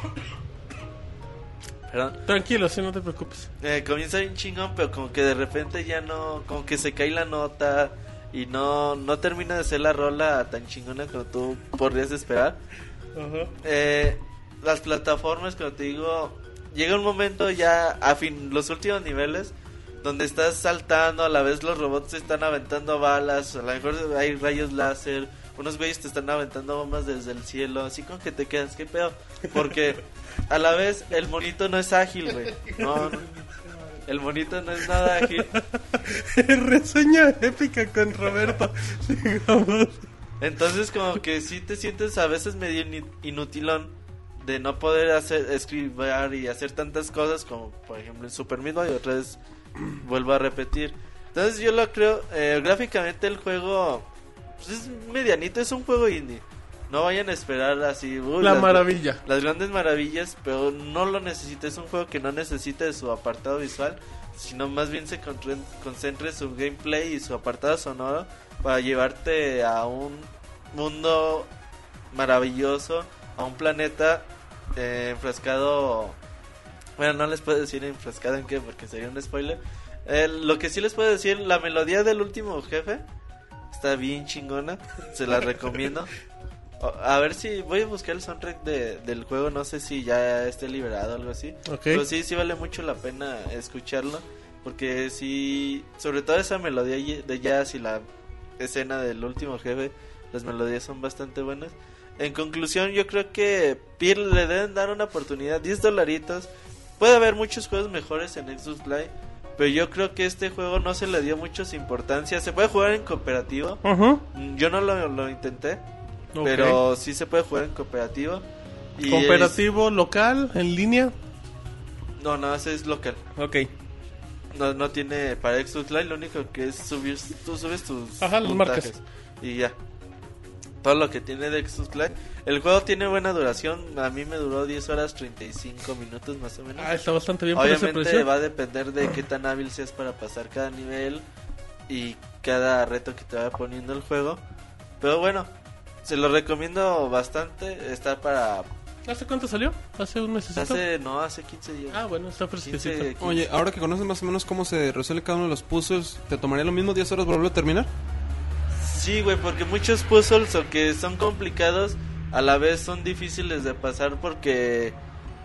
Perdón. Tranquilo, sí, no te preocupes. Eh, comienza bien chingón, pero como que de repente ya no... Como que se cae la nota y no, no termina de ser la rola tan chingona como tú podrías esperar. Ajá. Eh, las plataformas, como te digo, llega un momento ya a fin, los últimos niveles, donde estás saltando, a la vez los robots te están aventando balas, a lo mejor hay rayos láser, unos güeyes te están aventando bombas desde el cielo, así como que te quedas, qué pedo, porque a la vez el monito no es ágil, güey, no, no, el monito no es nada ágil. Reseña épica con Roberto. Sigamos. Entonces como que sí te sientes a veces medio inutilón de no poder hacer escribir y hacer tantas cosas como por ejemplo en Super Meat Boy, otra vez vuelvo a repetir. Entonces yo lo creo, eh, gráficamente el juego pues es medianito, es un juego indie. No vayan a esperar así uy, la las, maravilla, las grandes maravillas, pero no lo necesita, es un juego que no necesita de su apartado visual, sino más bien se concentre en su gameplay y su apartado sonoro para llevarte a un mundo maravilloso, a un planeta eh, enfrascado. Bueno, no les puedo decir enfrascado en qué porque sería un spoiler. Eh, lo que sí les puedo decir, la melodía del último jefe está bien chingona, se la recomiendo. A ver si voy a buscar el soundtrack de, del juego, no sé si ya esté liberado o algo así. Okay. Pero sí, sí vale mucho la pena escucharlo, porque sí, sobre todo esa melodía de jazz y la escena del último jefe, las melodías son bastante buenas. En conclusión, yo creo que Peer le deben dar una oportunidad, diez dolaritos. Puede haber muchos juegos mejores en Xbox Live, pero yo creo que este juego no se le dio mucha importancia. Se puede jugar en cooperativo. Uh-huh. Yo no lo, lo intenté. Okay. Pero sí se puede jugar en cooperativo. Y ¿Cooperativo es... local, en línea? No, no, ese es local. Ok. No, no tiene para Xbox Live, lo único que es subir, tú subes tus Ajá, los marcas. Y ya. Todo lo que tiene de Xbox Live. El juego tiene buena duración, a mí me duró diez horas treinta y cinco minutos más o menos. Ah, está bastante bien. Obviamente por ese precio. Va a depender de qué tan hábil seas para pasar cada nivel y cada reto que te vaya poniendo el juego. Pero bueno, se lo recomiendo bastante. Está para... ¿Hace cuánto salió? ¿Hace un mes? Hace, no, hace quince días. Ah, bueno, está fresquecito. Oye, ahora que conoces más o menos cómo se resuelve cada uno de los puzzles, ¿te tomaría lo mismo diez horas volverlo a terminar? Sí, güey, porque muchos puzzles, aunque son complicados, a la vez son difíciles de pasar porque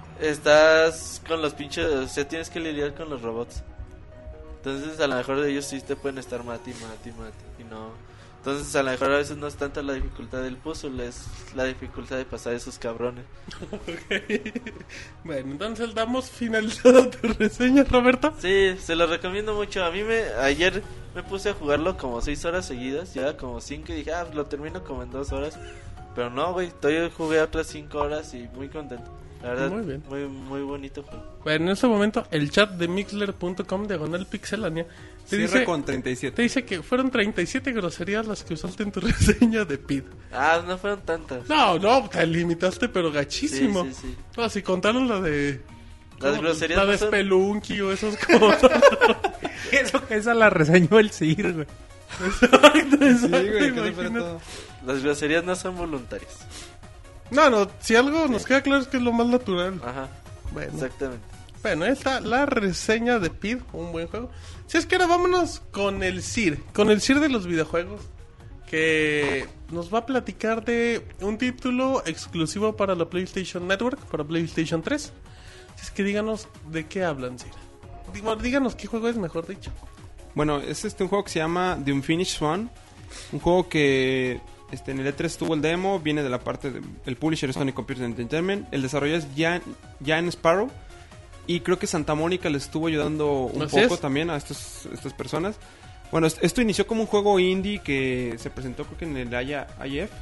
estás con los pinches... O sea, tienes que lidiar con los robots. Entonces, a lo mejor de ellos sí te pueden estar mati, mati, mati, y no... Entonces a lo mejor a veces no es tanta la dificultad del puzzle, es la dificultad de pasar esos cabrones. Okay. Bueno, entonces damos finalizada tu reseña, Roberto. Sí, se lo recomiendo mucho. A mí me ayer me puse a jugarlo como seis horas seguidas, ya como cinco y dije, ah, lo termino como en dos horas. Pero no, güey, todavía jugué otras cinco horas y muy contento. La verdad, muy bien. Muy, muy bonito juego. Bueno, en este momento el chat de mixler punto com diagonal pixelania te Cierra dice, con treinta y siete. Te dice que fueron treinta y siete groserías las que usaste en tu reseña de P I D. Ah, no fueron tantas. No, no, te limitaste pero gachísimo. Sí, sí, sí. No, si contaron la de... Las groserías La de no son... Spelunky o esas cosas. Eso, esa la reseñó el Sir, güey. Exacto, exacto, sí, güey, que todo. Las groserías no son voluntarias. No, no, si algo sí. nos queda claro es que es lo más natural. Ajá, bueno. Exactamente. Bueno, ahí está la reseña de P I D, un buen juego. Si es que ahora vámonos con el Sir, con el Sir de los videojuegos, que nos va a platicar de un título exclusivo para la PlayStation Network, para PlayStation tres. Si es que díganos de qué hablan, Sir. Díganos qué juego es, mejor dicho. Bueno, es este un juego que se llama The Unfinished Swan, un juego que... Este, en el E tres estuvo el demo, viene de la parte del publisher Sony Computer Entertainment. El desarrollador es Jan, Jan Sparrow. Y creo que Santa Mónica le estuvo ayudando un Así poco es. también a estos, estas personas. Bueno, esto inició como un juego indie que se presentó creo que en el I F.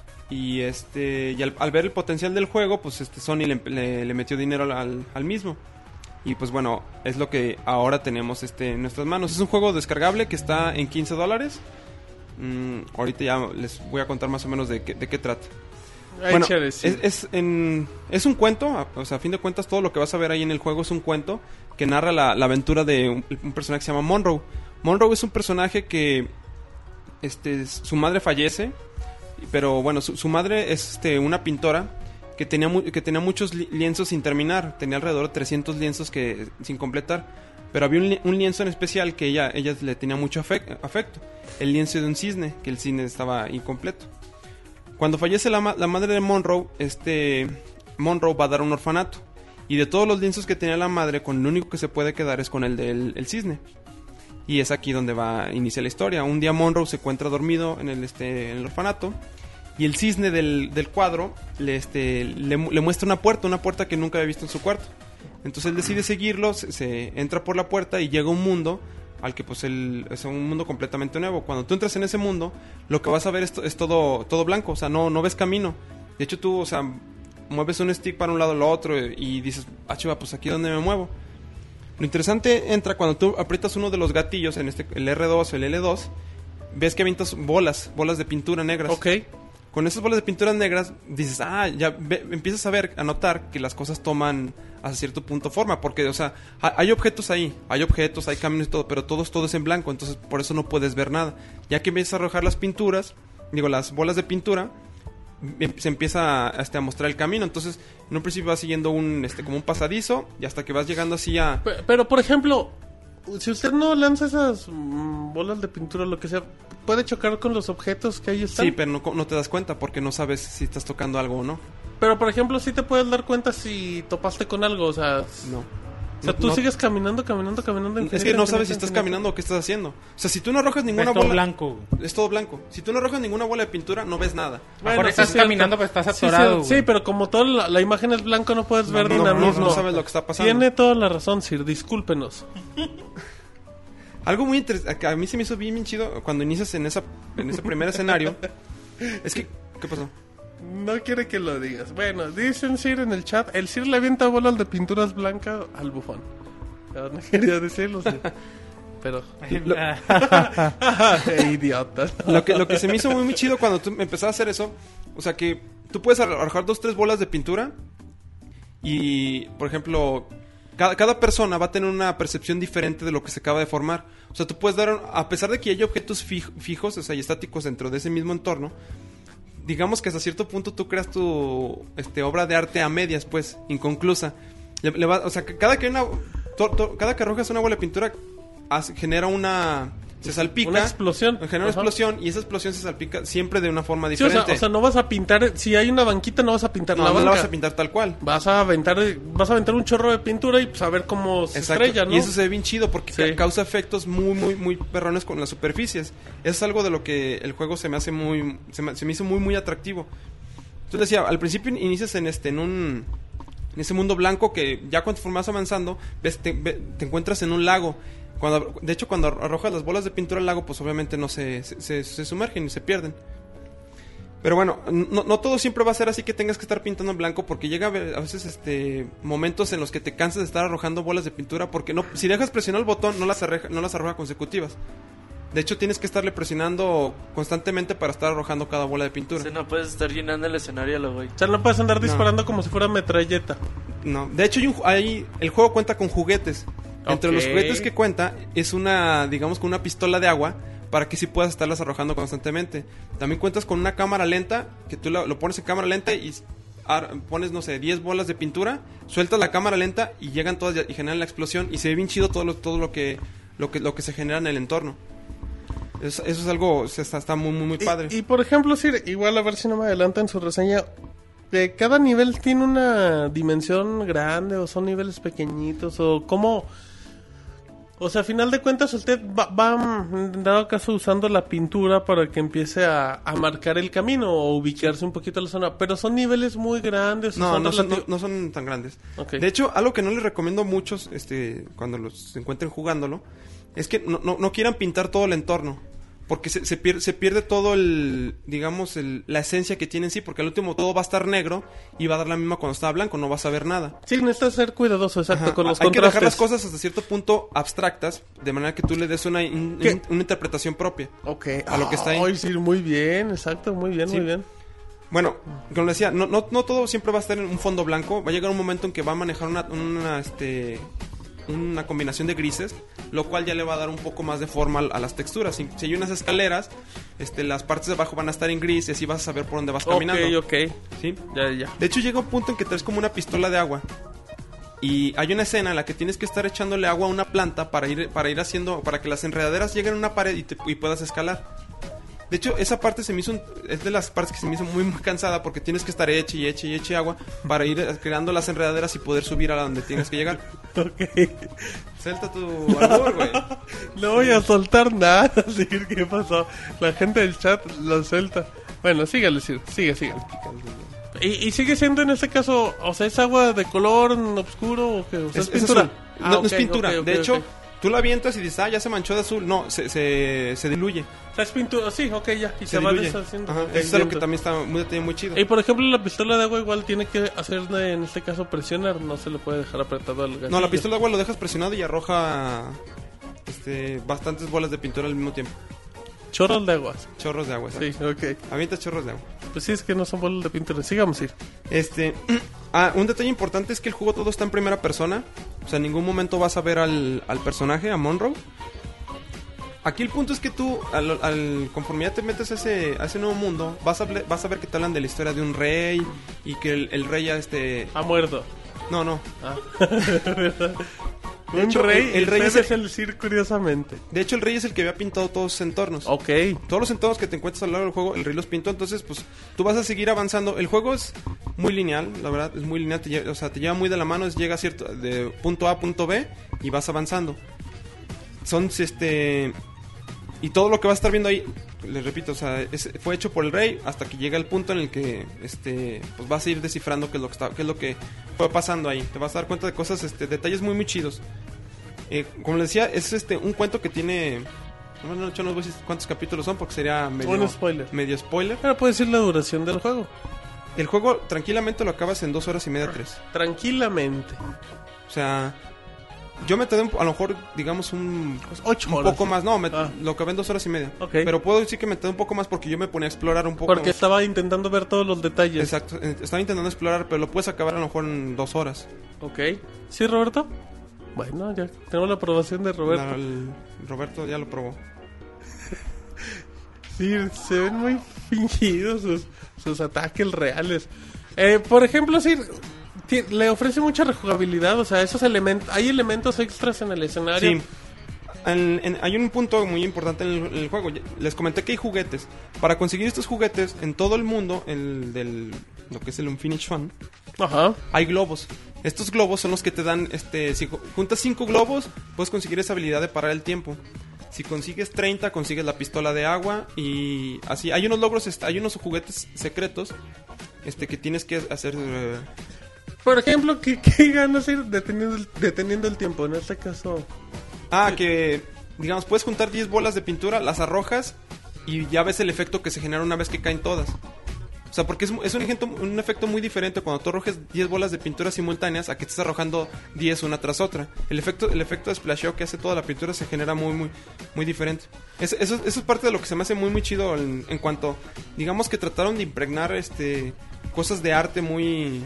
Y este y al, al ver el potencial del juego, pues este Sony le, le, le metió dinero al, al mismo. Y pues bueno, es lo que ahora tenemos este en nuestras manos. Es un juego descargable que está en quince dólares. Mm, ahorita ya les voy a contar más o menos de qué, de qué trata. Ay, bueno, chévere, sí. es, es, en, es un cuento, o sea, a fin de cuentas todo lo que vas a ver ahí en el juego es un cuento que narra la, la aventura de un, un personaje que se llama Monroe. Monroe es un personaje que este, su madre fallece pero bueno, su, su madre es este, una pintora que tenía, mu que tenía muchos li lienzos sin terminar, tenía alrededor de trescientos lienzos que, sin completar, pero había un, li un lienzo en especial que ella, ella le tenía mucho afec afecto, el lienzo de un cisne, que el cisne estaba incompleto. Cuando fallece la, ma la madre de Monroe, este Monroe va a dar un orfanato, y de todos los lienzos que tenía la madre, con el único que se puede quedar es con el del el cisne. Y es aquí donde va a iniciar la historia. Un día Monroe se encuentra dormido en el, este, en el orfanato, y el cisne del, del cuadro le, este, le, le muestra una puerta, una puerta que nunca había visto en su cuarto. Entonces él decide seguirlo, se, se entra por la puerta y llega a un mundo al que pues él, es un mundo completamente nuevo. Cuando tú entras en ese mundo, lo que vas a ver es, es todo, todo blanco, o sea, no, no ves camino. De hecho tú, o sea, mueves un stick para un lado o lo otro y dices, ah, chiva, pues aquí donde me muevo. Lo interesante entra cuando tú aprietas uno de los gatillos, en este, el R dos o el L dos, ves que avientas bolas, bolas de pintura negras. Ok. Con esas bolas de pintura negras dices, ah, ya ve, empiezas a ver, a notar que las cosas toman hasta cierto punto forma, porque, o sea, hay objetos ahí, hay objetos, hay caminos y todo, pero todo, todo es en blanco, entonces por eso no puedes ver nada. Ya que empiezas a arrojar las pinturas, digo, las bolas de pintura, se empieza a, este, a mostrar el camino. Entonces, en un principio vas siguiendo un, este, como un pasadizo, y hasta que vas llegando así a... Pero, pero por ejemplo, si usted no lanza esas mmm, bolas de pintura o lo que sea, puede chocar con los objetos que ahí están. Sí, pero no, no te das cuenta porque no sabes si estás tocando algo o no. Pero por ejemplo, sí te puedes dar cuenta si topaste con algo, o sea... No. O sea, No, tú no. sigues caminando, caminando, caminando. Es que no sabes si estás caminando o qué estás haciendo. O sea, si tú no arrojas ninguna Es todo bola... blanco. Es todo blanco. Si tú no arrojas ninguna bola de pintura, no ves nada. Bueno, Mejor sí estás es cierto. caminando, pero estás Sí, atorado. sí, güey. sí, pero como toda la, la imagen es blanco, no puedes ver no, no, dinamismo. no sabes lo que está pasando. Tiene toda la razón, Sir, discúlpenos. Algo muy interesante, a mí se me hizo bien, bien chido cuando inicias en esa en ese primer escenario. Es que, ¿qué pasó? No quiere que lo digas. Bueno, dicen Sir en el chat, el Sir le avienta bolas de pinturas blancas al bufón. No, no quería decirlo, Sir. Pero... Lo, Idiota. lo que, lo que se me hizo muy, muy chido cuando tú empezabas a hacer eso, o sea que tú puedes arrojar dos, tres bolas de pintura y, por ejemplo, cada, cada persona va a tener una percepción diferente de lo que se acaba de formar. O sea, tú puedes dar, a pesar de que hay objetos fij, fijos, o sea, y estáticos dentro de ese mismo entorno, digamos que hasta cierto punto tú creas tu este, obra de arte a medias, pues, inconclusa. Le, le va, o sea, que cada que una, to, to, cada que arrojas una bola de pintura hace, genera una... Se salpica. Una explosión. Genera una Ajá. explosión y esa explosión se salpica siempre de una forma Sí, o, diferente. sea, o sea, no vas a pintar... Si hay una banquita, no vas a pintar no, la no banca. la vas a pintar tal cual. Vas a aventar, vas a aventar un chorro de pintura y pues a ver cómo se Exacto. estrella, ¿no? Y eso se ve bien chido porque Sí. ca- causa efectos muy, muy, muy perrones con las superficies. Eso es algo de lo que el juego se me hace muy... Se me, se me hizo muy, muy atractivo. Entonces decía, al principio inicias en este, en un... En ese mundo blanco que ya conforme vas avanzando, ves, te, ve- te encuentras en un lago. Cuando, de hecho, cuando arrojas las bolas de pintura al lago, pues obviamente no se, se, se, se sumergen y se pierden. Pero bueno, no, no todo siempre va a ser así que tengas que estar pintando en blanco, porque llega a, ver, a veces este momentos en los que te cansas de estar arrojando bolas de pintura, porque no, si dejas presionar el botón, no las arroja, no las arroja consecutivas. De hecho, tienes que estarle presionando constantemente para estar arrojando cada bola de pintura. O sea, no puedes estar llenando el escenario a lo güey. O sea, no puedes andar No. disparando como si fuera metralleta. No, de hecho hay un, ju- hay, el juego cuenta con juguetes. Entre Ok. los juguetes que cuenta es una, digamos, con una pistola de agua para que sí puedas estarlas arrojando constantemente. También cuentas con una cámara lenta, que tú lo, lo pones en cámara lenta y ar- pones, no sé, diez bolas de pintura, sueltas la cámara lenta y llegan todas y generan la explosión y se ve bien chido todo lo, todo lo que lo que lo que se genera en el entorno. Eso, eso es algo, o sea, está, está muy, muy, muy padre. Y, y por ejemplo, Sir, igual a ver si no me adelanto en su reseña, eh, ¿cada nivel tiene una dimensión grande o son niveles pequeñitos o cómo? O sea, a final de cuentas usted va, va en dado caso usando la pintura para que empiece a, a marcar el camino o ubicarse un poquito en la zona, pero son niveles muy grandes. o No, no son, no, relati- no son tan grandes. Ok. De hecho, algo que no les recomiendo a muchos este, cuando los encuentren jugándolo es que no, no, no quieran pintar todo el entorno. Porque se, se, pierde, se pierde todo el, digamos, el, la esencia que tiene en sí. Porque al último todo va a estar negro y va a dar la misma cuando está blanco. No vas a ver nada. Sí, necesitas ser cuidadoso, exacto, Ajá. con los Hay que contrastes. dejar las cosas hasta cierto punto abstractas. De manera que tú le des una, in- ¿Qué? in- una interpretación propia. Ok, a lo que está ahí. Ay, sí, muy bien, exacto, muy bien, Sí. muy bien. Bueno, como decía, no, no, no todo siempre va a estar en un fondo blanco. Va a llegar un momento en que va a manejar una, una este, una combinación de grises, lo cual ya le va a dar un poco más de forma a las texturas. Si, si hay unas escaleras, este, las partes de abajo van a estar en gris y así vas a saber por dónde vas caminando. Ok, ok. ¿Sí? Ya, ya. De hecho, llega un punto en que traes como una pistola de agua. Y hay una escena en la que tienes que estar echándole agua a una planta para ir, para ir haciendo, para que las enredaderas lleguen a una pared y, te, y puedas escalar. De hecho, esa parte se me hizo un, es de las partes que se me hizo muy, muy cansada porque tienes que estar eche y eche y eche agua para ir creando las enredaderas y poder subir a donde tienes que llegar. Ok. Suelta tu albur, güey. No voy a soltar nada. Así que, ¿qué pasó? La gente del chat lo suelta. Bueno, sígale, sigue, sigue. sigue. ¿Y, ¿Y sigue siendo en este caso, o sea, es agua de color oscuro o qué? O sea, es, es, es pintura? Es Ah, no, okay, no es pintura. okay, okay, de hecho, okay. tú la avientas y dices, ah, ya se manchó de azul. No, se, se, se diluye. O sea, es pintura, sí, ok, ya. Y se, Se va diluye. deshaciendo. Ajá, Ok, eso es algo que entiendo. también está muy, detalle muy chido. Y por ejemplo, la pistola de agua igual tiene que hacer, en este caso, presionar. No se le puede dejar apretado al gatillo. No, la pistola de agua lo dejas presionado y arroja este, bastantes bolas de pintura al mismo tiempo. Chorros de agua. Chorros de agua, Sí, ¿sabes? ok. Avientas chorros de agua. Pues sí, es que no son bolas de pintura. Sigamos ir. Este, ah, un detalle importante es que el juego todo está en primera persona. O sea, en ningún momento vas a ver al, al personaje, a Monroe. Aquí el punto es que tú, al, al conforme ya te metes a ese, a ese nuevo mundo, vas a, vas a ver que te hablan de la historia de un rey y que el, el rey ya este... Ha muerto. No, no. Ah. De Un hecho, rey, el- el rey es es el- el Sir, curiosamente. De hecho, el rey es el que había pintado todos sus entornos. Ok. Todos los entornos que te encuentras a lo largo del juego, el rey los pintó. Entonces, pues, tú vas a seguir avanzando. El juego es muy lineal, la verdad, es muy lineal. Te lle- o sea, te lleva muy de la mano. Es, llega a cierto, de punto A a punto B y vas avanzando. Son, este... Y todo lo que vas a estar viendo ahí, les repito, o sea, es- fue hecho por el rey hasta que llega el punto en el que, este, pues vas a ir descifrando qué es lo que está, qué es lo que fue pasando ahí. Te vas a dar cuenta de cosas, este, detalles muy muy chidos. Eh, como les decía, es este un cuento que tiene, bueno, de hecho no voy a decir cuántos capítulos son porque sería medio, Un spoiler. medio spoiler. Ahora puedes decir la duración del juego. El juego tranquilamente lo acabas en dos horas y media, tres. Tranquilamente. O sea, yo me tardé un- a lo mejor, digamos, un, Pues ocho un horas. poco más. No, me, Ah. lo acabé en dos horas y media. Ok. Pero puedo decir que me tardé un poco más porque yo me ponía a explorar un poco. Porque estaba intentando ver todos los detalles. Exacto, eh, estaba intentando explorar, pero lo puedes acabar a lo mejor en dos horas. Ok. ¿Sí, Roberto? Bueno, ya tenemos la aprobación de Roberto. La- el- Roberto ya lo probó. Sí, se ven muy fingidos sus, sus ataques reales. Eh, por ejemplo, sí, ti- le ofrece mucha rejugabilidad. O sea, esos elementos, hay elementos extras en el escenario. Sí. En- en- hay un punto muy importante en el, en el juego. Les comenté que hay juguetes. Para conseguir estos juguetes en todo el mundo, el del lo que es el Unfinished Fun, Ajá. hay globos. Estos globos son los que te dan, este, si ju- juntas cinco globos, puedes conseguir esa habilidad de parar el tiempo. Si consigues treinta, consigues la pistola de agua y así. Hay unos logros, este, hay unos juguetes secretos, este, que tienes que hacer. eh, Por ejemplo, ¿qué, qué ganas ir deteniendo el, deteniendo el tiempo? En este caso, Ah, que, digamos, puedes juntar diez bolas de pintura, las arrojas y ya ves el efecto que se genera una vez que caen todas. O sea, porque es, es un, efecto, un efecto muy diferente cuando tú arrojes diez bolas de pintura simultáneas a que estés arrojando diez una tras otra. El efecto el efecto de splasheo que hace toda la pintura se genera muy, muy, muy diferente. Es- eso, eso es parte de lo que se me hace muy, muy chido en, en cuanto, digamos que trataron de impregnar este cosas de arte muy...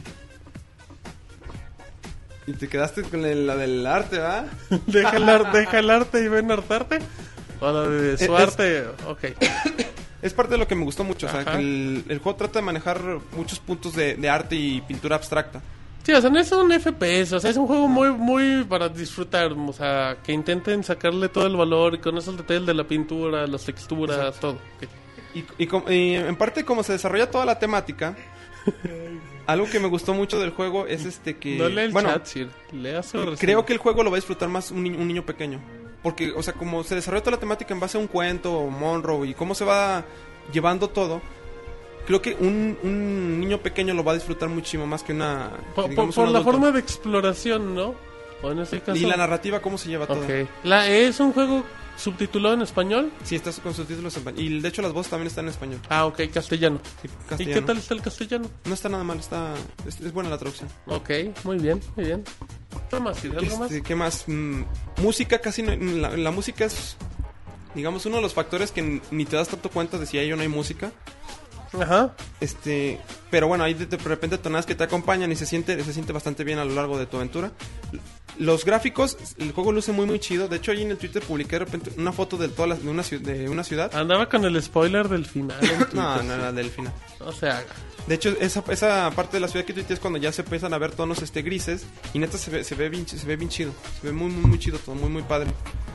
Y te quedaste con el- la del arte, ¿verdad? deja el, ar- deja el arte y ven a hartarte. O la de su Es- arte, ok. Es parte de lo que me gustó mucho, o sea, Ajá. que el, el juego trata de manejar muchos puntos de, de arte y pintura abstracta. Sí, o sea, no es un F P S, o sea, es un juego muy, muy para disfrutar, o sea, que intenten sacarle todo el valor y con esos detalles de la pintura, las texturas, Exacto. todo. Ok. Y, y com- y en parte como se desarrolla toda la temática, algo que me gustó mucho del juego es este que... No lea el bueno, chat, Sir, lea su reseña. creo que el juego lo va a disfrutar más un, ni- un niño pequeño. Porque, o sea, como se desarrolla toda la temática en base a un cuento, Monroe, y cómo se va llevando todo, creo que un, un niño pequeño lo va a disfrutar muchísimo más que una... Por, por- digamos, por un la adulto. forma de exploración, ¿no? O en ese caso... Y la narrativa, cómo se lleva todo. Ok. La, ¿Es un juego subtitulado en español? Sí, está con subtítulos en español. Y de hecho las voces también están en español. Ah, ok, castellano. Sí, ¿Y castellano. qué tal está el castellano? No está nada mal, está es, es buena la traducción. Ok, muy bien, muy bien. ¿Qué más, Sir? ¿Algo más? Este, ¿Qué más? Mm, música casi no, la, la música es, digamos, uno de los factores que n- ni te das tanto cuenta de si hay o no hay música. Ajá. Este, pero bueno, hay de, de repente tonadas que te acompañan y se siente se siente bastante bien a lo largo de tu aventura. Los gráficos, el juego luce muy muy chido. De hecho, ahí en el Twitter publiqué de repente una foto de toda la, de, una, ciu- de una ciudad. Andaba con el spoiler del final. en Twitter, No, no, sí. no, del final. No se haga. De hecho, esa, esa parte de la ciudad que tuiteé es cuando ya se empiezan a ver tonos este grises. Y neta se ve, se ve bien, se ve bien chido. Se ve muy, muy, muy chido todo, muy, muy padre.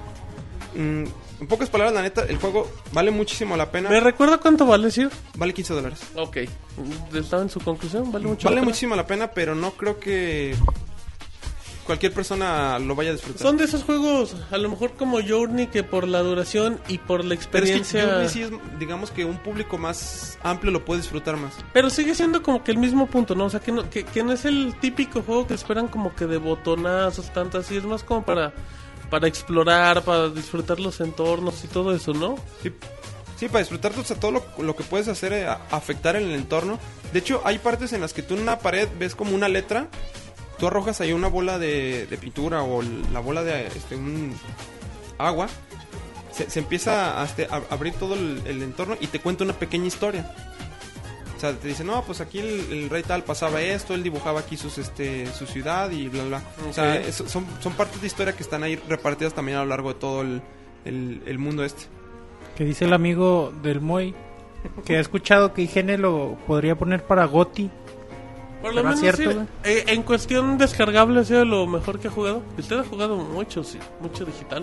Mm, en pocas palabras, la neta, el juego vale muchísimo la pena. ¿Me recuerda cuánto vale, Sir? Vale quince dólares. Ok. Estaba en su conclusión. Vale mucho. Vale la pena. muchísimo la pena, pero no creo que cualquier persona lo vaya a disfrutar. Son de esos juegos, a lo mejor como Journey, que por la duración y por la Pero es que experiencia... Journey sí es, digamos que un público más amplio lo puede disfrutar más. Pero sigue siendo como que el mismo punto, ¿no? O sea, que no, que, que no es el típico juego que esperan como que de botonazos, tanto así. Es más como para, para explorar, para disfrutar los entornos y todo eso, ¿no? Sí, sí, para disfrutar o sea, todo lo, lo que puedes hacer es afectar en el entorno. De hecho, hay partes en las que tú en una pared ves como una letra. Tú arrojas ahí una bola de, de pintura o la bola de este, un agua. Se, se empieza a, este, a abrir todo el, el entorno y te cuenta una pequeña historia. O sea, te dice, no, pues aquí el, el rey tal pasaba esto, él dibujaba aquí sus, este, su ciudad y bla, bla. O sea, Ok. es- son, son partes de historia que están ahí repartidas también a lo largo de todo el, el, el mundo este. Que dice el amigo del Moy que ha escuchado que I G N lo podría poner para Goti. Por lo ¿Será menos, cierto, sí, güey? eh, en cuestión descargable ha sido lo mejor que ha jugado. Usted ha jugado mucho, sí, mucho digital.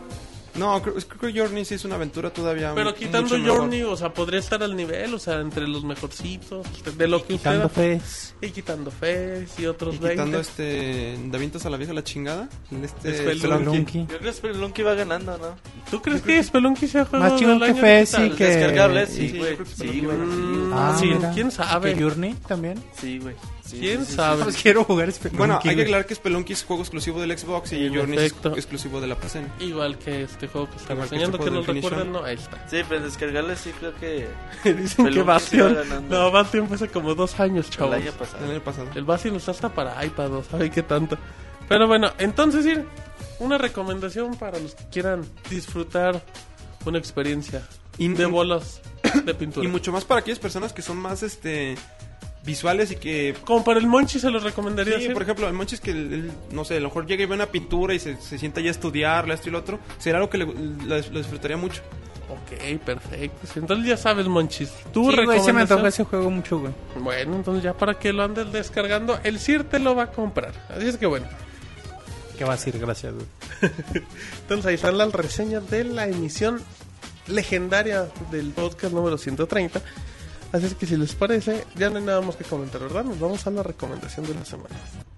No, creo, creo que Journey sí es una aventura todavía. Pero mu- quitando mucho mejor. Journey, o sea, podría estar al nivel, o sea, entre los mejorcitos, de lo que Quitando usted... Fez. Y quitando Fez y otros Y quitando veinte. este. ¿De avientas a la vieja la chingada? Este. Spelunky. Spelunky. Yo creo que Spelunky va ganando, ¿no? ¿Tú crees que Spelunky sea juego Más chingón del que año Fez, digital? sí, que- Descargable, sí, sí, yo güey. creo que Sí, güey. Mm, Ah, sí, mira. ¿quién sabe? ¿Que Journey también? Sí, güey. Sí, ¿Quién sí, sí, sí. sabe? Pues quiero jugar Spelunky. Bueno, hay que güey. aclarar que Spelunky es juego exclusivo del Xbox y En Journey es efecto. exclusivo de la P C N. Igual que este juego que está Igual que enseñando, este que juego nos de recuerdan, Definition. no, ahí está. Sí, pero descargarle sí creo que Dicen que Spelunky sí Bastion... va ganando. No, Bastion fue hace como dos años, el chavos. año pasado. El año pasado. El Bastion está hasta para iPad, ¿no? ¿Sabe qué tanto? Pero bueno, entonces, ir una recomendación para los que quieran disfrutar una experiencia Y- de y- bolas de pintura. Y mucho más para aquellas personas que son más este visuales y que. Como para el Monchi se los recomendaría. Sí, ¿sí? por ejemplo, el Monchis que él, él, no sé, a lo mejor llega y ve una pintura y se, se sienta ya a estudiarla, esto y lo otro, será algo que le, le- lo disfrutaría mucho. Ok, perfecto. Sí, entonces ya sabes, Monchis. ¿Tu Sí, güey, se me recomendación? antoja ese juego mucho, güey. Bueno, entonces ya para que lo andes descargando, el Sir te lo va a comprar. Así es que bueno. ¿Qué va a decir? Gracias, güey. Entonces ahí están las reseñas de la emisión legendaria del podcast número ciento treinta. Así es que si les parece, ya no hay nada más que comentar, ¿verdad? Nos vamos a la recomendación de la semana.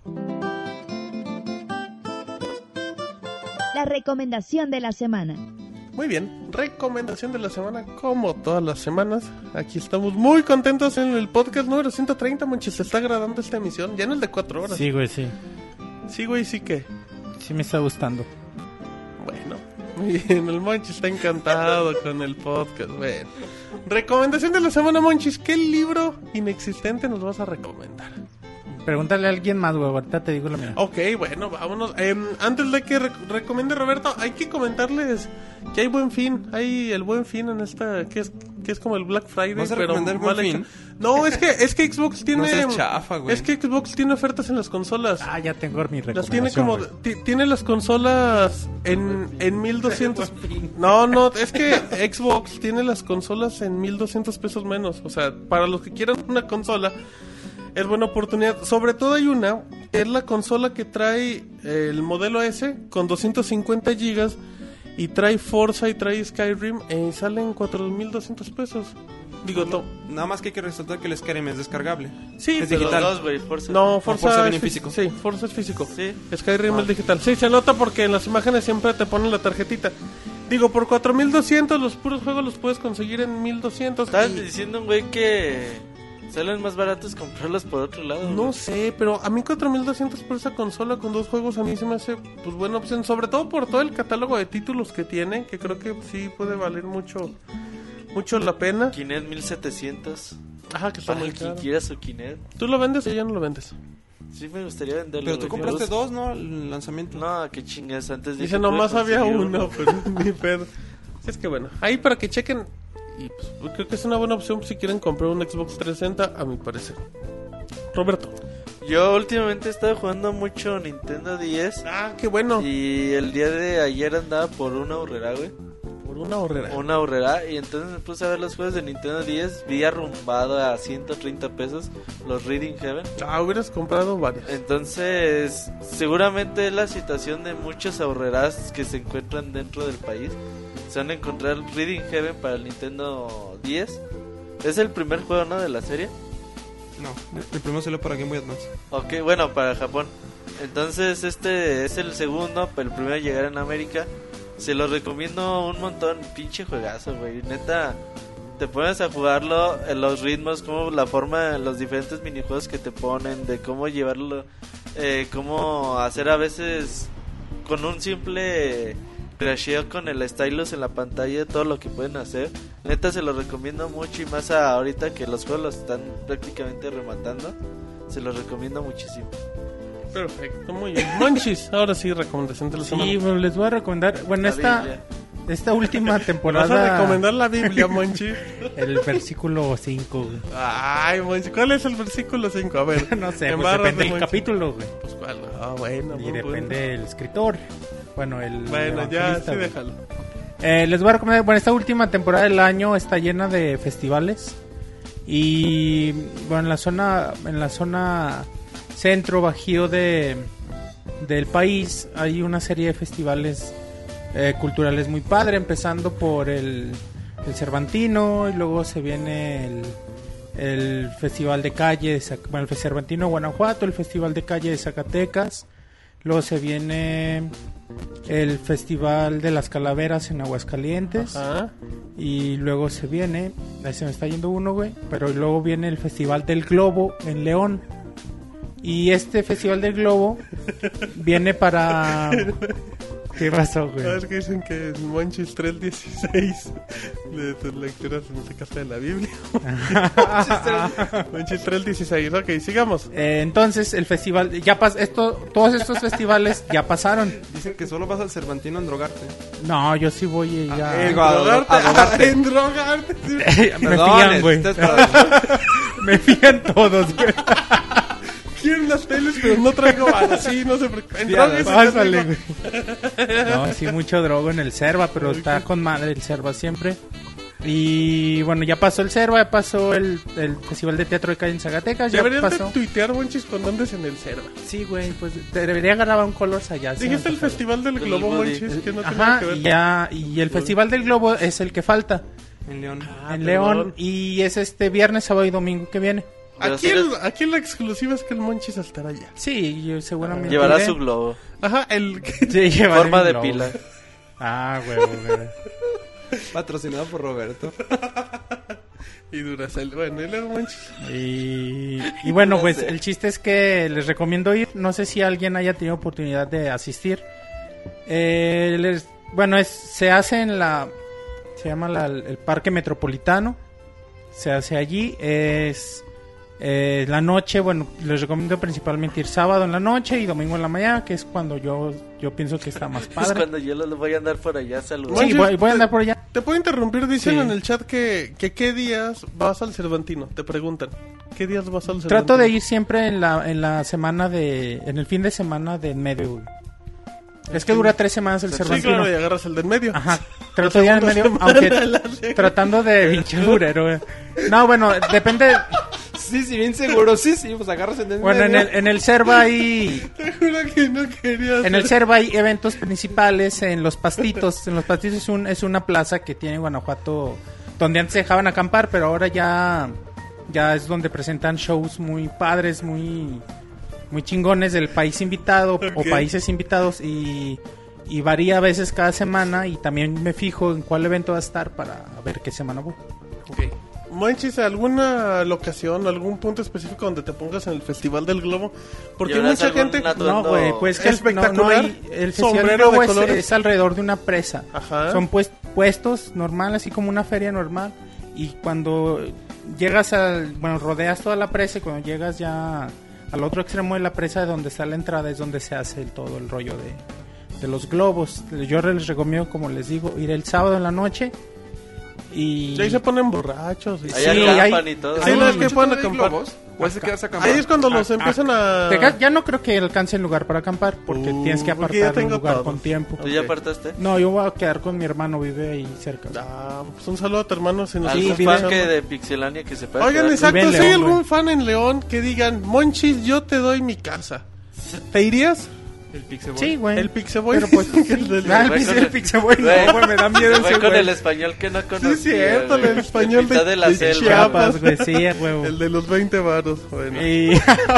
La recomendación de la semana. Muy bien, recomendación de la semana, como todas las semanas. Aquí estamos muy contentos en el podcast número ciento treinta, Monchis. ¿Te está agradando esta emisión? Ya no el de cuatro horas. Sí, güey, sí. Sí, güey, sí que. Sí me está gustando. Bueno, muy bien, el Monchis está encantado con el podcast. Bueno, recomendación de la semana, Monchis. ¿Qué libro inexistente nos vas a recomendar? Pregúntale a alguien más, güey. Ahorita te digo la mía. Ok, bueno, vámonos. Eh, antes de que rec- recomiende Roberto, hay que comentarles que hay Buen Fin. Hay el Buen Fin en esta, que es que es como el Black Friday, ¿Vas a pero recomendar mal Buen hecho. Fin? No, es que es que Xbox tiene No seas chafa, güey. es que Xbox tiene ofertas en las consolas. Ah, ya tengo mi recomendación. Las tiene como güey. ti- tiene las consolas en en mil doscientos. No, no, es que Xbox tiene las consolas en mil doscientos pesos menos, o sea, para los que quieran una consola es buena oportunidad. Sobre todo hay una, es la consola que trae eh, el modelo S con doscientos cincuenta gigas y trae Forza y trae Skyrim y salen cuatro mil doscientos pesos. Digo, to- Nada más que hay que resaltar que el Skyrim es descargable. sí, es pero- digital. Los dos, güey, Forza. No, Forza, Forza viene es en fí- físico. Sí, Forza es físico. Sí. Skyrim Ah. es digital. Sí, se nota porque en las imágenes siempre te ponen la tarjetita. Digo, por cuatro mil doscientos los puros juegos los puedes conseguir en mil doscientos. Estabas y- diciendo un güey que salen más baratos comprarlos por otro lado. No güey. sé, pero a mí cuatro mil doscientos por esa consola con dos juegos a mí se me hace pues buena opción, sobre todo por todo el catálogo de títulos que tiene, que creo que sí puede valer mucho mucho la pena. Kinect mil setecientos. Ajá, que está Para muy quien caro. quiera su Kinect. ¿Tú lo vendes o ya no lo vendes? Sí me gustaría venderlo. Pero tú güey. compraste Me gusta- dos, ¿no? El lanzamiento. No, qué chingas. Antes dije Dice, que nomás iba a había conseguir uno, pero ni pedo. Es que bueno, ahí para que chequen. Y pues, creo que es una buena opción si quieren comprar un Xbox trescientos sesenta, a mi parecer. Roberto. Yo últimamente he estado jugando mucho Nintendo diez. Ah, qué bueno. Y el día de ayer andaba por una horrera, güey. Por una horrera. Una horrera. Y entonces me puse a ver los juegos de Nintendo diez. Vi arrumbado a ciento treinta pesos los Reading Heaven. Ah, hubieras comprado varios. Entonces, seguramente es la situación de muchos ahorreras que se encuentran dentro del país. Se van a encontrar Reading Heaven para el Nintendo diez. Es el primer juego, ¿no? De la serie. No, el primero salió para Game Boy Advance. Ok, bueno, para Japón. Entonces este es el segundo, pero el primero a llegar en América. Se lo recomiendo un montón. Pinche juegazo, güey. Neta, te pones a jugarlo en los ritmos, como la forma, los diferentes minijuegos que te ponen, de cómo llevarlo, eh, cómo hacer a veces con un simple crasheo con el stylus en la pantalla, todo lo que pueden hacer. Neta, se lo recomiendo mucho, y más a ahorita que los juegos los están prácticamente rematando. Se los recomiendo muchísimo. Perfecto, muy bien. Monchis, ahora sí, recomendación de la semana. Sí, bueno, les voy a recomendar. Bueno, La esta, Biblia. esta última ¿Vas a temporada. recomendar la Biblia, Monchi? El versículo cinco, güey. Ay, Monchi, ¿cuál es el versículo cinco? A ver. No sé, en pues barras depende de del Monchi. capítulo, güey. Pues cuál. Ah, bueno. Y muy depende bueno. del escritor. Bueno, el. Bueno, ya, evangelista, sí, güey. déjalo. Eh, les voy a recomendar, bueno, esta última temporada del año está llena de festivales. Y bueno, en la zona, en la zona centro bajío de del país hay una serie de festivales eh, culturales muy padre, empezando por el, el Cervantino, y luego se viene el, el Festival de Calle de Zac- bueno, el Cervantino de Guanajuato, el Festival de Calle de Zacatecas, luego se viene el Festival de las Calaveras en Aguascalientes. Ajá. Y luego se viene, ahí se me está yendo uno, güey, pero luego viene el Festival del Globo en León. Y este Festival del Globo viene para... ¿Qué pasó, güey? A ver, que dicen que es Monchis tres dieciséis de tus lecturas en este caso de la Biblia. Monchis tres dieciséis, ok, sigamos. Eh, entonces, el festival, ya pas esto, todos estos festivales ya pasaron. Dicen que solo vas al Cervantino a endrogarte. No, yo sí voy eh, ya. En digo, a- drogarte, a drogarte. en drogarte. sí. Me Perdón, fían, güey. este es para- Me fían todos, güey. Quiero unas teles, pero no traigo varo. Sí, no se preocupen. Sí, Drogues, Pásale, amigo. güey. No, sí, mucho drogo en el Cerva, pero está con madre el Cerva siempre. Y bueno, ya pasó el Cerva, ya pasó el, el Festival de Teatro de Calle en Zacatecas, ya Deberías de pasó. tuitear, Monchis, cuando andes en el Cerva. Sí, güey, pues te debería grabar un Colors allá. sí, Dijiste el antoja. Festival del El Globo, Woody. Monchis, que no tiene nada Ajá, que ver. y ya, y el Festival del Globo es el que falta En León. Ah, en perdón. León, y es este viernes, sábado y domingo que viene. Pero Aquí, si el- eres- aquí la exclusiva es que el Monchis estará allá. Sí, yo seguramente Llevará iré. su globo. Ajá, el que... Sí, llevaré Forma mi de globo. pila. Ah, güey, güey. Patrocinado por Roberto. Y Duracell. Bueno, y luego Monchis. Y, y bueno, pues el chiste es que les recomiendo ir. No sé si alguien haya tenido oportunidad de asistir. Eh, les, bueno, es, se hace en la... Se llama la- el Parque Metropolitano. Se hace allí. Es eh, la noche. Bueno, les recomiendo principalmente ir sábado en la noche y domingo en la mañana, que es cuando yo, yo pienso que está más Es padre. cuando yo lo voy a andar por allá saludando. Sí, voy, voy a andar por allá. Te puedo interrumpir, dicen Sí. en el chat que, que qué días vas al Cervantino. Te preguntan, ¿qué días vas al Cervantino? Trato de ir siempre en la, en la semana de... En el fin de semana de en medio, güey. Es que dura tres semanas el Sí, Cervantino. claro, y agarras el del medio. Ajá, trato de ir en medio, aunque tratando de pinche durero, güey. No, bueno, depende. Sí, sí, bien seguro. Sí, sí, pues agarras en el Bueno, en medio. el, en el Cerva hay, Te juro que no quería en el hacer- Cerva hay eventos principales en los Pastitos. En los Pastitos es, un, es una plaza que tiene Guanajuato, donde antes se dejaban acampar, pero ahora ya, ya es donde presentan shows muy padres, muy, muy chingones del país invitado o Ok. países invitados y, y varía a veces cada semana y también me fijo en cuál evento va a estar para ver qué semana voy. Ok. Monchis, ¿alguna locación, algún punto específico donde te pongas en el Festival del Globo? Porque hay ¿Llevarás mucha algún gente... atuendo No, güey, pues que espectacular, no, no hay- el festival de sombrero globo de es, colores. es alrededor de una presa. Ajá. Son pues, puestos normal, así como una feria normal. Y cuando llegas al, bueno, rodeas toda la presa y cuando llegas ya al otro extremo de la presa, de donde está la entrada, es donde se hace el, todo el rollo de, de los globos. Yo les recomiendo, como les digo, ir el sábado en la noche. Y Y ahí se ponen borrachos. Y... Ahí Sí, acampan hay- y todo. Sí, hay no, es un- que pueden ¿De acampar. globos? ¿O es de quedarse acampado? Ahí es cuando los Ah, empiezan a... Te ca- ya no creo que alcance el lugar para acampar porque Uh, tienes que porque ya apartar un tengo lugar todo. con tiempo. ¿Tú ya Ok. apartaste? No, yo voy a quedar con mi hermano, vive ahí cerca. Ah, pues un saludo a tu hermano si nos ¿Algún está vive- fan escuchando. que de Pixelania que se pueda Oigan, quedar? exacto, Vive en si hay León, algún güey. fan en León que digan, Monchis, yo te doy mi casa. ¿Te irías? El Pixeboy. Sí, güey. El Pixeboy. Pero pues, El del- Ah, el Güey, Pixel- con el el- Pixeboy, Güey, no, güey, me da miedo Fue ese con güey. el español que no conocía. Sí, cierto, güey. el español mitad de- de la de selva. Chiapas. Chiapas, güey, sí, a huevo. El de los veinte varos. Bueno. Y...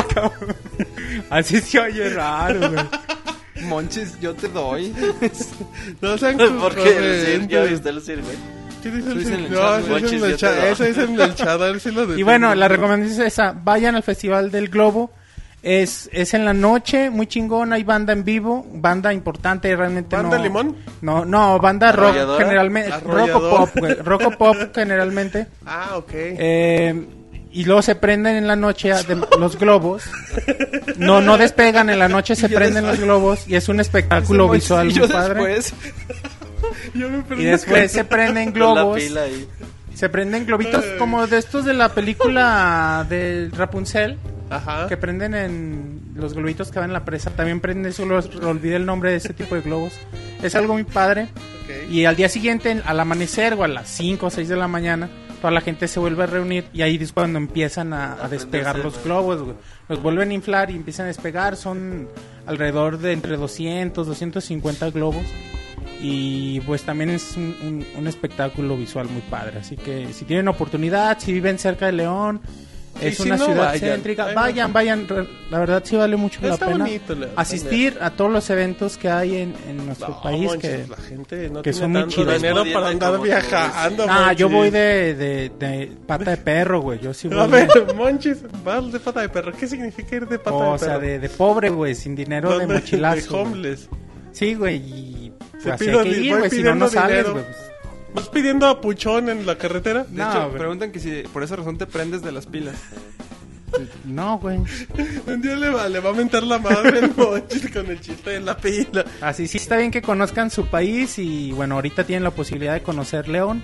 Así se oye raro, güey. Monchis, yo te doy. No sean Porque el Sir, ya corrientes. viste el Sir, güey. ¿Qué dice Eso el dice Sir? en el No, chat, eso ¿no? dice en el Monchis, yo chat. te doy. Eso dice en el chat. A ver si lo Y detengo. bueno, la recomendación es esa. Vayan al Festival del Globo. Es, es en la noche, muy chingón. Hay banda en vivo. Banda importante, realmente ¿Banda no... Limón? No, no, banda rock ¿Arrolladora? generalmente. Rock o ¿Arrolladora? pop, güey. Rock o pop generalmente. Ah, ok. Eh, y luego se prenden en la noche de- los globos. No, no despegan, en la noche se prenden los globos y es un espectáculo visual muy padre. Después, Yo me perdí Y después se prenden Con la globos. pila ahí. Se prenden globitos como de estos de la película de Rapunzel. Ajá. Que prenden en los globitos que van en la presa. También prenden eso, lo- olvidé el nombre de ese tipo de globos. Es algo muy padre. Ok. Y al día siguiente, al amanecer o a las cinco o seis de la mañana, toda la gente se vuelve a reunir y ahí es cuando empiezan a, a despegar los globos, güey. Los vuelven a inflar y empiezan a despegar. Son alrededor de entre doscientos, doscientos cincuenta globos. Y pues también es un, un- un espectáculo visual muy padre. Así que si tienen oportunidad, si viven cerca de León, Sí, es si una no, ciudad vayan. céntrica, Ay, vayan, vayan. re- La verdad sí vale mucho la Está pena bonito, León, asistir a todos los eventos que hay en, en nuestro No, país. Monchis, que la gente no que tiene son muy tanto chidos. dinero Es para pudiente andar como tú, viajando. Ah, yo Monchis. voy de, de, de pata de perro, güey. Yo sí voy A de- ver, Monchis, vas de pata de perro. ¿Qué significa ir de pata o de sea, perro? de, de pobre, güey, sin dinero de ¿Dónde? mochilazo. De güey. homeless. Sí, güey, y Se pues, así pido hay que di- ir, voy güey, si no, pidiendo no sales, dinero. güey. pues. ¿Vas pidiendo a Puchón en la carretera? de No, hecho, güey. preguntan que si por esa razón te prendes de las pilas. No, güey. Un día le va, le va a mentar la madre el Monchis con el chiste de la pila. Así sí está bien que conozcan su país y bueno, ahorita tienen la posibilidad de conocer León.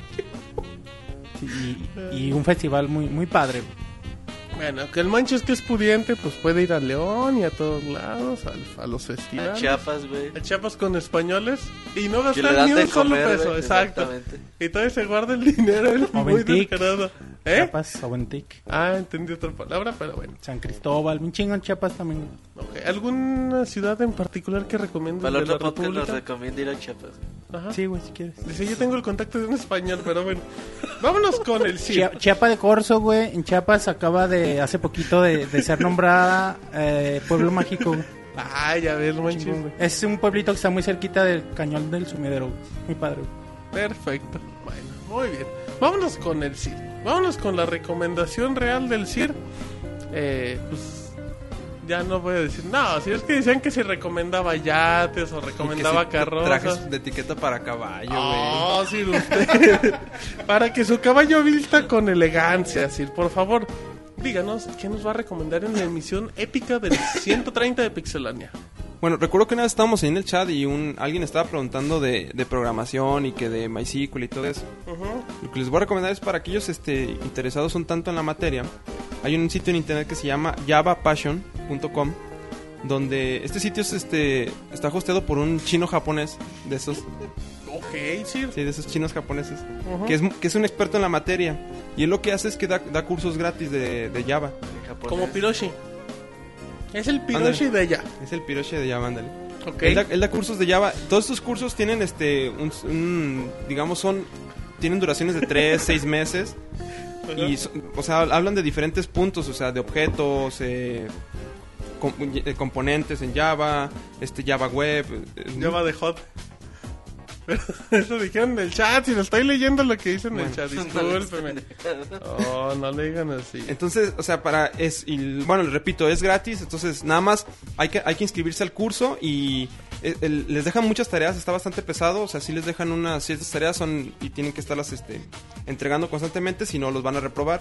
Sí, y, y un festival muy muy padre. Bueno, que el Monchis que es pudiente, pues puede ir a León y a todos lados, a, a los A festivales. Chiapas, güey. A Chiapas con españoles y no Que le gastar dan ni de un solo comer, peso, güey, exacto. exactamente. Y todavía se guarda el dinero, el O muy Ventic. descarado. ¿Eh? Chiapas, Aguantic, Ah, entendí otra palabra, pero bueno. San Cristóbal, un chingo en Chiapas también. Ok, ¿alguna ciudad en particular que recomiendes Para el de la otro podcast nos República? recomienda ir a Chiapas. Ajá. Sí, güey, si quieres. Dice, yo tengo el contacto de un español, pero bueno. Vámonos con el sí. Chia- Chiapa de Corzo, güey, en Chiapas acaba de, hace poquito de, de ser nombrada eh, Pueblo Mágico, güey. Ay, a ver, Monchis. Chingón, güey. Es un pueblito que está muy cerquita del Cañón del Sumidero, güey. Muy padre, güey. Perfecto. Bueno, muy bien. Vámonos con el C I R. Vámonos con la recomendación real del C I R. Eh, pues ya no voy a decir. No, si es que decían que se recomendaba yates o recomendaba carrozas. Trajes de etiqueta para caballo, güey. Oh, Sir, usted. Para que su caballo vista con elegancia, Sir. Por favor, díganos qué nos va a recomendar en la emisión épica del ciento treinta de Pixelania. Bueno, recuerdo que una vez estábamos ahí en el chat y un alguien estaba preguntando de, de programación y que de MySQL y todo eso. Ujú. Lo que les voy a recomendar es para aquellos este, interesados un tanto en la materia. Hay un sitio en internet que se llama java passion punto com, donde este sitio es, este, está hosteado por un chino japonés de esos, Ok, Sir. sí, de esos chinos japoneses, Ujú. que, es, que es un experto en la materia. Y él lo que hace es que da, da cursos gratis de, de Java. En japonés. Como Piroshi. Es el Piroshi de ella. Es el piroche de Java, ándale. Ok. Él da, él da cursos de Java. Todos estos cursos tienen, este, un, un- digamos, son, tienen duraciones de tres, seis meses. Y, so- o sea, hablan de diferentes puntos, o sea, de objetos, eh, com- eh, componentes en Java, este Java Web. eh, Java de hot. Pero eso dijeron en el chat. Si lo estoy leyendo lo que dice en el Bueno. chat, discúlpeme. Oh, no le digan así. Entonces, o sea, para es y, bueno, les repito, es gratis, entonces nada más hay que hay que inscribirse al curso y eh, el- les dejan muchas tareas, está bastante pesado, o sea, sí les dejan unas ciertas tareas son y tienen que estarlas este entregando constantemente, si no los van a reprobar.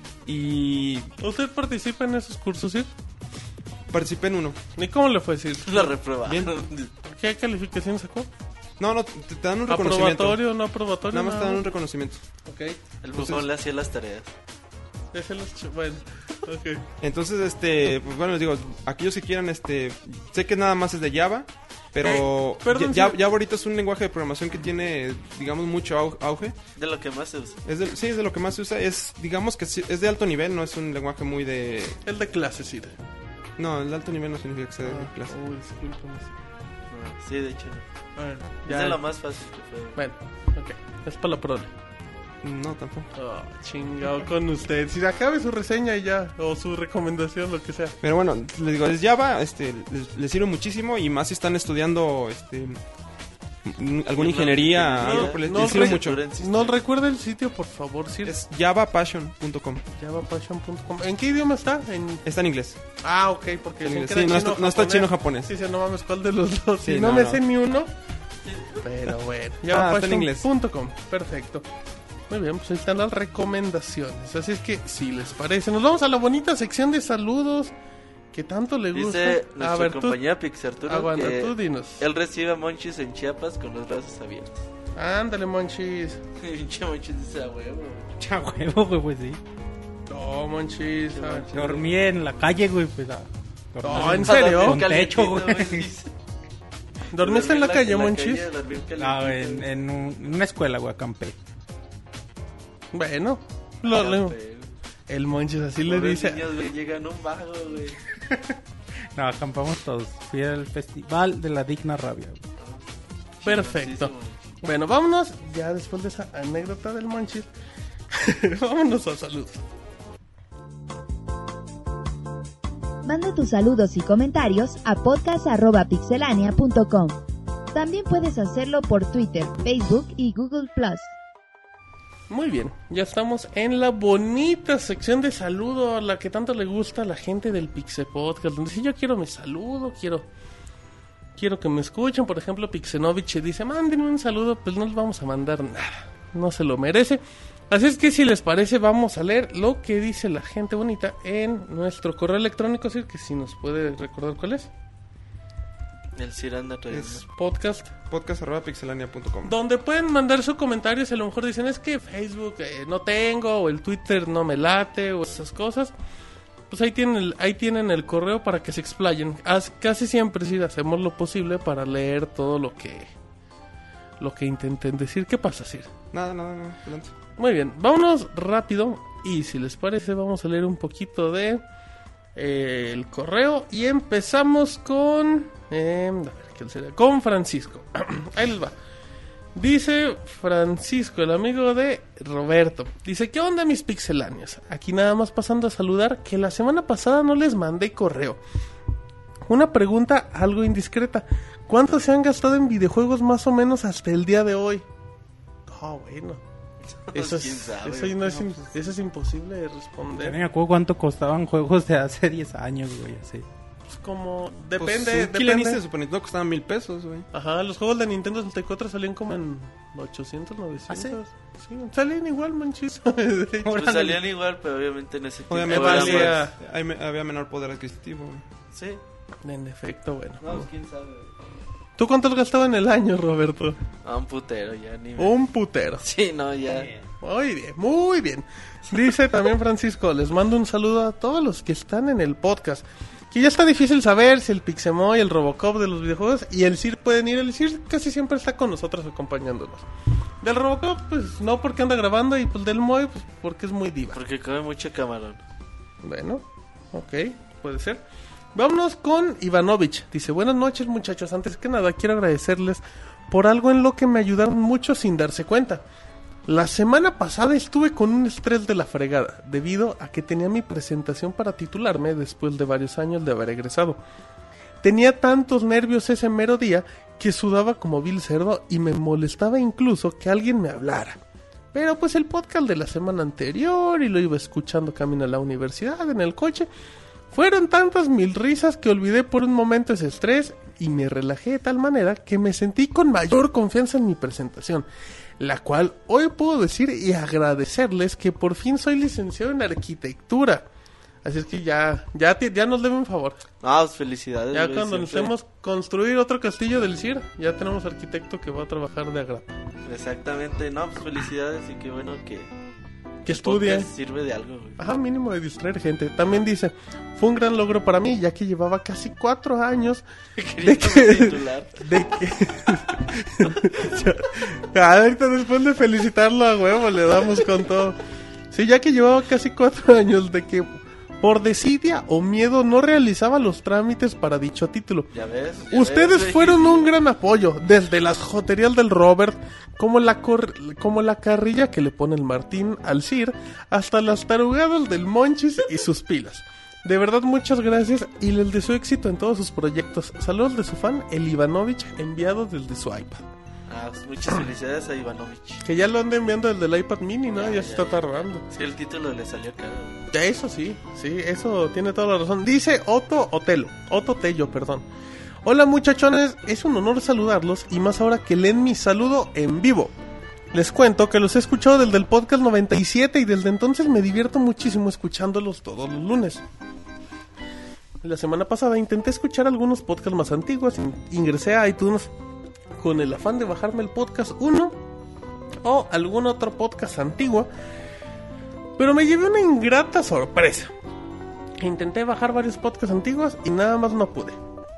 Y ¿Usted participa en esos cursos, sí? participé en uno. ¿Y cómo le fue, Sir? La reprueba. Bien. ¿Qué calificación sacó? No, no, te, te dan un reconocimiento. ¿Aprobatorio, no aprobatorio? Nada más te dan nada un reconocimiento. Ok. El bufón le hacía las tareas. Ese los ch- bueno, ok. Entonces, este, pues bueno, les digo, aquellos que quieran, este, sé que nada más es de Java, pero Eh, perdón, ya, sí. Java ahorita es un lenguaje de programación que tiene, digamos, mucho au- auge. De lo que más se usa. Es de, sí, es de lo que más se usa. Es, digamos que sí, es de alto nivel, no es un lenguaje muy de... El de clase, sí. No, el de alto nivel no significa que sea de Ah, clase. uy, discúlpame. No, sí, de hecho. Bueno, Es ya. de lo más fácil que fue. Bueno, ok. Es para la prole. No, tampoco. Oh, chingado con usted. Si acabe su reseña y ya, o su recomendación, lo que sea. Pero bueno, les digo, es Java, este, les, les sirve muchísimo y más si están estudiando, este, m- alguna ingeniería, No, algo, pues les, no, les sirve re- mucho. No recuerda el sitio, por favor, Sir. Es java passion punto com. java passion punto com. ¿En qué idioma está? En... Está en inglés. Ah, ok, porque En decían inglés. que Sí, era no chino, está, no está japonés. chino japonés. Sí, sí, no mames, ¿cuál de los dos? Sí, Si no, no, me no. sé ni uno. Pero bueno, Ah, está en inglés. java passion punto com. Perfecto. Muy bien, pues ahí están las recomendaciones. Así es que, si les parece, nos vamos a la bonita sección de saludos que tanto le gusta. Dice A nuestra ver, tú, compañía Pixarturo aguanta, que tú dinos. él recibe a Monchis en Chiapas con los brazos abiertos. Ándale, Monchis. Pinche Monchis dice a huevo. Ya huevo, güey, pues sí. No, Monchis. ah, Dormí en la calle, güey, pues. a- No, dormí ¿en serio? Con techo, güey. Dice. ¿Dormiste en la calle, Monchis? calle, dormí en No, calientito. en, en, un- en una escuela, güey, acampé. Bueno, lo, le- Campe, el Monchis así le pobres dice. niños, güey, llegan un vago, güey. No, acampamos todos. Fui al festival de la digna rabia, güey. Perfecto. Chingoncísimo. Bueno, vámonos. Ya después de esa anécdota del Monchis, vámonos a salud. Manda tus saludos y comentarios a podcast arroba pixelania punto com. También puedes hacerlo por Twitter, Facebook y Google plus. Muy bien, ya estamos en la bonita sección de saludo a la que tanto le gusta a la gente del Pixel Podcast, donde si yo quiero mi saludo, quiero quiero que me escuchen. Por ejemplo, Pixenovich dice, mándenme un saludo, pues no les vamos a mandar nada, no se lo merece. Así es que si les parece, vamos a leer lo que dice la gente bonita en nuestro correo electrónico, así que si nos puede recordar cuál es. El Cir anda trayendo. Es Podcast, podcast arroba pixelania punto com. donde pueden mandar sus comentarios. A lo mejor dicen, es que Facebook eh, no tengo, o el Twitter no me late, o esas cosas. Pues ahí tienen el, ahí tienen el correo para que se explayen. Haz- casi siempre sí hacemos lo posible para leer todo lo que lo que intenten decir. ¿Qué pasa, Sir? Nada, nada, nada. Adelante. Muy bien, vámonos rápido. Y si les parece, vamos a leer un poquito de eh, el correo. Y empezamos con eh, a ver, ¿quién sería? Con Francisco. Ahí les va. Dice Francisco, el amigo de Roberto. Dice, ¿qué onda mis pixeláneos? Aquí nada más pasando a saludar, que la semana pasada no les mandé correo. Una pregunta algo indiscreta. ¿Cuánto se han gastado en videojuegos más o menos hasta el día de hoy? Oh, bueno. Eso ¿Quién es, sabe? eso no es, im- eso es imposible de Ya responder. ni me acuerdo cuánto costaban juegos de hace diez años, güey, así. Es como... Pues, Depende, un Killer Instinct depende. de Super Nintendo costaban mil pesos, güey. Ajá, los juegos de Nintendo sesenta y cuatro salían como en ochocientos, novecientos. Sí, salían igual, manchis. De hecho. Pues salían igual, pero obviamente en ese tiempo Obviamente Me era valía- más- hay me- había menor poder adquisitivo, güey. Sí, En efecto, bueno. no, pues, quién sabe. ¿Tú cuánto has gastado en el año, Roberto? A un putero, ya ni me... Un putero. Sí, no, ya. Muy bien, muy bien. Dice también Francisco, les mando un saludo a todos los que están en el podcast. Que ya está difícil saber si el Pixemoy, el Robocop de los videojuegos y el Sir pueden ir. El Sir casi siempre está con nosotros acompañándonos. Del Robocop, pues no porque anda grabando, y pues del Moy, pues porque es muy diva. Porque come mucho camarón. Bueno, ok, puede ser. Vámonos con Ivanovich. Dice, buenas noches muchachos. Antes que nada quiero agradecerles por algo en lo que me ayudaron mucho sin darse cuenta. La semana pasada estuve con un estrés de la fregada, debido a que tenía mi presentación para titularme después de varios años de haber egresado. Tenía tantos nervios ese mero día que sudaba como vil cerdo y me molestaba incluso que alguien me hablara. Pero pues el podcast de la semana anterior y lo iba escuchando camino a la universidad en el coche. Fueron tantas mil risas que olvidé por un momento ese estrés y me relajé de tal manera que me sentí con mayor confianza en mi presentación, la cual hoy puedo decir y agradecerles que por fin soy licenciado en arquitectura. Así es que ya, ya, ya nos debe un favor. No, pues felicidades. Ya güey, cuando siempre. necesitemos construir otro castillo del C I R, ya tenemos arquitecto que va a trabajar de agrado. Exactamente, no, pues felicidades y qué bueno que... Que estudie. podcast sirve de algo, güey. Ajá, mínimo de distraer gente. También dice, fue un gran logro para mí, ya que llevaba casi cuatro años de que... titular. De que... Ahorita después de felicitarlo a huevo, le damos con todo. Sí, ya que llevaba casi cuatro años de que por desidia o miedo no realizaba los trámites para dicho título. Ya ves. Ya Ustedes ves, fueron güey. un gran apoyo, desde las joterías del Robert, como la cor- como la carrilla que le pone el Martín al C I R, hasta las tarugadas del Monchis y sus pilas. De verdad, muchas gracias y les deseo éxito en todos sus proyectos. Saludos de su fan, el Ivanovich, enviado desde su iPad. Ah, pues muchas felicidades a Ivanovich. Que ya lo anda enviando desde el iPad mini, ¿no? Ya, Ya, ya, se está ya. tardando. Sí, el título le salió caro. güey. Ya, eso sí, sí, eso tiene toda la razón. Dice Otto Otelo, Otto Tello, perdón. Hola muchachones, es un honor saludarlos y más ahora que leen mi saludo en vivo. Les cuento que los he escuchado desde el podcast noventa y siete y desde entonces me divierto muchísimo escuchándolos todos los lunes. La semana pasada intenté escuchar algunos podcasts más antiguos, in- ingresé a iTunes con el afán de bajarme el podcast uno o algún otro podcast antiguo, pero me llevé una ingrata sorpresa. Intenté bajar varios podcasts antiguos y nada más no pude.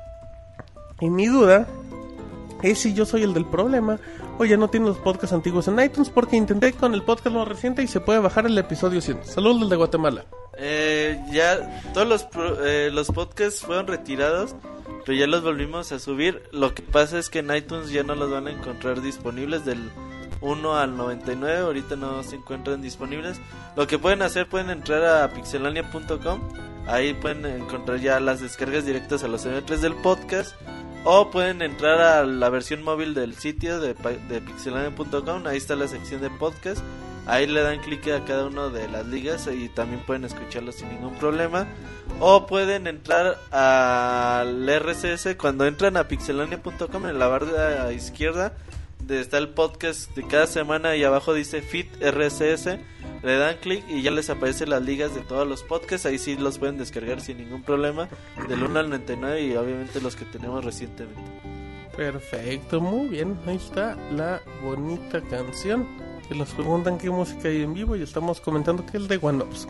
Y mi duda es si yo soy el del problema o ya no tiene los podcasts antiguos en iTunes, porque intenté con el podcast más reciente y se puede bajar el episodio cien. Saludos desde Guatemala. Eh, ya todos los, pro- eh, los podcasts fueron retirados, pero ya los volvimos a subir. Lo que pasa es que en iTunes ya no los van a encontrar disponibles del uno al noventa y nueve. Ahorita no se encuentran disponibles. Lo que pueden hacer, pueden entrar a pixelania punto com. Ahí pueden encontrar ya las descargas directas a los eme pe tres del podcast. O pueden entrar a la versión móvil del sitio de, pa- de pixelania punto com. Ahí está la sección de podcast. Ahí le dan clic a cada una de las ligas y también pueden escucharlo sin ningún problema. O pueden entrar al erre ese ese. Cuando entran a pixelania punto com, en la barra izquierda de- está el podcast de cada semana y abajo dice Feed erre ese ese. Le dan clic y ya les aparecen las ligas de todos los podcasts. Ahí sí los pueden descargar sin ningún problema, del uno al noventa y nueve, y obviamente los que tenemos recientemente. Perfecto, muy bien. Ahí está la bonita canción. Que nos preguntan qué música hay en vivo y estamos comentando que es de One Ups.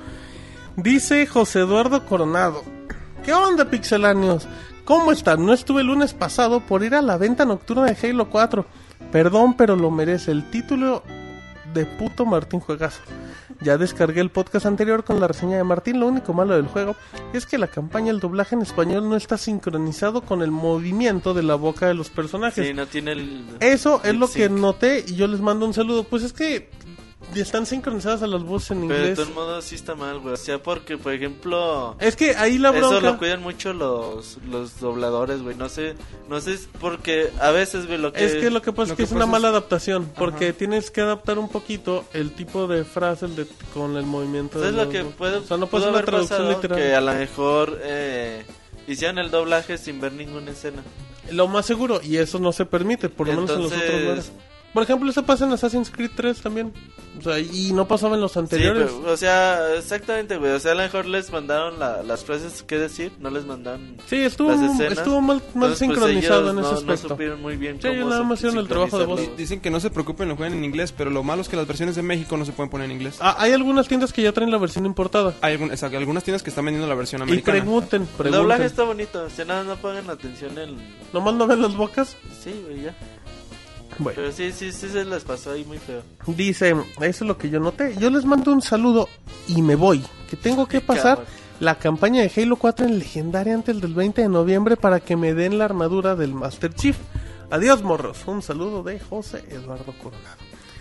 Dice José Eduardo Coronado: ¿qué onda, pixeláneos? ¿Cómo están? No estuve el lunes pasado por ir a la venta nocturna de Halo cuatro. Perdón, pero lo merece. El título de puto Martín Juegazo. Ya descargué el podcast anterior con la reseña de Martín. Lo único malo del juego es que la campaña, el doblaje en español no está sincronizado con el movimiento de la boca de los personajes. Sí, no tiene el... Eso es lo lip que sync. noté y yo les mando un saludo. Pues es que están sincronizadas a las voces en Pero de inglés. todos modos sí está mal, güey. O sea, porque, por ejemplo... Es que ahí la Eso bronca... lo cuidan mucho los, los dobladores, güey. No sé, no sé, es porque a veces, güey, lo que... Es que lo que pasa lo es que que es una pasa mala es- adaptación, porque Ajá. tienes que adaptar un poquito el tipo de frases de, con el movimiento. ¿Sabes de lo que los- puede, O sea, no pudo puede ser una haber traducción pasado? literal. Que a lo mejor eh, hicieron el doblaje sin ver ninguna escena. Lo más seguro, y eso no se permite, por lo menos en los Entonces- otros lugares. Por ejemplo, eso pasa en Assassin's Creed tres también. O sea, y no pasaba en los Sí, anteriores. pero, o sea, exactamente, güey. O sea, a lo mejor les mandaron la- las frases que decir, no les mandaron Sí, estuvo, las escenas. estuvo mal, mal Entonces, pues, sincronizado ellos en no, ese no aspecto. supieron muy bien Sí, cómo nada más sin- hicieron el trabajo de voz. sincronizarlo. Dicen que no se preocupen, lo juegan en inglés, pero lo malo es que las versiones de México no se pueden poner en inglés. Ah, hay algunas tiendas que ya traen la versión importada. Hay algún- exacto, algunas tiendas que están vendiendo la versión Y americana. pregunten, El pregunten. doblaje está bonito, o sea, nada, no pongan atención en... ¿Nomás no ven las bocas? Sí, güey, ya. Bueno. Pero sí, sí, sí se les pasó ahí muy feo. Dice, eso es lo que yo noté. Yo les mando un saludo y me voy. Que tengo que pasar Cabrón. la campaña de Halo cuatro en legendaria antes del veinte de noviembre para que me den la armadura del Master Chief. Adiós, morros. Un saludo de José Eduardo Coronado.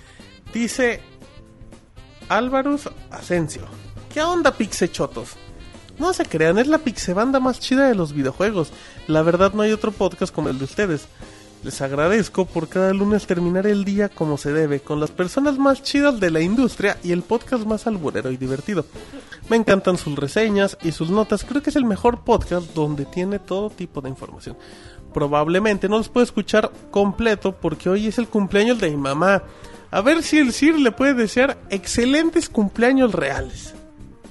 Dice Álvarez Asensio: ¿qué onda, pixechotos? No se crean, es la pixebanda más chida de los videojuegos. La verdad, no hay otro podcast como el de ustedes. Les agradezco por cada lunes terminar el día como se debe, con las personas más chidas de la industria y el podcast más alburero y divertido. Me encantan sus reseñas y sus notas. Creo que es el mejor podcast donde tiene todo tipo de información. Probablemente no los puedo escuchar completo porque hoy es el cumpleaños de mi mamá. A ver si el Sir le puede desear excelentes cumpleaños reales.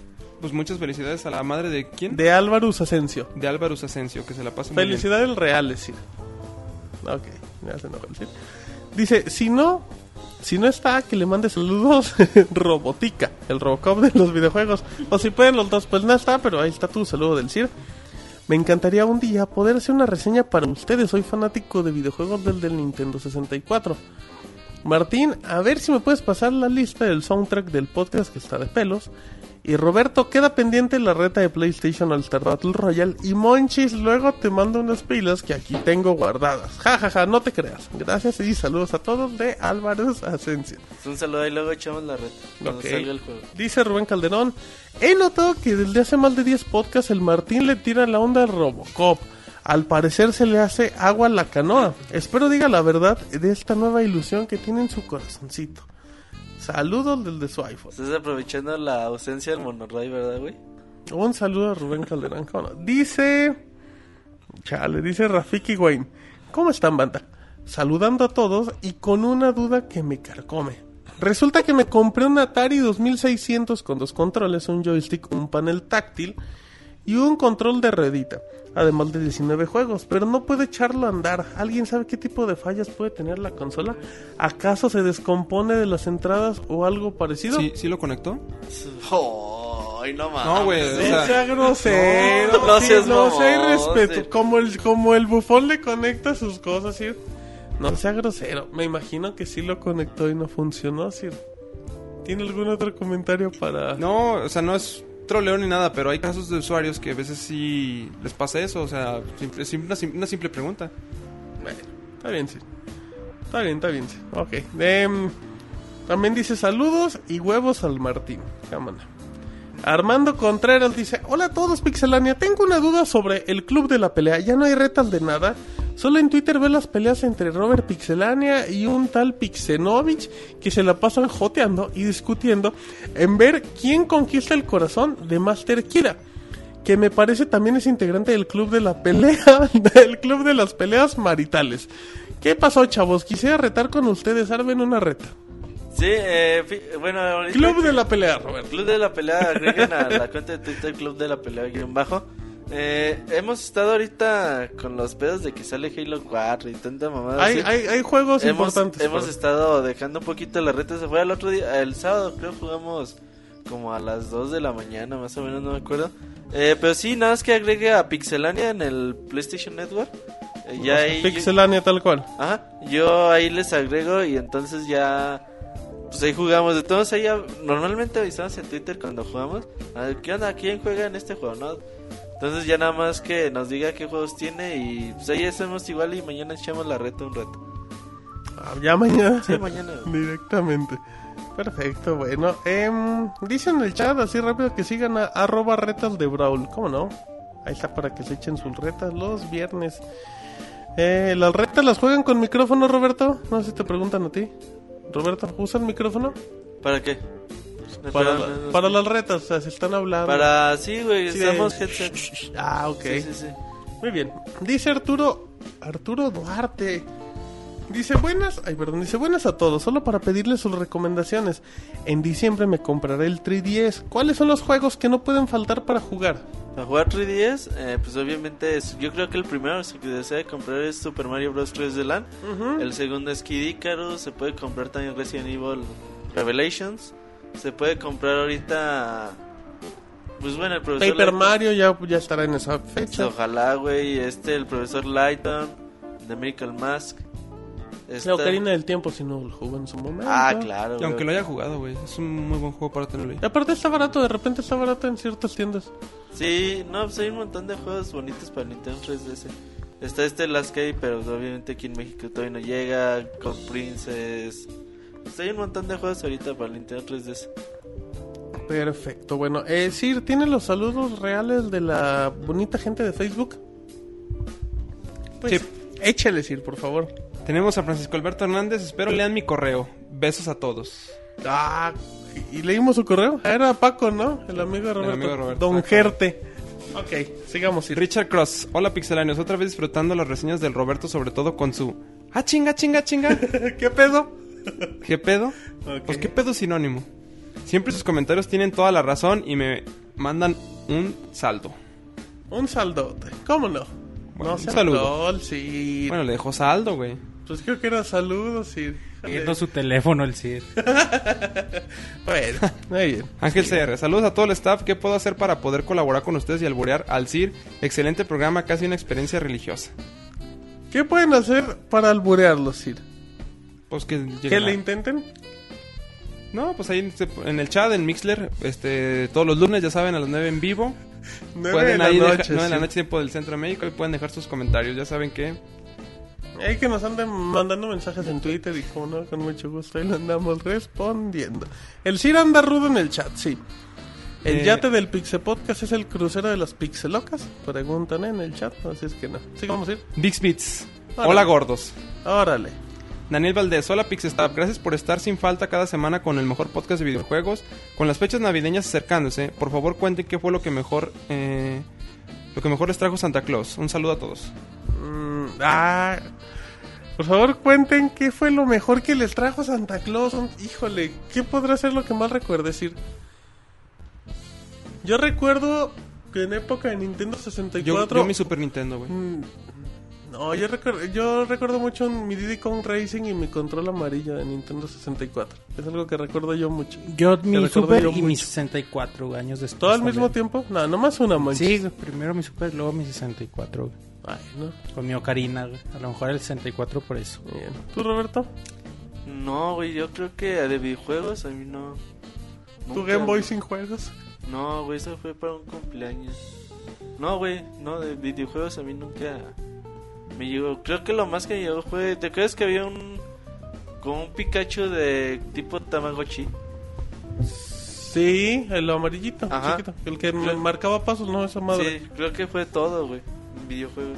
pues muchas felicidades a la madre de ¿quién? De Álvaro Asensio. De Álvaro Asensio, que se la pase muy bien. Felicidades reales, sí. Ok, ya se enojó el Sir. Dice, si no, si no está, que le mande saludos Robotica, el Robocop de los videojuegos. O si pueden los dos, pues no está, pero ahí está tu saludo del Sir. Me encantaría un día poder hacer una reseña para ustedes. Soy fanático de videojuegos del, del Nintendo sesenta y cuatro. Martín, a ver si me puedes pasar la lista del soundtrack del podcast que está de pelos. Y Roberto, queda pendiente la reta de PlayStation All Star Battle Royale. Y Monchis, luego te mando unas pilas que aquí tengo guardadas. Ja, ja, ja, no te creas. Gracias y saludos a todos de Álvaro Asensio. Un saludo y luego echamos la reta cuando Okay. salga el juego. Dice Rubén Calderón, he notado que desde hace más de diez podcasts el Martín le tira la onda al Robocop. Al parecer se le hace agua a la canoa. Espero diga la verdad de esta nueva ilusión que tiene en su corazoncito. Saludos desde su iPhone. Estás aprovechando la ausencia del monorray, ¿verdad, güey? Un saludo a Rubén Calderón. ¿Cómo no? Dice... Chale, dice Rafiki Wayne. ¿Cómo están, banda? Saludando a todos y con una duda que me carcome. Resulta que me compré un Atari dos mil seiscientos con dos controles, un joystick, un panel táctil y un control de ruedita, además de diecinueve juegos, pero no puedo echarlo a andar. ¿Alguien sabe qué tipo de fallas puede tener la consola? ¿Acaso se descompone de las entradas o algo parecido? ¿Sí, sí lo conectó? Ay, no mames. No, güey, o No sea, sea grosero, no, no sí, seas no mamón, sea irrespeto, sí. como el, como el bufón le conecta sus cosas, ¿sí? No sea grosero, me imagino que sí lo conectó y no funcionó, ¿sí? ¿Tiene algún otro comentario para...? no, o sea, no es troleo ni nada, pero hay casos de usuarios que a veces sí les pasa eso, o sea, simple, es una, sim- una simple pregunta. Bueno, está bien, sí. Está bien, está bien, sí. Ok. Em, también dice saludos y huevos al Martín. Cámara. Armando Contreras dice, hola a todos, Pixelania, tengo una duda sobre el club de la pelea. Ya no hay retas de nada. Solo en Twitter veo las peleas entre Robert Pixelania y un tal Pixenovich que se la pasan joteando y discutiendo en ver quién conquista el corazón de Master Kira, que me parece también es integrante del club de la pelea, del club de las peleas maritales. ¿Qué pasó, chavos? Quisiera retar con ustedes, armen una reta. Sí, eh, fi- bueno, ahorita Club que- de la pelea, Robert. Club de la pelea, agreguen a la cuenta de Twitter Club de la pelea guión bajo. Eh, hemos estado ahorita con los pedos de que sale Halo cuatro y tanta mamada. Hay, así. hay, hay juegos hemos, importantes. hemos por- estado dejando un poquito las retas afuera. El otro día, el sábado creo jugamos como a las dos de la mañana, más o menos, no me acuerdo. Eh, pero sí, nada más que agregue a Pixelania en el PlayStation Network. Eh, ya ahí, Pixelania tal cual. Ajá, yo ahí les agrego y entonces ya, pues ahí jugamos. De todos ahí, ya- normalmente avisamos en Twitter cuando jugamos. A ver, ¿qué onda? ¿Quién juega en este juego? ¿No? Entonces ya nada más que nos diga qué juegos tiene y pues ahí hacemos igual y mañana echamos la reta un rato. Ah, ya mañana. Sí, mañana. Directamente. Perfecto, bueno. em, dicen en el chat así rápido que sigan a arroba retas de Brawl. ¿Cómo no? Ahí está para que se echen sus retas los viernes. Eh, ¿Las retas las juegan con micrófono, Roberto? No sé si te preguntan a ti. Roberto, ¿usan micrófono? ¿Para qué? Para, Para- la- para las retas, o sea, se están hablando. Para, sí, güey, Sí, de- usamos headset. Ah, ok. Sí, sí, sí. Muy bien. Dice Arturo Arturo Duarte. Dice buenas, ay perdón, dice buenas a todos, solo para pedirles sus recomendaciones. En diciembre me compraré el tres D S. ¿Cuáles son los juegos que no pueden faltar para jugar? Para jugar tres D S, eh, pues obviamente es, yo creo que el primero que desea comprar es Super Mario Bros. tres de LAN. Ujú. El segundo es Kid Icarus. Se puede comprar también Resident Evil Revelations. Se puede comprar ahorita, pues bueno, el profesor Paper Layton. Mario ya, ya estará en esa fecha. Ojalá, güey. Este, el profesor Lighton, The Miracle Mask. Este- La Ocarina del Tiempo si no lo jugó en su momento. Ah, claro, Y güey. aunque lo haya jugado, güey, es un muy buen juego para tenerlo ahí. Y aparte está barato, de repente está barato en ciertas tiendas. Sí, no, pues hay un montón de juegos bonitos para Nintendo tres D S. Está este Last Gate, pero obviamente aquí en México todavía no llega. Con Princess. Pues hay un montón de juegos ahorita para Nintendo tres D S. Perfecto, bueno, eh, Sir, ¿tiene los saludos reales de la bonita gente de Facebook? Pues, Sí. échale, Sir, por favor. Tenemos a Francisco Alberto Hernández, espero lean mi correo. Besos a todos. Ah, ¿y leímos su correo? Era Paco, ¿no? El amigo de Roberto. amigo de Roberto, Don exacto. Gerte. Ok, sigamos, Sir. Richard Cross, hola pixelanios, otra vez disfrutando las reseñas del Roberto, sobre todo con su... Ah, chinga, chinga, chinga. ¿Qué pedo? ¿Qué pedo? Ok. Pues qué pedo sinónimo. Siempre sus comentarios tienen toda la razón y me mandan un saldo. Un saldote. ¿Cómo no? Bueno, no un sean saludo. troll, sí. Bueno, le dejó saldo, güey. Pues creo que era saludos, sí. Viendo su teléfono el Sir. Bueno, muy bien. Ángel C R, saludos a todo el staff. ¿Qué puedo hacer para poder colaborar con ustedes y alburear al Sir? Excelente programa, casi una experiencia religiosa. ¿Qué pueden hacer para alburearlos, Sir? Pues que lleguen ¿Que a- le intenten? No, pues ahí en el chat, en Mixler, este, todos los lunes, ya saben, a las nueve en vivo. Nueve Pueden de la ahí deja- noche, nueve de la sí. noche, tiempo del Centro de México, y pueden dejar sus comentarios. Ya saben que Hay que nos anden mandando mensajes en Twitter y como no, con mucho gusto ahí lo andamos respondiendo. El Sir anda rudo en el chat, sí. El Eh, yate del Pixel Podcast es el crucero de las pixelocas. Preguntan en el chat, así es que no. Sí, vamos a ir. Bix Beats. Órale. Hola gordos. Órale. Daniel Valdés, hola Pixestaff, gracias por estar sin falta cada semana con el mejor podcast de videojuegos. Con las fechas navideñas acercándose, por favor cuenten qué fue lo que mejor eh, lo que mejor les trajo Santa Claus. Un saludo a todos. Mm, ah, por favor cuenten qué fue lo mejor que les trajo Santa Claus. Un- Híjole, ¿qué podrá ser lo que más recuerde decir? Yo recuerdo que en época de Nintendo sesenta y Yo, cuatro... yo mi Super Nintendo, güey. Mm, No, yo recuerdo, yo recuerdo mucho mi Diddy Kong Racing y mi control amarillo de Nintendo sesenta y cuatro. Es algo que recuerdo yo mucho. Yo Que mi recuerdo Super yo y mi mucho. sesenta y cuatro años después. ¿Todo al también. mismo tiempo? No, nomás una mancha. Sí, güey, primero mi Super, luego mi sesenta y cuatro. güey. Ay, no. Con mi Ocarina, güey. A lo mejor el sesenta y cuatro por eso. Bien. ¿Tú, Roberto? No, güey, yo creo que de videojuegos a mí no. ¿Tu nunca, Game Boy güey. sin juegos? No, güey, eso fue para un cumpleaños. No, güey, no, de videojuegos a mí nunca me llegó. Creo que lo más que me llegó fue. ¿Te acuerdas que había un. Como un Pikachu de tipo Tamagotchi? Sí, el amarillito, Ajá. chiquito. El que me Creo- marcaba pasos, no, esa madre. Sí, creo que fue todo, güey. En videojuegos.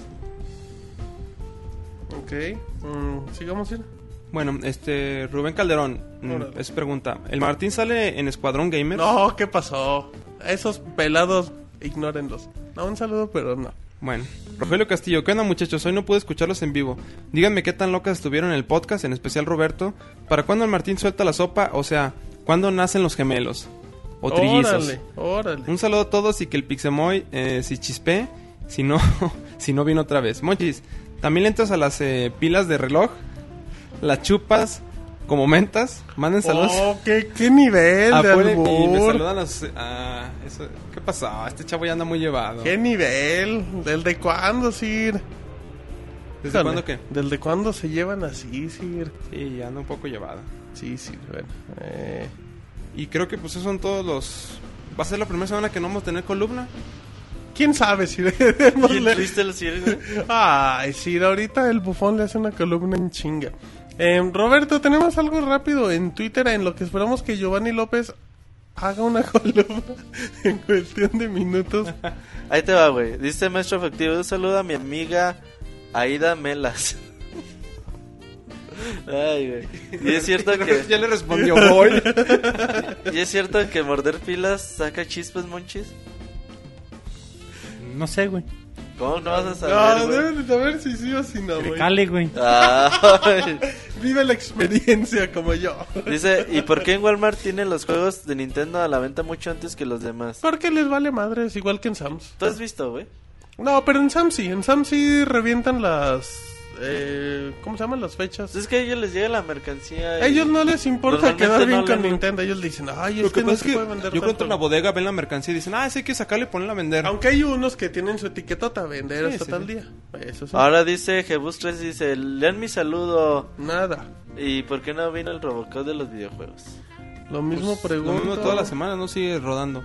Ok. Mm, sigamos, ir. Bueno, este Rubén Calderón, mm, Órale. es pregunta. ¿El Martín sale en Escuadrón Gamer? No, ¿qué pasó? Esos pelados, ignórenlos. No, un saludo, pero no. Bueno, Rogelio Castillo, ¿qué onda muchachos? Hoy no pude escucharlos en vivo. Díganme qué tan locas estuvieron en el podcast, en especial Roberto. ¿Para cuándo el Martín suelta la sopa? O sea, ¿cuándo nacen los gemelos? O trillizos. Órale, órale. Un saludo a todos y que el Pixemoy eh, si chispé, si no, si no viene otra vez. Monchis, ¿también le entras a las eh, pilas de reloj? ¿Las chupas como mentas? Manden saludos. Oh, qué, qué nivel a de Pole y me albur. saludan los... ah, eso- ¿Qué pasó? Este chavo ya anda muy llevado. ¿Qué nivel? ¿Del de cuándo, Sir? ¿Desde Híjole, cuándo qué? ¿Del de cuándo se llevan así, Sir? Sí, ya anda un poco llevado. Sí, sí, bueno. Eh, Y creo que pues esos son todos los... ¿Va a ser la primera semana que no vamos a tener columna? ¿Quién sabe, Sir? Bien triste el Sir, güey. Ay, Sir, ahorita el bufón le hace una columna en chinga. Eh, Roberto, tenemos algo rápido en Twitter en lo que esperamos que Giovanni López haga una columna en cuestión de minutos. Ahí te va, güey. Dice Maestro Efectivo, un saludo a mi amiga Aida Melas. Ay, güey. Y es cierto que... ya le respondió voy. ¿Y es cierto que morder pilas saca chispas, Monchis? No sé, güey. ¿Cómo no vas a No, saber, güey? deben de saber si sí o si no, Que güey. cale, güey. Ay. Vive la experiencia como yo. Dice, ¿y por qué en Walmart tienen los juegos de Nintendo a la venta mucho antes que los demás? Porque les vale madres, igual que en Sam's. ¿Tú has visto, güey? No, pero en Sam's sí. En Sam's sí revientan las... Eh, ¿Cómo se llaman las fechas? Pues es que a ellos les llega la mercancía. A y- ellos no les importa Normalmente quedar bien no con le- Nintendo. Ellos dicen, ay, Lo es que que no pasa se es que puede vender yo tanto. entro a una bodega, ven la mercancía y dicen, ah, ese hay que sacarle y ponerla a vender. Aunque hay unos que tienen su etiquetota a vender Sí, hasta sí, tal sí. día. Eso sí. Ahora dice Jebus tres, dice, lean mi saludo. Nada. ¿Y por qué no vino el Robocop de los videojuegos? Lo mismo Pues, pregunto. Lo mismo toda la semana, no sigue rodando.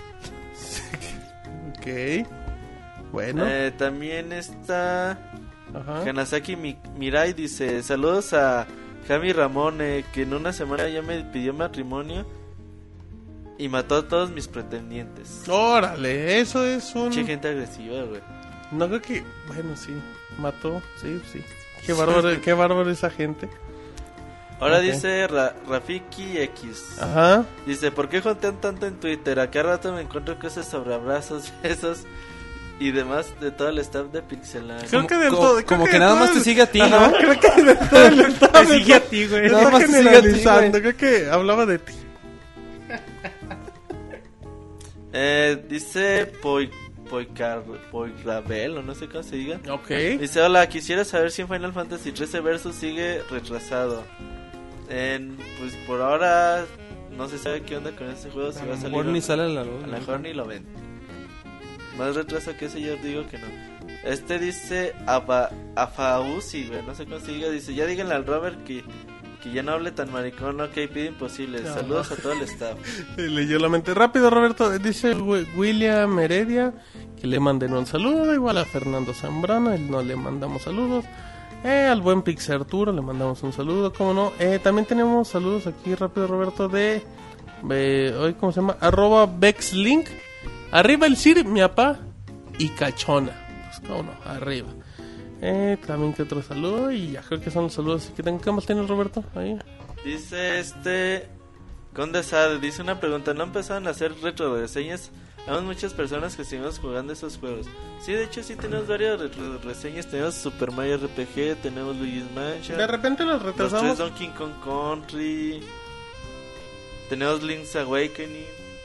Ok. Bueno. Eh, también está Ajá. Hanasaki Mi- Mirai, dice, saludos a Javi Ramón, eh, que en una semana ya me pidió matrimonio y mató a todos mis pretendientes. Órale, eso es un... Che, gente agresiva, güey. No creo que... Bueno, sí. Mató. Sí, sí. Qué bárbaro, qué bárbaro esa gente. Ahora Ok. dice Ra- Rafiki X. Ajá. Dice, ¿por qué jotean tanto en Twitter? A cada rato me encuentro cosas sobre abrazos, besos y demás de todo el staff de Pixelania. Creo que del como- todo... creo como que de nada todo más el- te sigue a ti, Ajá, ¿no? creo que de todo el staff Te sigue a ti, güey. Está Nada más te sigue a ti, generalizando. güey. Creo que hablaba de ti. Eh, dice Poi, Poicar, Poirabel, o no sé cómo se diga. Ok. Dice, hola, quisiera saber si en Final Fantasy trece Versus sigue retrasado. En, pues por ahora no se sabe qué onda con este juego, si A va a lo salir. mejor o ni no. sale a la luz. A lo mejor ni lo ven. Más retraso que ese yo digo que no. Este dice Afa, Afausi, güey, no sé cómo se diga. Dice, ya díganle al Robert que, que ya no hable tan maricón, ok, pide imposible. No. Saludos a todo el staff. Leyó la mente rápido, Roberto. Dice Wi- William Heredia que le manden un saludo. Igual a Fernando Zambrano, él no le mandamos saludos. Eh, al buen Pix Arturo le mandamos un saludo, cómo no. Eh, también tenemos saludos aquí rápido, Roberto, de, de hoy, ¿cómo se llama? Arroba Bexlink. Arriba el Sir, mi papá y Cachona. Pues cómo no, arriba. Eh, también que otro saludo y ya creo que son los saludos. Así que tengo, ¿qué más tiene Roberto? Ahí. Dice este Conde Sade, dice una pregunta, ¿no empezaron a hacer retro reseñas? Hay muchas personas que seguimos jugando esos juegos. Sí, de hecho sí tenemos varias retro reseñas. Tenemos Super Mario R P G, tenemos Luigi's Mansion, De repente los los tres retrasamos. Donkey Kong Country, tenemos Link's Awakening.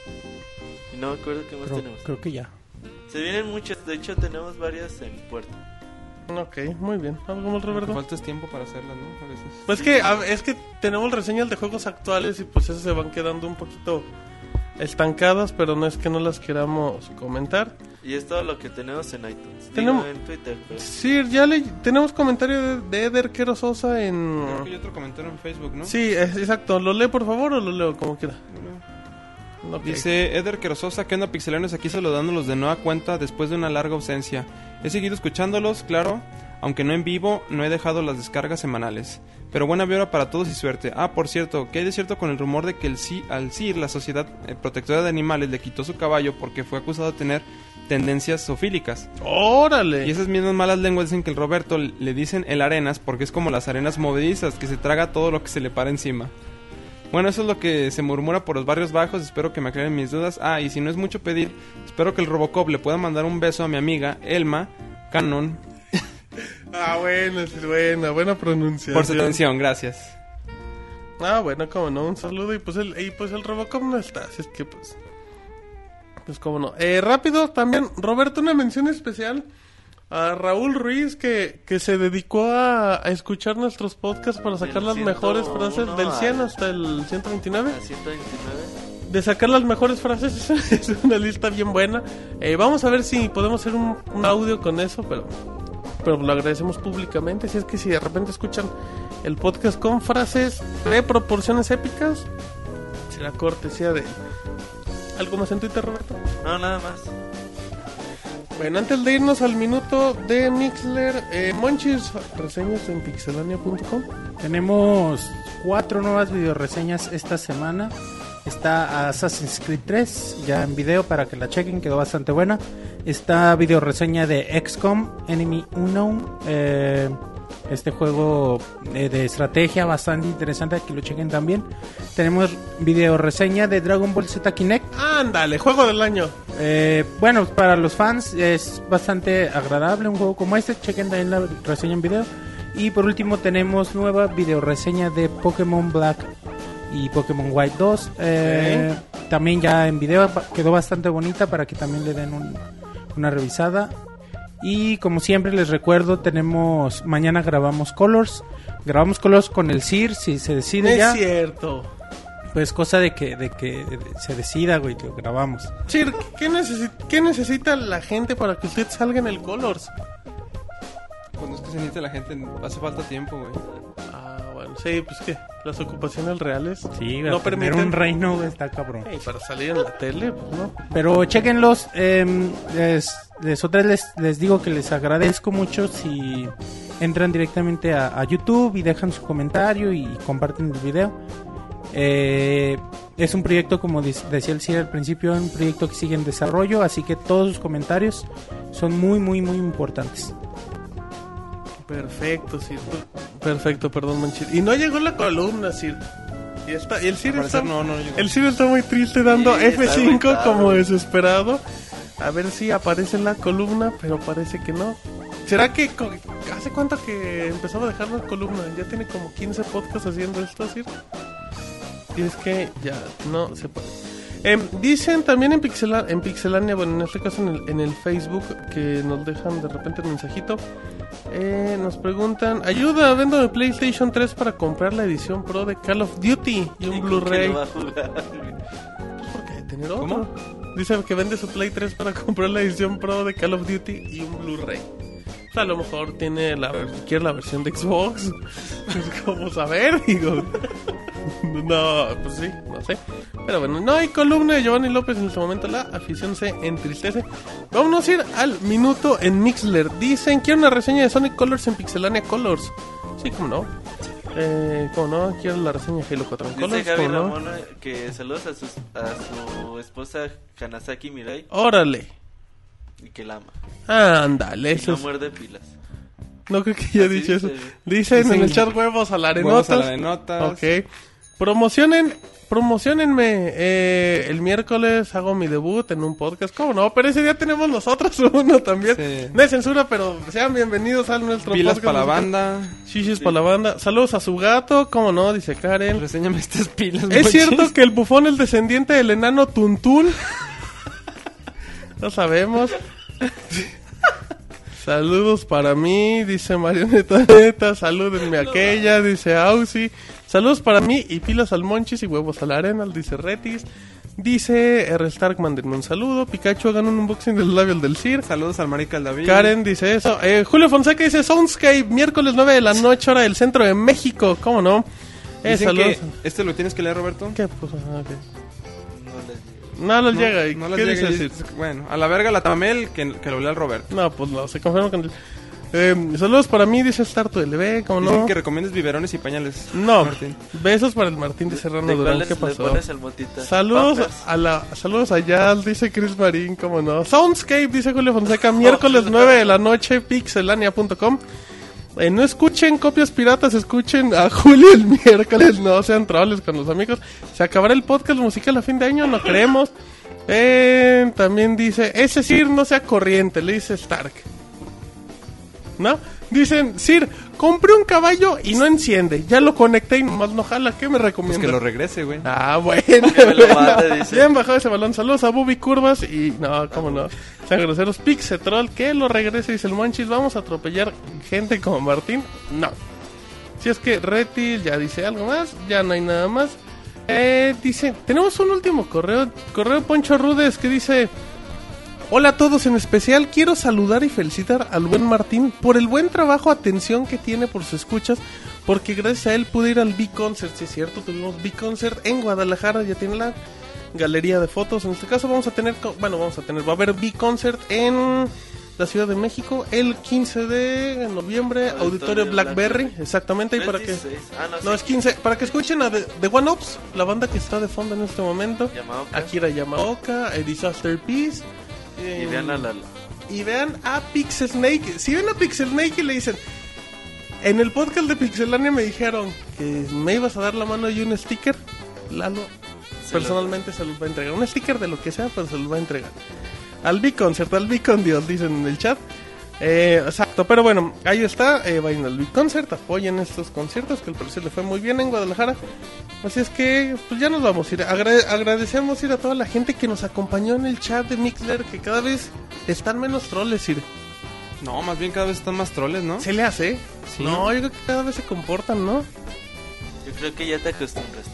Y no me acuerdo qué más Creo, tenemos. creo que ya. Se vienen muchas, de hecho tenemos varias en puerta. Ok, muy bien. ¿Algo más, Lo que Roberto? falta es tiempo para hacerlas, ¿no? A veces. Pues que a- es que tenemos reseñas de juegos actuales y pues esas se van quedando un poquito estancadas, pero no es que no las queramos comentar. Y es todo lo que tenemos en iTunes. Tenemos- Digo, en Twitter. Pero... Sí, ya le tenemos comentario de, de Eder Quero Sosa en... Creo que hay otro comentario en Facebook, ¿no? Sí, es- exacto. ¿Lo lee por favor o lo leo como quiera? Ok. Dice Eder Querososa, ¿qué onda pixelanos? Aquí saludándolos de nueva cuenta después de una larga ausencia. He seguido escuchándolos, claro, aunque no en vivo, no he dejado las descargas semanales. Pero buena vibra para todos y suerte. Ah, por cierto, ¿qué hay de cierto con el rumor de que el C- al C I R, la Sociedad eh, Protectora de Animales, le quitó su caballo porque fue acusado de tener tendencias zoofílicas? ¡Órale! Y esas mismas malas lenguas dicen que el Roberto le dicen el arenas porque es como las arenas movedizas, que se traga todo lo que se le para encima. Bueno, eso es lo que se murmura por los barrios bajos, espero que me aclaren mis dudas. Ah, y si no es mucho pedir, espero que el Robocop le pueda mandar un beso a mi amiga Elma Cannon Ah, bueno, es buena, buena pronunciación. por su atención, gracias. Ah, bueno, como no, un saludo y pues el, y pues el Robocop no está, así es que pues... Pues como no. Eh, rápido, también, Roberto, una mención especial a Raúl Ruiz que, que se dedicó a, a escuchar nuestros podcasts para sacar Del las mejores ciento frases uno del cien al- hasta el ciento veintinueve. A ciento veintinueve. De sacar las mejores frases, es una lista bien buena. Eh, vamos a ver si podemos hacer un, un audio con eso, pero pero lo agradecemos públicamente. Si es que si de repente escuchan el podcast con frases de proporciones épicas, será cortesía de... ¿Algo más en Twitter, Roberto? No, nada más. Bueno, antes de irnos al minuto de Mixler, eh, Monchis, reseñas en pixelania punto com. Tenemos cuatro nuevas videoreseñas esta semana. Está Assassin's Creed tres, ya en video para que la chequen, quedó bastante buena. Está videoreseña de X COM Enemy Unknown, eh, este juego eh, de estrategia bastante interesante, que lo chequen también. Tenemos videoreseña de Dragon Ball Z Kinect. Ándale, juego del año. Eh, bueno, para los fans es bastante agradable un juego como este. Chequen también la reseña en video. Y por último tenemos nueva video reseña de Pokémon Black y Pokémon White dos. Eh, También ya en video ba- quedó bastante bonita para que también le den un- una revisada. Y como siempre les recuerdo, tenemos mañana grabamos Colors. Grabamos Colors con el C I R si se decide Es ya. cierto. Pues cosa de que de que se decida, güey, que grabamos. Sir, ¿qué, necesi- ¿qué necesita la gente para que usted salga en el Colors? Pues no es que se necesite la gente, hace falta tiempo, güey. Ah, bueno, sí, pues que las ocupaciones reales Sí, no no tener permiten. un reino, güey, está cabrón. Ey, para salir en la tele, pues no. Pero chequenlos, eh, les, les, otra vez les, les digo que les agradezco mucho si entran directamente a, a YouTube y dejan su comentario y comparten el video. Eh, es un proyecto, como dis- decía el C I R al principio, un proyecto que sigue en desarrollo, así que todos sus comentarios son muy, muy, muy importantes. Perfecto, Sir. Perfecto, perdón, Manchir. Y no llegó la columna, Sir. Y, está, y el Sir Al está, parecer no, no llegó. el Sir está muy triste dando Sí, F está cinco agüitado. como desesperado. A ver si aparece en la columna, pero parece que no. ¿Será que co- hace cuánto que empezó a dejar la columna? Ya tiene como quince podcasts haciendo esto, Sir. Y es que ya no se puede. Eh, dicen también en, Pixela, en Pixelania, bueno, en este caso en el, en el Facebook, que nos dejan de repente un mensajito. Eh, nos preguntan, ayuda, vendo mi PlayStation tres para comprar la edición Pro de Call of Duty y un ¿Y con Blu-ray. qué lo va a jugar? Pues porque tener otro. ¿Cómo? Dice que vende su Play tres para comprar la edición Pro de Call of Duty y un Blu-ray. O sea, a lo mejor tiene la, quiere la versión de Xbox. Es como saber, digo. No, pues sí, no sé. Pero bueno, no hay columna de Giovanni López en este momento. La afición se entristece. Vámonos a ir al minuto en Mixler. Dicen, quiero una reseña de Sonic Colors en Pixelania Colors. Sí, cómo no. Eh, cómo no, quiero la reseña de Halo cuatro en Dice Colors. Javi ¿Cómo no? Ramón que saludos a, sus, a su esposa Hanasaki Mirai Órale. y que la ama. Ándale, Y eso no es... muerde pilas. No creo que haya Así dicho eso. dice. Dicen en Dicen el chat huevos a la Huevos a la arenotas. arenotas. Ok. Promocionen, promocionenme. Eh, el miércoles hago mi debut en un podcast. ¿Cómo no? Pero ese día tenemos nosotros uno también. Sí. No hay censura, pero sean bienvenidos a nuestro Pilas podcast. para la musical. banda. Chichis para la banda. Saludos a su gato. ¿Cómo no? Dice Karen. Reséñame estas pilas. ¿Es Monchis. cierto que el bufón es descendiente del enano Tuntul? No sabemos. Saludos para mí, dice Marioneta Neta. Salúdenme a aquella, dice Ausi. Saludos para mí y pilas al Monchis y huevos a la arena, dice Retis. Dice R. Stark, mándenme un saludo. Pikachu, hagan un unboxing del labial del Sir. Saludos al marica al David. Karen dice eso. Eh, Julio Fonseca dice Soundscape, miércoles nueve de la noche, hora del centro de México. ¿Cómo no? Eh, Dicen saludos. que este lo tienes que leer, Roberto. ¿Qué? Pues, ah, ok. No les No les No, llega. ¿Y no les qué llega dice y- Sir? Bueno, a la verga la Tamel que, que lo lea el Roberto. No, pues no, se confirma con el... Eh, saludos para mí, dice Starto L B, ¿cómo Dicen no? que recomiendes biberones y pañales. No, Martín. besos para el Martín de Serrano ¿De Durán, cuáles ¿qué le pasó? pones el motita? Saludos Papas. a la, saludos a Yal, dice Chris Marín, ¿cómo no? Soundscape, dice Julio Fonseca, miércoles nueve de la noche, pixelania punto com. Eh, no escuchen copias piratas, escuchen a Julio el miércoles, no sean troles con los amigos. Se acabará el podcast musical a fin de año, no creemos. Eh, también dice, ese Sir no sea corriente, le dice Stark. ¿No? Dicen, Sir, compré un caballo y no enciende. Ya lo conecté y nomás no jala. ¿Qué me Pues recomienda? que lo regrese, güey. Ah, bueno. Que me lo mande, dice. Bien bajado ese balón. Saludos a Bubi Curvas y... No, cómo no. Sean groseros. Pixetrol, que lo regrese, dice el Monchis. Vamos a atropellar gente como Martín. No. Si es que Retil ya dice algo más. Ya no hay nada más. Eh, dice... Tenemos un último correo. Correo Poncho Rudes que dice... Hola a todos, en especial quiero saludar y felicitar al buen Martín por el buen trabajo, atención que tiene por sus escuchas, porque gracias a él pude ir al B-Concert, si es cierto, tuvimos B-Concert en Guadalajara, ya tiene la galería de fotos, en este caso vamos a tener, bueno, vamos a tener, va a haber B-Concert en la Ciudad de México el quince de noviembre, Auditorio, Auditorio Blackberry, Blackberry. exactamente, y para que... dieciséis. Ah, no, No, sí. es quince, para que escuchen a The, The One Ops, la banda que está de fondo en este momento, Yamaoka. Akira Yamaoka, a Disaster Peace. Y vean a Lalo. Y vean a Pixel Snake. Si ven a Pixel Snake y le dicen, en el podcast de Pixelania me dijeron que me ibas a dar la mano y un sticker, Lalo Se personalmente se los va a entregar. Un sticker de lo que sea, pero se los va a entregar. Al B-Concert, al B-Con, dicen en el chat. Eh, exacto, pero bueno, ahí está. Eh, vayan al B-Concert, apoyen estos conciertos que al parecer le fue muy bien en Guadalajara. Así es que, pues ya nos vamos a ir. Agra- agradecemos ir a toda la gente que nos acompañó en el chat de Mixler, que cada vez están menos troles, ir. No, más bien cada vez están más troles, ¿no? ¿Se le hace? Sí. No, yo creo que cada vez se comportan, ¿no? Yo creo que ya te acostumbraste.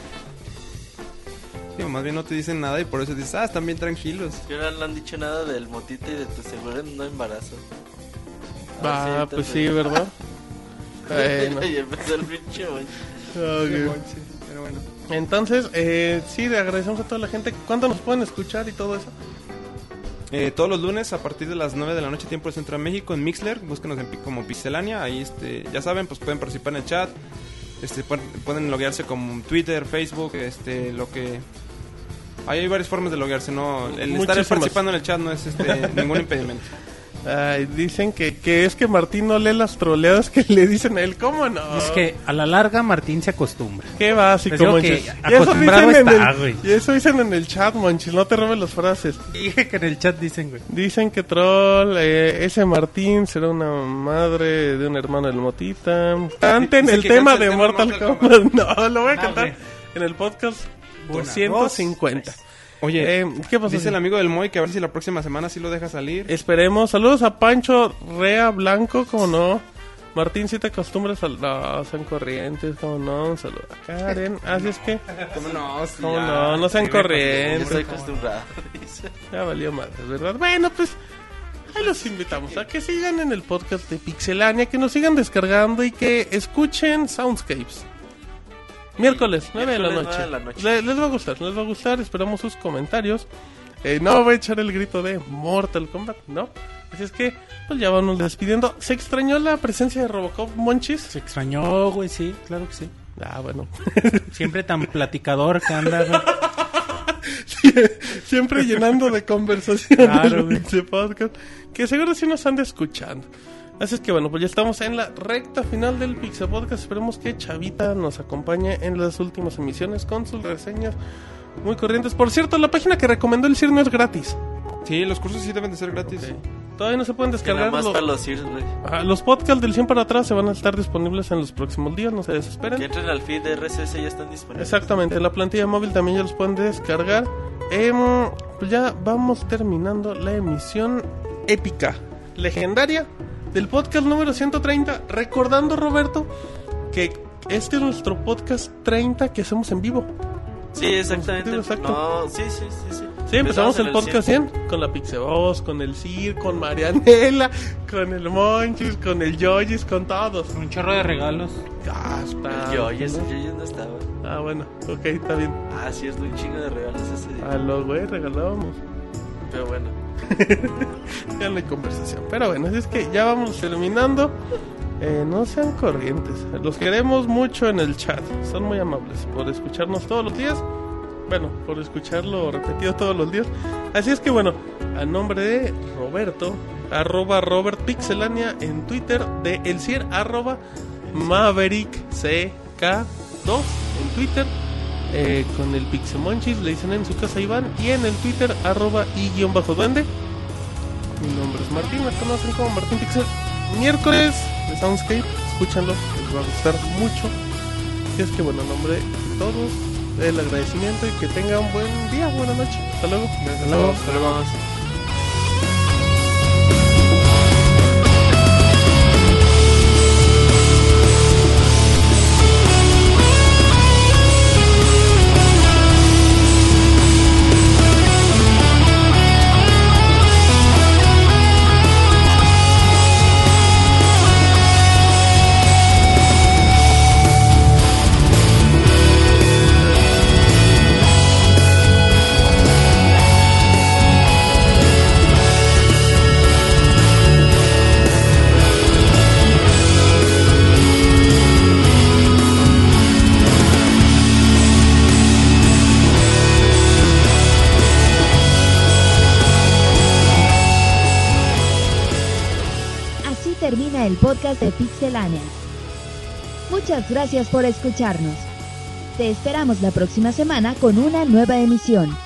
Sí, o más bien no te dicen nada y por eso dices, ah, están bien tranquilos. Que ahora no han dicho nada del motito y de tu seguro no embarazo. Va, Ah, sí, pues entonces- sí, ¿verdad? Bueno. Y empezó el pinche moño. Ok. Pero bueno. Entonces, eh, sí, le agradecemos a toda la gente. ¿Cuándo nos pueden escuchar y todo eso? Eh, todos los lunes a partir de las nueve de la noche tiempo de Centro de México en Mixler, búsquenos en, pi- como Pixelania, ahí este, ya saben, pues pueden participar en el chat, este, pueden, pueden loguearse como Twitter, Facebook, este, lo que... Ahí hay varias formas de loguearse, no, el estar Muchísimas. participando en el chat no es este, ningún impedimento. Ay, dicen que, que es que Martín no lee las troleadas que le dicen a él. ¿Cómo no? Es que a la larga Martín se acostumbra. Qué básico, Pues digo Monchis. que Y eso acostumbrado dicen en está, el- güey. Y eso dicen en el chat, Monchis. No te robes las frases. Dije que en el chat dicen, güey. Dicen que troll, eh, ese Martín será una madre de un hermano del Motita. Canten Dice el que tema cante de el tema de Mortal Mortal Kombat. No, lo voy a No, cantar güey. en el podcast Una, doscientos cincuenta. dos, Oye, Eh, ¿qué pasó? dice el amigo del Moy que a ver si la próxima semana sí lo deja salir. Esperemos. Saludos a Pancho Rea Blanco, como no. Martín, si te acostumbras a no, sean corrientes, como no. Un saludo a Karen. Así es que, ¿Cómo no? Sí, como ya. no, no sean Sí, Yo corrientes. estoy acostumbrado. dice. Ya valió madre, ¿verdad? Bueno, pues ahí los invitamos a que sigan en el podcast de Pixelania, que nos sigan descargando y que escuchen Soundscapes. Miércoles, nueve de la Miércoles, noche. nueve de la noche. Le- les va a gustar, les va a gustar. Esperamos sus comentarios. Eh, no voy a echar el grito de Mortal Kombat, ¿no? Así es que, pues ya vamos despidiendo. ¿Se extrañó la presencia de Robocop, Monchis? Se extrañó, güey, sí, claro que sí. Ah, bueno. Siempre tan platicador que anda, güey. Siempre llenando de conversación Claro, el güey. pinche podcast, que seguro sí nos anda escuchando. Así es que bueno, pues ya estamos en la recta final del Pixel Podcast. Esperemos que Chavita nos acompañe en las últimas emisiones con sus reseñas muy corrientes. Por cierto, la página que recomendó el Sir no es gratis. Sí, los cursos sí deben de ser gratis. Ok. Todavía no se pueden Que nada descargar. más lo- para los Sears, güey. Ah, los podcasts del cien para atrás se van a estar disponibles en los próximos días, no se desesperen. Que entren al feed de R S S, ya están disponibles. Exactamente, la plantilla móvil también ya los pueden descargar. Em, pues ya vamos terminando la emisión épica, legendaria del podcast número ciento treinta. Recordando, Roberto, que este es nuestro podcast treinta que hacemos en vivo. Sí, exactamente. Exacto. No, sí, sí, sí, sí. Sí, empezamos el en podcast cien. cien con la Pixevoz, con el Sir, con Marianela, con el Monchis, con el Yoyis, con todos. Un chorro de regalos. Hasta... Yo, yo, yo ya no estaba. Ah, bueno, ok, está bien. Ah, sí, es un chingo de regalos ese día. A los güey regalábamos. Pero bueno. Ya no hay conversación. Pero bueno, así es que ya vamos terminando. Eh, no sean corrientes. Los queremos mucho en el chat. Son muy amables por escucharnos todos los días. Bueno, por escucharlo repetido todos los días. Así es que bueno, a nombre de Roberto, arroba Robert Pixelania en Twitter, de El Cier, arroba Maverick C K dos en Twitter. Eh, con el Pixemonchis, le dicen en su casa Iván, y en el Twitter arroba y-duende. Mi nombre es Martín, me conocen como Martín Pixel. Miércoles de Soundscape, escúchanlo, les va a gustar mucho. Y es que bueno, en nombre de todos, el agradecimiento y que tengan un buen día, buena noche. Hasta luego. Hasta luego. Hasta luego. Así termina el podcast de Pixelania. Muchas gracias por escucharnos. Te esperamos la próxima semana con una nueva emisión.